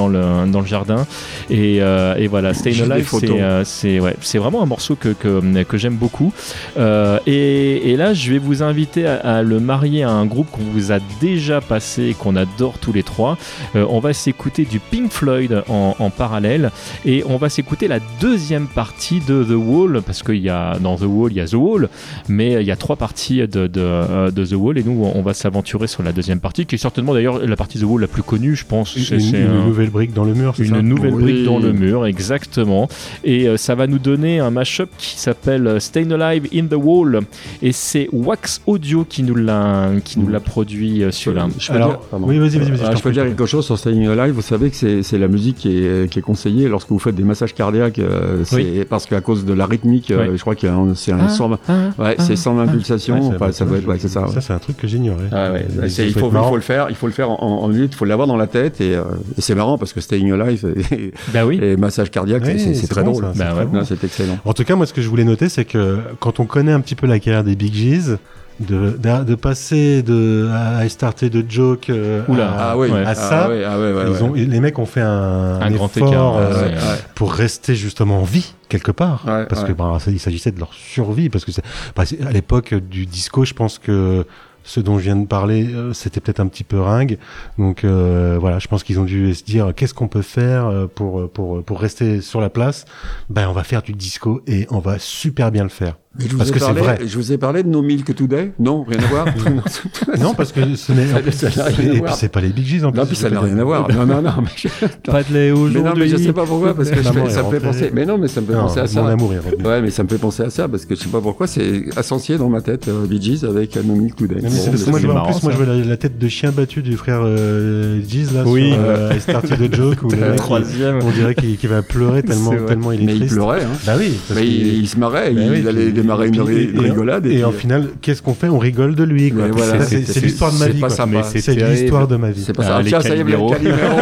le, dans le jardin. Et, euh, et voilà, Stayin' J'ai des Alive, photos. c'est, euh, c'est, ouais, c'est vraiment un morceau que, que, que j'aime beaucoup. Euh, et, et là, je vais vous inviter à, à le marier à un groupe qu'on vous a déjà passé et qu'on adore tous les trois. Euh, on va s'écouter du Pink Floyd en, en parallèle et on va s'écouter la deuxième partie de The Wall, parce qu'il y a dans The Wall, il y a The Wall, mais il y a trois parties de, de, de, de The Wall et nous, on va s'aventurer sur la deuxième partie, qui est certainement d'ailleurs la partie The Wall la plus connue, je pense. Une, C'est, une, c'est une un, nouvelle brique dans le mur, c'est une ça nouvelle Oui. brique dans le mur, exactement. Et euh, ça va nous donner un mashup qui s'appelle Stayin' Alive in the Wall, et c'est Wax Audio qui nous l'a, qui nous l'a produit euh, celui-là. Je peux Alors, dire, pardon. oui, vas-y, vas-y, vas-y, Ah, je t'en je peux prie, dire je t'en quelque chose sur Stayin' Alive. Vous savez que c'est, c'est la musique qui est, qui est conseillée lorsque vous faites des massages cardiaques. euh, c'est Oui. parce qu'à cause de la rythmique, euh, Oui. je crois qu'il y a un, c'est un Ah, cent vingt, ah, ouais, ah, c'est cent vingt ah. pulsations. Ouais, Enfin, ça doit être, ouais, c'est ça. ouais. Ça, c'est un truc que j'ignorais. Ah ouais, Euh, c'est- il ça faut, doit être il marrant. faut le faire, il faut le faire en, en minute, il faut l'avoir dans la tête et, euh, et c'est marrant parce que Stayin' Alive et, Bah oui. et massage cardiaque, Ouais, c'est, c'est c'est très bon, drôle. ça, c'est Bah très ouais. bon. Non, c'est excellent. En tout cas, moi, ce que je voulais noter, c'est que quand on connaît un petit peu la carrière des Bee Gees, de, de, de passer de à I Started the Joke euh, Oula. à, Ah oui, à ah ça, ouais, ah ouais, ouais, ils ouais. ont, les mecs ont fait un, Un grand effort écart, euh, ouais, ouais. pour rester justement en vie quelque part, Ouais, parce ouais. que bah, ça, il s'agissait de leur survie, parce que c'est, bah, c'est- à l'époque du disco, je pense que ce dont je viens de parler, euh, c'était peut-être un petit peu ringue. Donc euh, voilà, je pense qu'ils ont dû se dire qu'est-ce qu'on peut faire euh, pour pour pour rester sur la place. Ben on va faire du disco et on va super bien le faire. Mais je vous Parce ai que parlé, c'est vrai. Je vous ai parlé de No Milk Today. Non, rien à voir. Non, parce que ce n'est. Ça- ça n'a rien à Et voir. puis c'est pas les Big G's en plus. Non, puis ça n'a rien à voir. Non, non, non. Mais je... Pas de lait Mais aujourd'hui. non, mais je sais pas pourquoi, parce que je Maman fais- est ça me fait rentrée. penser. Mais non, mais ça me fait Non, penser à ça. mon amour est revenu. Ouais, mais ça me fait penser à ça, parce que je sais pas pourquoi, c'est associé dans ma tête, euh, Bee Gees avec euh, No Milk Today. Non, mais Bon, c'est parce que mais moi, je c'est vois, en marrant, plus, moi, ça. je vois la, la tête de chien battu du frère euh, Giz, là, Oui. sur euh, I Started the Joke, où le mec, Troisième. il- on dirait qu'il, qu'il va pleurer tellement, C'est vrai. tellement il est Mais il triste. pleurait, hein. Bah oui. parce Mais qu'il- il, il se marrait, Bah il, oui, il allait puis- démarrer une, et puis- ri- une et- rigolade. Et, puis, en euh, final, qu'est-ce qu'on fait? On rigole de lui, quoi. Mais voilà, c'est, c'est, c'est- c'est l'histoire de ma c'est vie, pas quoi. sympa. Mais c'est C'est terrible. l'histoire de ma vie. C'est pas Ah, ça. les Tiens, ça y est, le Calimero. Calimero.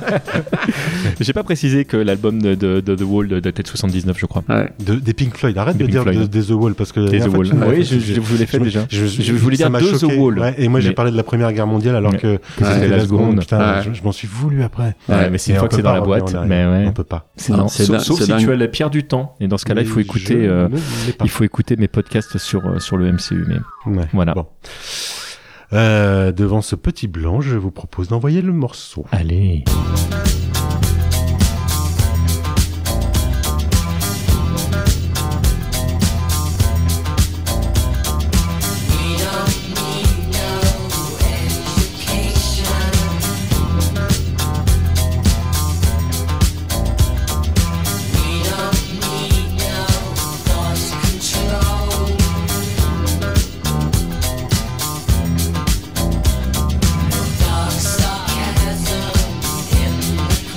J'ai pas précisé que l'album de, de, de The Wall datait de soixante-dix-neuf, je crois. Ouais. De, des Pink Floyd. Arrête Des de Pink dire de, Floyd. des The Wall, parce que. Des la The dernière Wall. fois, tu m'as Oui, fait- je, je voulais faire me- déjà. Je, Je voulais ça dire m'a de The choqué. Wall. Ouais, et moi, j'ai Mais- parlé de la Première Guerre mondiale, alors Mais- que c'était la seconde. Putain, Ouais. je, je m'en suis voulu après. Ouais, mais c'est une Et fois on que c'est peut dans pas la boîte. revenir en Mais arrière. ouais. On peut pas. C'est Non, non, c'est sauf dingue, sauf c'est si dingue. tu as la pierre du temps. Et dans ce cas-là, il faut Je écouter, ne euh, l'ai pas. il faut écouter mes podcasts sur, euh, sur le M C U. Mais Ouais. voilà. Bon. Euh, devant ce petit blanc, je vous propose d'envoyer le morceau. Allez. Dark sarcasm in the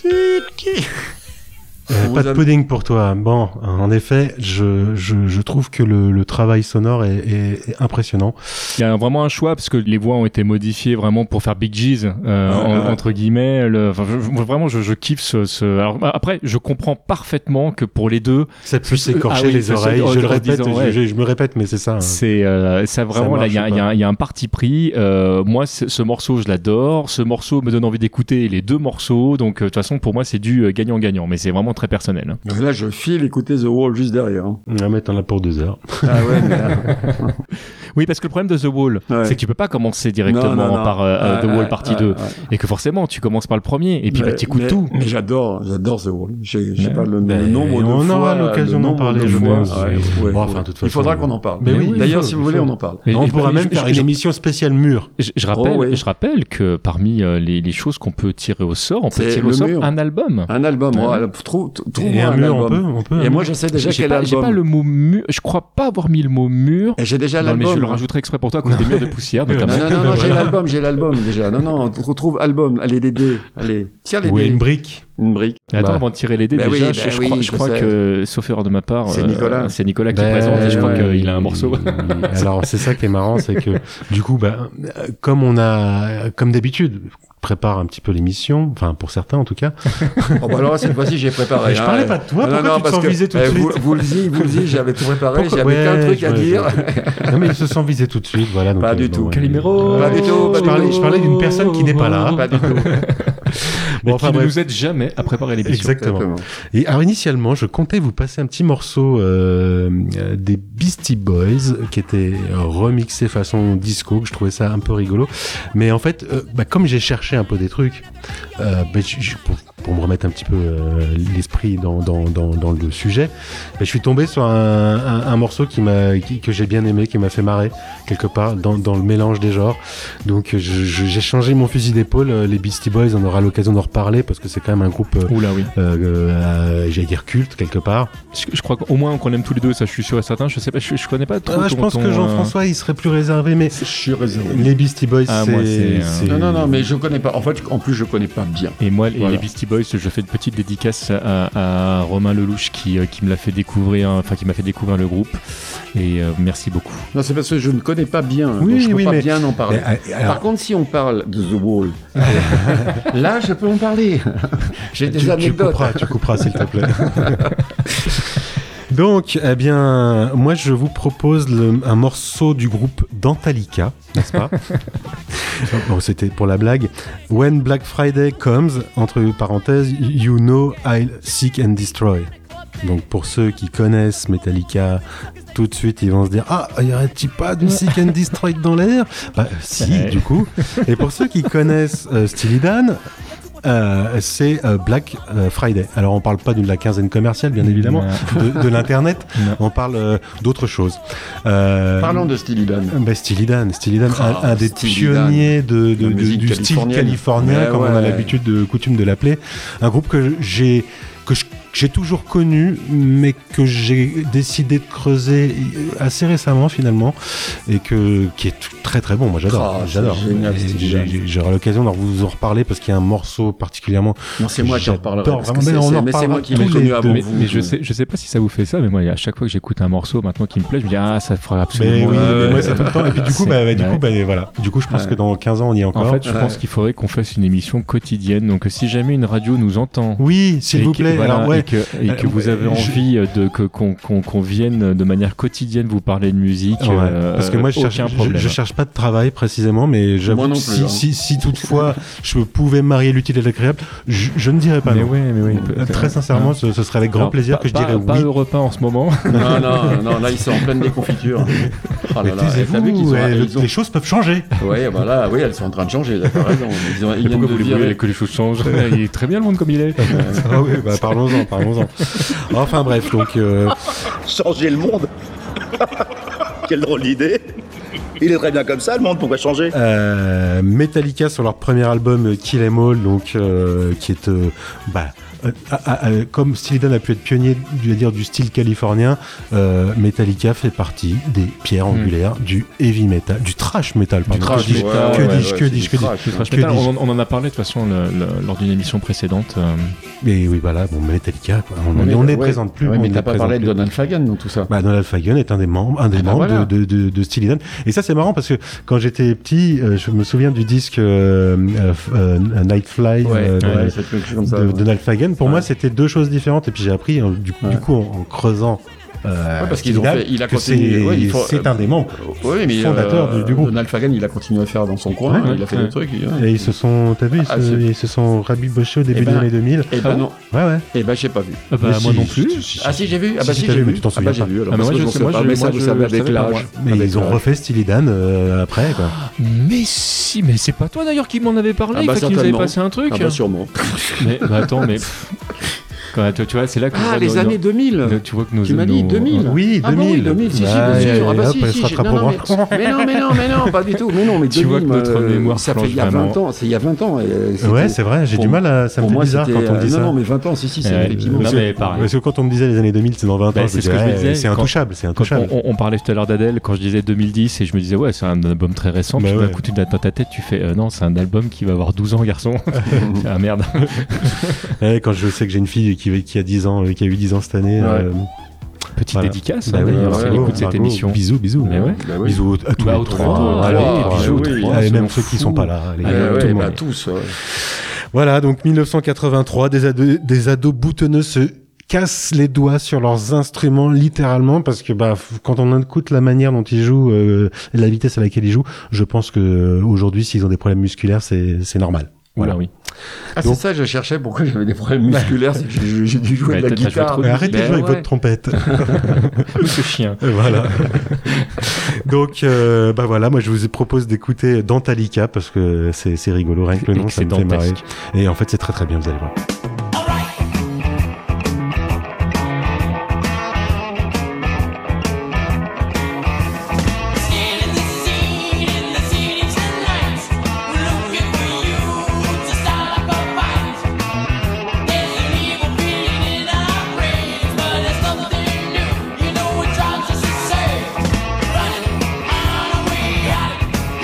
Euh, pas de pudding pour toi. Bon, en effet, je, je, je trouve que le, le travail sonore est, est, est impressionnant. Il y a vraiment un choix parce que les voix ont été modifiées vraiment pour faire Big G's, euh, ouais, en, ouais. entre guillemets. Le, enfin, je, vraiment, je, je kiffe ce, ce. Alors après, je comprends parfaitement que pour les deux, ça puisse écorcher ah oui, les ça, oreilles. c'est, Je en, le en répète, disant, je, ouais. je, je me répète, mais c'est ça. Hein. C'est euh, ça vraiment. Ça là, il y a, y, a, y a un parti pris. Euh, moi, ce morceau, je l'adore. Ce morceau me donne envie d'écouter les deux morceaux. Donc, de toute façon, pour moi, c'est du euh, gagnant-gagnant. Mais c'est vraiment très personnel. Hein. Là, je file écouter The Wall juste derrière. Hein. On va mettre là pour deux heures. Ah ouais, mais... Oui, parce que le problème de The Wall, ouais. c'est que tu peux pas commencer directement non, non, non. par euh, ouais, The Wall ouais, partie ouais, deux. Ouais. Et que forcément, tu commences par le premier. Et puis, mais, bah, tu écoutes tout. Mais j'adore, j'adore The Wall. Je sais pas le, le nombre de on fois. On aura l'occasion d'en parler, je pense. Ouais, ouais, bon, enfin, de toute façon, il faudra qu'on en parle. Mais oui, d'ailleurs, si vous voulez, on en parle. On pourra même faire une émission spéciale mur. Je rappelle, je rappelle que parmi les choses qu'on peut tirer au sort, on peut tirer au sort un album. Un album, trouve Et un mur, on peut. Et moi, je sais déjà quel album. J'ai pas le mot mur. Je crois pas avoir mis le mot mur. Et j'ai déjà l'album. Mais je le rajouterai exprès pour toi à cause des murs de poussière. Non, non, non, non, j'ai l'album, j'ai l'album déjà. Non, non, on retrouve album. Allez, les dés. Allez, tire les dés. Oui, une brique. Une brique. Attends, bah. avant de tirer les dés, bah déjà, oui, bah je, oui, crois, je je crois que, sauf erreur de ma part, c'est Nicolas, euh, c'est Nicolas qui bah, présente et je crois ouais, qu'il a un morceau. Alors, c'est ça qui est marrant, c'est que, du coup, bah, comme on a, comme d'habitude, prépare un petit peu l'émission, enfin pour certains en tout cas. Oh bah alors cette fois-ci j'ai préparé. Je parlais pas de toi, pourquoi non, non, tu te sens visé tout de eh, suite vous, vous le dites, vous le dites, j'avais tout préparé, pourquoi j'avais ouais, qu'un truc à dire. Non mais ils se sont visés tout de suite, voilà. Donc, pas euh, du tout. Ouais. Calimero. Pas du tout. Je parlais, je parlais d'une personne qui n'est pas là. Pas du tout. Bon, enfin, qui ne nous aide jamais à préparer l'émission. Exactement. Exactement. Et alors initialement, je comptais vous passer un petit morceau euh, des Beastie Boys qui était remixé façon disco, que je trouvais ça un peu rigolo. Mais en fait, euh, bah, comme j'ai cherché un peu des trucs, euh, bah, je, je, pour, pour me remettre un petit peu euh, l'esprit dans, dans, dans, dans le sujet, bah, je suis tombé sur un, un, un morceau qui m'a, qui, que j'ai bien aimé, qui m'a fait marrer quelque part dans, dans le mélange des genres. Donc je, je, j'ai changé mon fusil d'épaule. Les Beastie Boys, on aura l'occasion d'en reparler parce que c'est quand même un groupe, euh, Oula, oui. euh, euh, j'allais dire culte quelque part. Je, je crois qu'au moins qu'on aime tous les deux, ça je suis sûr et certain. Je sais pas, je, je connais pas trop. Ah, je ton, pense ton, que Jean-François, euh... il serait plus réservé, mais je suis réservé. Les Beastie Boys, ah, c'est, moi, c'est, c'est... Non, non, non, mais je connais pas. En fait, en plus, je connais pas bien. Et moi, voilà. Les Beastie Boys, je fais une petite dédicace à, à Romain Lelouch qui, qui me l'a fait découvrir, enfin qui m'a fait découvrir le groupe. Et euh, merci beaucoup. Non, c'est parce que je ne connais pas bien. Oui, donc je peux oui, pas mais... bien en parler. Mais, alors... Par contre, si on parle de The Wall, là, je peux en parler. J'ai des tu, anecdotes. Tu couperas, tu couperas, s'il te plaît. Donc, eh bien, moi, je vous propose le, un morceau du groupe Dantalica, n'est-ce pas? Bon, c'était pour la blague. When Black Friday comes, entre parenthèses, you know I'll seek and destroy. Donc, pour ceux qui connaissent Metallica, tout de suite, ils vont se dire « Ah, il n'y aurait-il pas de Seek and Destroy dans l'air ?» Bah, si, ouais. Du coup. Et pour ceux qui connaissent euh, Steely Dan, Euh, c'est euh, Black euh, Friday. Alors on parle pas de la quinzaine commerciale, bien évidemment, de, de l'internet. On parle euh, d'autre chose. Euh, Parlons de Steely Dan. Bah, Steely Dan, Steely Dan, oh, un, un des Steely pionniers de, de, de, du style californien, ouais, comme ouais. on a l'habitude de coutume de l'appeler. Un groupe que j'ai que je j'ai toujours connu, mais que j'ai décidé de creuser assez récemment finalement, et que qui est très très bon. Moi j'adore, oh, j'adore. Génial, j'ai, j'aurai l'occasion de vous en reparler parce qu'il y a un morceau particulièrement. Non, c'est moi qui en reparlerai. Vraiment, mais, on en mais c'est moi qui l'ai connu avant mais, vous. Mais je sais, je sais pas si ça vous fait ça, mais moi à chaque fois que j'écoute un morceau maintenant qui me plaît, je me dis ah ça fera absolument. Mais oui, euh, mais moi c'est tout le temps. Et puis du coup, bah, bah, du coup, bah, voilà. Du coup, je pense ouais. que dans quinze ans on y est encore. En fait, je ouais. pense qu'il faudrait qu'on fasse une émission quotidienne. Donc si jamais une radio nous entend, oui, s'il vous plaît. Voilà, alors ouais. Et que, et que vous avez envie de que qu'on, qu'on, qu'on vienne de manière quotidienne vous parler de musique, ouais, euh, parce que moi je cherche, je, je cherche pas de travail précisément, mais j'avoue que si, hein. si, si toutefois je pouvais marier l'utile et l'agréable, je, je ne dirais pas mais non. Oui, mais oui, très sincèrement, ouais. ce, ce serait avec grand Alors, plaisir pas, que je pas, dirais pas oui. Pas Europe un en ce moment. Non, non, non, là ils sont en pleine déconfiture. Oh là là, taisez-vous, ouais, le, ont... les choses peuvent changer. Oui, voilà, oui, elles sont en train de changer. D'accord, raison. Ils ont, ils pourquoi vous voulez avec... que les choses changent? Il est très bien le monde comme il est. Ah oui, bah parlons-en, parlons-en. Enfin bref, donc. Euh... Changer le monde. Quelle drôle d'idée. Il est très bien comme ça, le monde, pourquoi changer? Euh, Metallica sur leur premier album Kill 'Em All, donc euh, qui est euh, bah Euh, à, à, comme Steely Dan a pu être pionnier je veux dire, du style californien, euh, Metallica fait partie des pierres mmh. angulaires du heavy metal, du thrash metal. Du thrash metal. Que dis-je, que dis-je, que dis-je. On en a parlé de toute façon le, le, lors d'une émission précédente. Euh... Et oui, voilà, bon, Metallica, quoi. on ne ouais, présente plus. Ouais, on mais t'as pas parlé plus. de Donald Fagan dans tout ça. Bah, Donald Fagan est un des membres, un des ah membres bah voilà. de, de, de, de Steely Dan. Et ça, c'est marrant parce que quand j'étais petit, euh, je me souviens du disque euh, euh, Nightfly ouais, euh, ouais, de, comme ça, de ouais. Donald Fagan. Pour ouais. moi, c'était deux choses différentes. Et puis j'ai appris, hein, du, ouais. du coup, en, en creusant. Euh, ouais, parce qu'ils ont fait, il a continué. C'est, ouais, il faut, c'est un des membres ouais, mais fondateurs euh, du, du groupe. Donald Fagan, il a continué à faire dans son coin. Ouais, il a fait ouais. des trucs. Ouais. Et ils se sont, t'as vu, ils, ah, se, ils se sont rabibochés au début ben, des années deux mille. Et ben non. Ouais, ouais. Et ben j'ai pas vu. Ah bah, moi non plus. Ah si, j'ai vu. Ah bah si, si, j'ai vu. Mais tu t'en souviens pas. Ah moi je sais, moi je ça, vous savez avec l'âge. Mais ils ont refait Steely Dan après, quoi. Mais si, mais c'est pas toi d'ailleurs qui m'en avait parlé, qui nous avait passé un truc. Ah bah sûrement. Mais attends, mais. Quand, tu, tu vois, c'est là que ah, les nos, années deux mille. Tu vois que nos, tu m'as dit nos... deux mille. Oui, deux mille. Ah bon, oui, deux mille, si, si, bah, bien sûr. Ah bah hop, si, si, non, non, mais, mais non, mais non, mais non, pas du tout. Mais non, mais tu deux mille, vois que notre euh, mémoire ça fait il y a vingt ans. C'est il y a vingt ans. Et ouais, c'est vrai, j'ai du mal à. Ça me fait bizarre quand on me dit ça. Non, non, mais vingt ans, si, si, c'est effectivement. Non, mais pareil. Parce que quand on me disait les années deux mille, c'est dans vingt ans, c'est ce que je me disais. C'est intouchable, c'est intouchable. On parlait tout à l'heure d'Adèle, quand je disais deux mille dix, et je me disais, ouais, c'est un album très récent. Puis d'un coup, tu dans ta tête, tu fais, non, c'est un album qui va avoir douze ans, garçon. Ah merde. Quand je sais que j'ai une fille qui a dix ans, qui a eu dix ans cette année. Euh, Petite voilà. dédicace, bah hein, oui, d'ailleurs, si elle écoute cette bravo. émission. Bisous, bisous. Mais ouais. Bah oui. Bisous à tous bah, les trois. trois. Allez, ah, bisous oui, trois. Allez, même ceux qui sont pas là. Allez, allez, allez, ouais, tout le bah, monde. tous. Ouais. Voilà, donc dix-neuf cent quatre-vingt-trois, des ados, des ados boutonneux se cassent les doigts sur leurs instruments littéralement parce que bah quand on écoute la manière dont ils jouent, euh, la vitesse à laquelle ils jouent, je pense que euh, aujourd'hui s'ils ont des problèmes musculaires, c'est c'est normal. Voilà, oui. Ah, donc, c'est ça, je cherchais pourquoi j'avais des problèmes musculaires, c'est que j'ai, j'ai dû jouer bah, de la guitare. Mais arrêtez de jouer avec ouais. votre trompette. Ou ce chien. Voilà. Donc, euh, bah voilà, moi je vous propose d'écouter Dantalica parce que c'est, c'est rigolo, rien que le nom, ça me fait marrer. Et en fait, c'est très très bien, vous allez voir.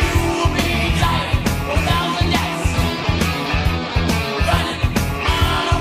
Running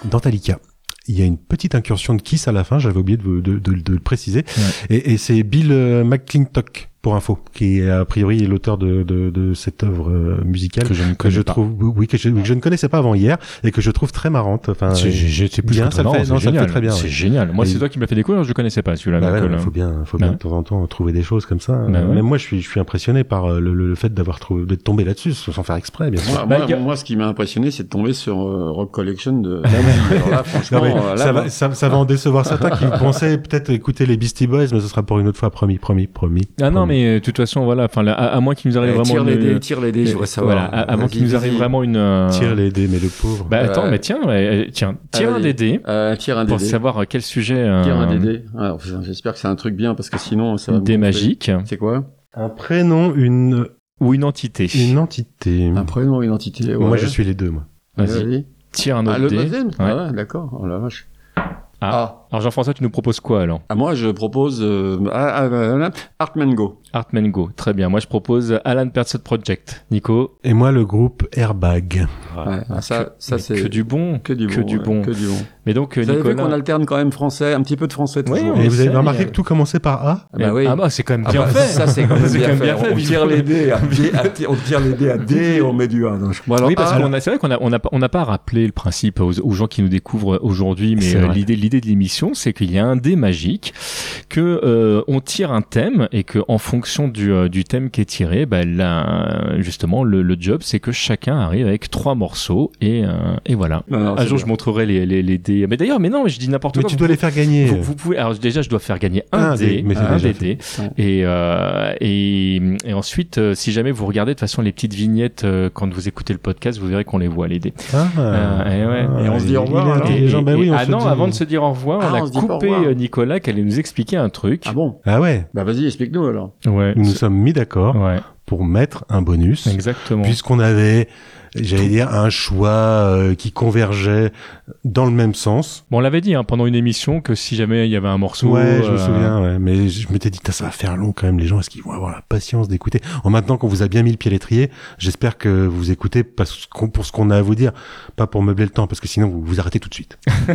Dantalika. Il y a une petite incursion de Kiss à la fin, j'avais oublié de, de, de, de le préciser. Ouais. Et, et c'est Bill euh, McClintock, pour info, qui est a priori l'auteur de, de, de cette œuvre euh, musicale que je ne que je pas. trouve, oui, que je, que je ne connaissais pas avant hier et que je trouve très marrante. Enfin, c'est, j'ai, c'est plus bien, ça le fait, non, ça le fait très bien. C'est ouais. génial. Moi, et c'est toi qui me l'as fait découvrir, je le connaissais pas celui-là. Bah donc, ouais, euh, faut bien, faut bah bien ouais. de temps en temps trouver des choses comme ça. Bah ouais. Même moi, je suis, je suis impressionné par le, le, le fait d'avoir trouvé, d'être tombé là-dessus, sans faire exprès, bien sûr. Moi, bah, moi, y a... moi, ce qui m'a impressionné, c'est de tomber sur euh, Rock Collection de. Alors là, franchement, non, là, ça, là, va, ça, ça va en décevoir certains qui pensaient peut-être écouter les Beastie Boys, mais ce sera pour une autre fois, promis, promis, promis. Ah promis. non, mais de toute façon, voilà, enfin, à, à moins qu'il nous arrive eh, vraiment tire une... les dés, tire les dés, je voudrais savoir. Voilà, à, à moins qu'il nous arrive vraiment une. Euh... Tire les dés, mais le pauvre. Bah attends, euh... mais tiens, ouais, tiens, tire ah, un des dés. Euh, tire un des pour dés. savoir quel sujet. Euh... Tire un des dés. Alors, j'espère que c'est un truc bien parce que sinon, ça va. Des magiques. C'est quoi? Un prénom, une ou une entité. Une entité. Un prénom, une entité. Ouais. Moi, je suis les deux, moi. Vas-y. Vas-y. Tire un autre ah, le dé. deuxième. Ouais. Ah ouais, d'accord. Oh la vache. Ah. ah. Alors Jean-François, tu nous proposes quoi alors? Ah, moi, je propose euh, ah, ah, Artman Go. Artman Go, très bien. Moi, je propose Alan Pertzot Project. Nico? Et moi, le groupe Airbag. Ouais, ah, ça, que, ça c'est que du bon, que du bon, que du bon. Ouais, que du bon. Mais donc, vous Nicolas... avez vu qu'on alterne quand même français, un petit peu de français toujours. Oui, et vous avez remarqué que tout commençait par A? Ah bah oui. Ah bah c'est quand même bien ah bah, fait. Ça c'est quand même c'est bien, quand même fait. bien fait. On tire les dés, à, on tire les dés à D et on met du A. Donc, bon, alors, oui, parce ah, qu'on a, c'est vrai qu'on a, on a, on n'a pas rappelé le principe aux, aux gens qui nous découvrent aujourd'hui, mais euh, l'idée, l'idée de l'émission, c'est qu'il y a un dé magique, que euh, on tire un thème et que en fonction du, euh, du thème qui est tiré, bah, là, justement, le, le job, c'est que chacun arrive avec trois morceaux et, euh, et voilà. Non, non, un jour, bien. Je montrerai les, les, les dés. Mais d'ailleurs, mais non, je dis n'importe mais quoi. Mais tu dois vous, les faire gagner. Vous, vous pouvez. Alors déjà, je dois faire gagner un, un dé, mais un des dés. Ouais. Et, euh, et et ensuite, euh, si jamais vous regardez de toute façon les petites vignettes euh, quand vous écoutez le podcast, vous verrez qu'on les voit les dés. Ah, euh, et, ouais. ah, et on se dit au revoir. Et, et, gens, bah oui, on ah se non, dit... avant de se dire au revoir, ah, on a on coupé Nicolas qui allait nous expliquer un truc. Ah bon? Ah ouais. Bah vas-y, explique-nous alors. Ouais. Nous nous sommes mis d'accord ouais. pour mettre un bonus. Exactement. Puisqu'on avait, j'allais dire, un choix euh, qui convergeait dans le même sens. Bon, on l'avait dit hein, pendant une émission que si jamais il y avait un morceau... Ouais, je euh... me souviens, ouais. Mais je m'étais dit, ça va faire long quand même, les gens, est-ce qu'ils vont avoir la patience d'écouter? En maintenant qu'on vous a bien mis le pied à l'étrier, j'espère que vous écoutez parce qu'on, pour ce qu'on a à vous dire, pas pour meubler le temps, parce que sinon vous vous arrêtez tout de suite. non,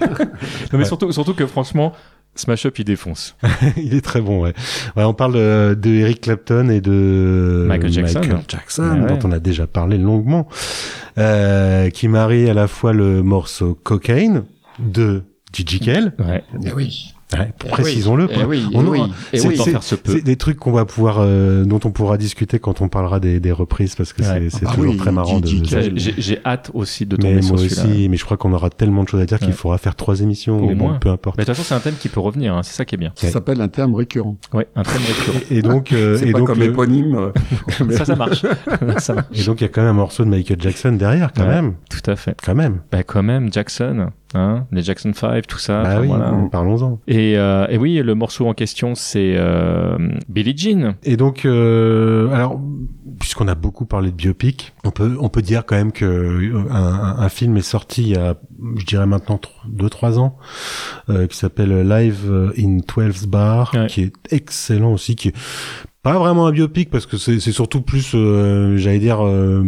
mais ouais. surtout, surtout que franchement... Smash Up, il défonce. Il est très bon, ouais. Ouais, on parle de, de Eric Clapton et de Michael Jackson, Michael Jackson ouais, dont ouais. on a déjà parlé longuement, euh, qui marie à la fois le morceau Cocaine de Gigi Kell. Ouais. Mais oui. Ouais, eh précisons-le. Oui, eh oui, on eh aura, oui, eh c'est, oui. c'est, se peut. c'est des trucs qu'on va pouvoir, euh, dont on pourra discuter quand on parlera des, des reprises, parce que ouais. c'est, c'est ah toujours oui, très marrant de. J'ai, j'ai, j'ai hâte aussi de tomber mais sur moi celui-là. aussi, mais je crois qu'on aura tellement de choses à dire ouais. qu'il faudra faire trois émissions. Au mais moins. bon, peu importe. Mais de toute façon, c'est un thème qui peut revenir. Hein, c'est ça qui est bien. Ça ouais. s'appelle un terme récurrent. Ouais, un thème récurrent. Et, et donc, euh, c'est et pas donc comme le... éponyme. ça, ça marche. ça marche. Et donc, il y a quand même un morceau de Michael Jackson derrière, quand ouais, même. Tout à fait. Quand même. Bah, quand même, Jackson. Hein, les Jackson five, tout ça. Bah oui, voilà. parlons-en. Et, euh, et oui, le morceau en question, c'est euh, Billie Jean. Et donc, euh, alors, puisqu'on a beaucoup parlé de biopic, on peut, on peut dire quand même que euh, un, un film est sorti il y a, je dirais maintenant deux trois ans, euh, qui s'appelle Live in twelve Bar, ouais. qui est excellent aussi, qui est pas vraiment un biopic parce que c'est, c'est surtout plus, euh, j'allais dire, euh,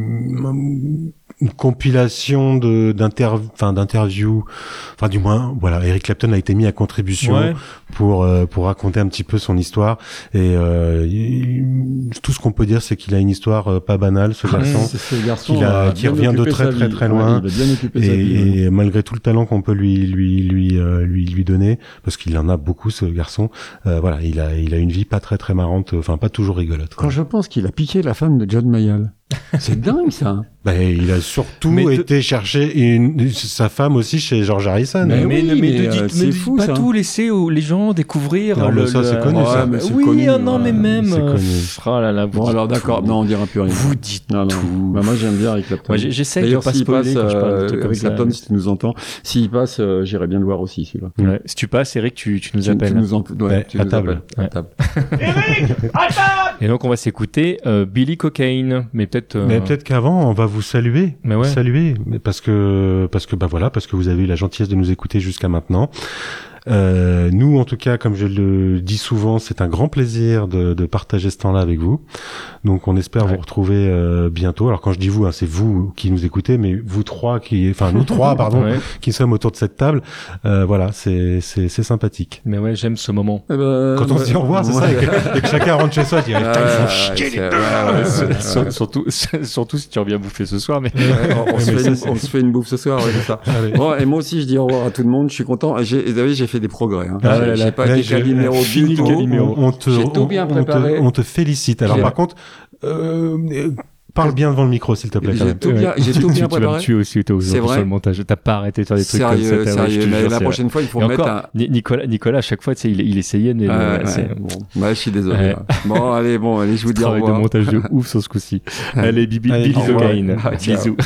une compilation de d'interviews, enfin d'interviews, enfin du moins, voilà, Eric Clapton a été mis à contribution ouais. pour euh, pour raconter un petit peu son histoire et euh, il, tout ce qu'on peut dire, c'est qu'il a une histoire euh, pas banale, ce garçon, c'est ce garçon qu'il a, qui revient de très très très loin, ouais, il a bien occupé et, sa vie, et ouais. malgré tout le talent qu'on peut lui lui lui euh, lui lui donner, parce qu'il en a beaucoup ce garçon, euh, voilà, il a il a une vie pas très très marrante, enfin pas toujours rigolote. Quand je pense qu'il a piqué la femme de John Mayall. C'est dingue ça. Ben, il a surtout mais été de... chercher une, sa femme aussi chez George Harrison. Mais, mais, oui, mais, mais euh, dites, c'est me fou, pas ça. tout, laissez les gens découvrir. Non, le, mais ça, le... c'est connu, ouais, ça. Mais c'est oui, connu, oh, non, ouais, mais même. C'est connu. Oh là là, vous bon, alors d'accord, tout. non, on dira plus rien. Vous dites non, non. tout. Bah, moi, j'aime bien Eric Clapton. Moi, j'essaie D'ailleurs, de pas s'il spoiler passe, quand je parle de trucs euh, comme Eric ça. Clapton, si tu nous entends, s'il passe, euh, j'irai bien le voir aussi, celui-là. Ouais. Si tu passes, Eric, tu, tu nous tu, appelles. Tu nous en... ouais, ouais, tu à nous table. Ouais. À table. Eric, à table. Et donc, on va s'écouter euh, Billy Cocaine, mais peut-être. Euh... Mais peut-être qu'avant, on va vous saluer. Mais ouais. Saluer, mais parce que parce que bah voilà, parce que vous avez eu la gentillesse de nous écouter jusqu'à maintenant. Euh, nous, en tout cas, comme je le dis souvent, c'est un grand plaisir de, de partager ce temps-là avec vous. Donc, on espère ouais. vous retrouver euh, bientôt. Alors, quand je dis vous, hein, c'est vous qui nous écoutez, mais vous trois qui, enfin nous trois, pardon, ouais. qui sommes autour de cette table. Euh, voilà, c'est c'est c'est sympathique. Mais ouais, j'aime ce moment. Eh ben, quand on se dit au revoir, c'est ouais. ça, et que, et que chacun rentre chez soi, il dit ah, ils font chier les deux. Surtout, surtout si tu reviens bouffer ce soir, mais on, on, se, fait une, on se fait une bouffe ce soir, ouais, c'est ça. Bon, et moi aussi, je dis au revoir à tout le monde. Je suis content. J'ai, vous savez, j'ai fait des progrès. Hein. Ah, j'ai, j'ai pas été Calimero du tout. On te, j'ai tout bien préparé. On te félicite. Alors, par contre. Euh, parle bien devant le micro, s'il te plaît. J'ai tout bien, j'ai tout bien préparé. Tu vas me tuer aussi, toi, sur le montage. T'as pas arrêté de faire des trucs sérieux, comme ça. Sérieux, ouais, mais la prochaine fois, il faut mettre un... Nicolas, Nicolas, à chaque fois, tu sais, il, il essayait, mais ah, ouais, c'est... Ouais. Bon, bah, je suis désolé. Ouais. Bon, allez, bon, allez, je vous dis au revoir. Travail de montage de ouf sur ce coup-ci. Allez, Bibi, Billy the Gain. Bisous.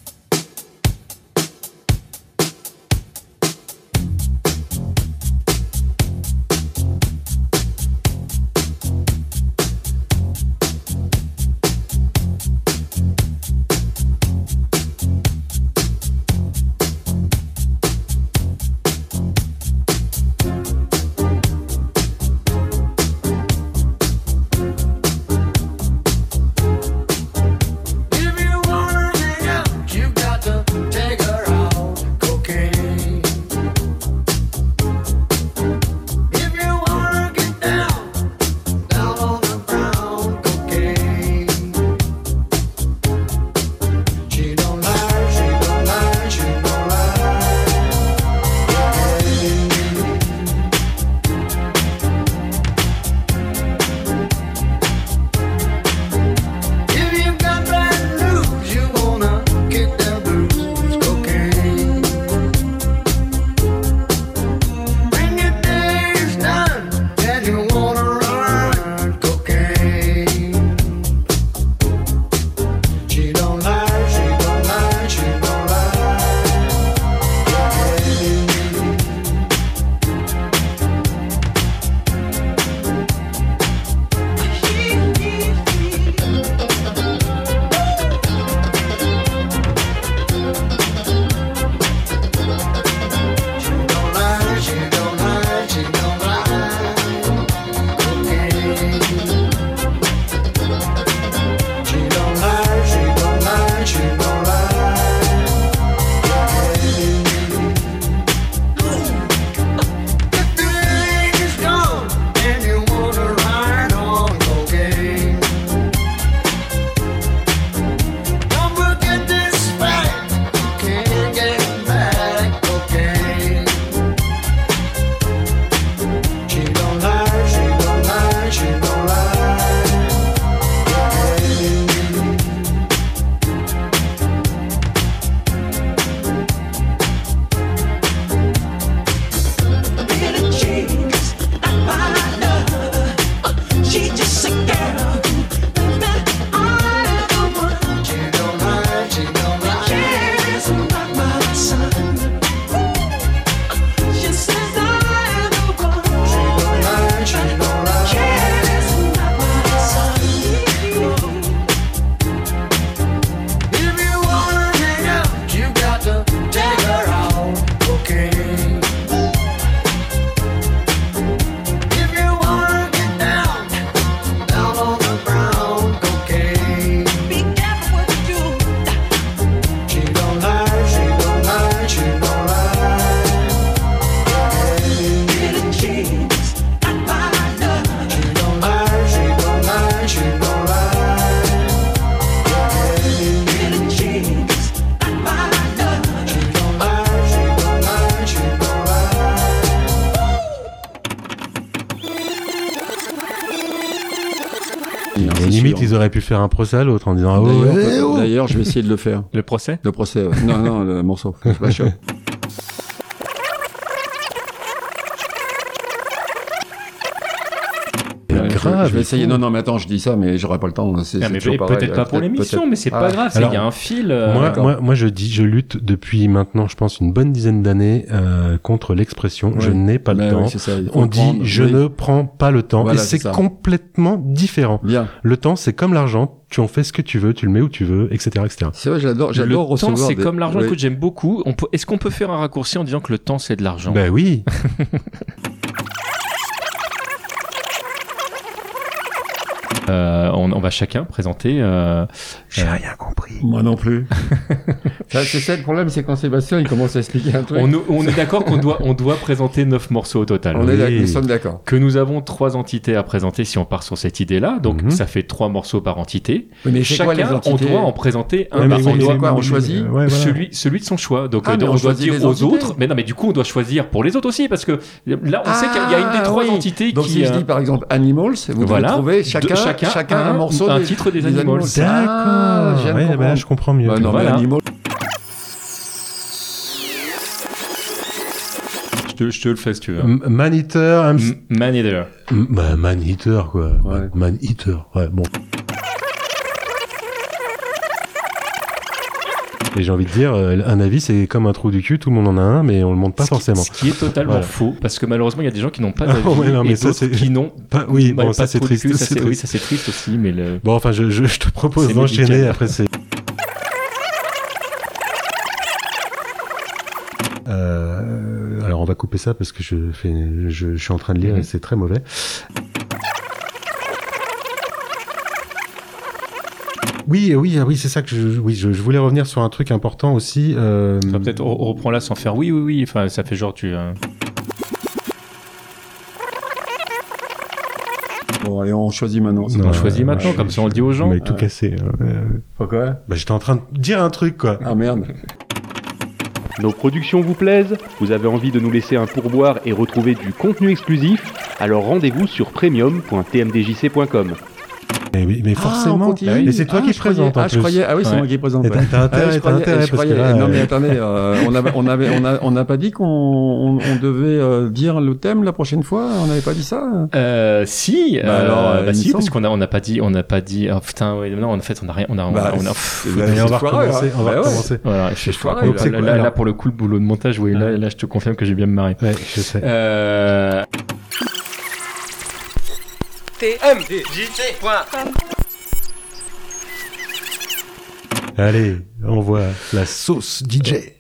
Limite, ils auraient pu faire un procès à l'autre en disant ah ouais, D'ailleurs, ouais, oh. d'ailleurs, je vais essayer de le faire. Le procès Le procès, ouais. Non, non, le morceau. C'est pas chaud. Ouais, grave. Je, je vais essayer. Non, non, mais attends, je dis ça, mais j'aurai pas le temps. C'est, non, c'est mais toujours peut-être pareil. pas pour Peut-être, l'émission, peut-être. mais c'est Ah. pas grave. Il y a un fil. Euh, moi, moi, moi, je dis, je lutte depuis maintenant, je pense, une bonne dizaine d'années euh, contre l'expression Ouais. je n'ai pas le Mais temps. oui, c'est ça, il faut On le dit prendre, je oui. ne prends pas le temps. Voilà, et c'est, c'est ça. complètement différent. Bien. Le temps, c'est comme l'argent. Tu en fais ce que tu veux, tu le mets où tu veux, et cetera, et cetera. C'est vrai, j'adore, j'adore le recevoir. temps, c'est des... comme l'argent. Oui. Écoute, j'aime beaucoup. On peut... Est-ce qu'on peut faire un raccourci en disant que le temps, c'est de l'argent? Ben oui. Euh, on, on va chacun présenter. Euh, J'ai euh, rien compris. Moi non plus. ça, c'est ça le problème, c'est quand Sébastien il commence à expliquer un truc. on, on est d'accord qu'on doit, on doit présenter neuf morceaux au total. On est d'accord, Oui. nous sommes d'accord. Que nous avons trois entités à présenter si on part sur cette idée-là. Donc Mhm. ça fait trois morceaux par entité. Oui, mais c'est quoi, les Chacun, on entités doit en présenter un Ouais, par mais on oui, doit mais- quoi, mais- on mais- choisit euh, ouais, voilà. Celui, celui de son choix. Donc Ah, euh, mais on, on doit choisit dire les aux entités. autres. Mais non, mais du coup, on doit choisir pour les autres aussi parce que là, on sait qu'il y a une des trois oui. entités Donc qui. si je euh, dis par exemple Animals, vous voilà. devez trouver De- chacun, chacun chacun un- un morceau un des, titre des Animals. Ah, D'accord. j'aime Ouais, comprendre. ben là, je comprends mieux. Bah non, Voilà. mais Animals. Je te, je te le fais si tu veux. M- Man-Eater, I'm... M- Man Eater. M- bah, Man-Eater, quoi. Ouais. Man-Eater, ouais, bon. Et j'ai envie de dire, euh, un avis, c'est comme un trou du cul, tout le monde en a un, mais on le montre pas Ce qui- forcément. Ce qui est totalement Voilà. faux, parce que malheureusement, il y a des gens qui n'ont pas Ah d'avis ouais, non, mais et ça, d'autres c'est- qui n'ont Pas- oui, ouais, bon, pas ça, c'est trop du triste, cul, ça, c'est c'est- Oui, triste. ça c'est triste aussi, mais le... Bon, enfin, je, je, je te propose C'est d'enchaîner, médical. après c'est... Euh, alors on va couper ça parce que je fais, je, je suis en train de lire Mhm. et c'est très mauvais. Oui, oui, ah oui, c'est ça que je, oui, je, je voulais revenir sur un truc important aussi. Euh... Enfin, peut-être on on reprend là sans faire oui, oui, oui. Enfin, ça fait genre tu. euh, Bon, allez, on choisit maintenant. c'est Non, On pas- choisit maintenant, ouais, comme je- ça on le dit aux gens. Mais tout cassé. Euh... Pourquoi Bah, j'étais en train de dire un truc, quoi. Ah merde. Nos productions vous plaisent? Vous avez envie de nous laisser un pourboire et retrouver du contenu exclusif? Alors rendez-vous sur premium point t m d j c point com. Mais, oui, mais Ah, on forcément. continue. et c'est toi Ah, qui je croyais- présente en Ah, je plus. croyais. Ah oui, c'est Ouais. moi qui présente. Et t'as- ouais. t'as intérêt, Ah, je t'as croyais- intérêt, je parce que croyais- là, Non mais euh, attendez, euh, on avait, on avait, on a, on n'a pas dit qu'on, on, on devait euh, dire le thème la prochaine fois. On n'avait pas dit ça. Euh, si, Bah euh, alors, euh, bah il me si, parce semble. qu'on a, on n'a pas dit, on n'a pas dit. Oh putain, ouais, non, en fait, on a rien, on a, on a, Bah, on a- c'est- pff, bah, Allez, on c'est va foireux, recommencer. hein. On va Bah ouais. recommencer. Voilà, je C'est suis foiré, Donc, là. là, quoi, là, alors là, pour le coup, le boulot de montage, oui, là, là, je te confirme que j'ai bien me marrer. Ouais, je sais. Euh, T M D J C point com. Allez, on voit la sauce D J.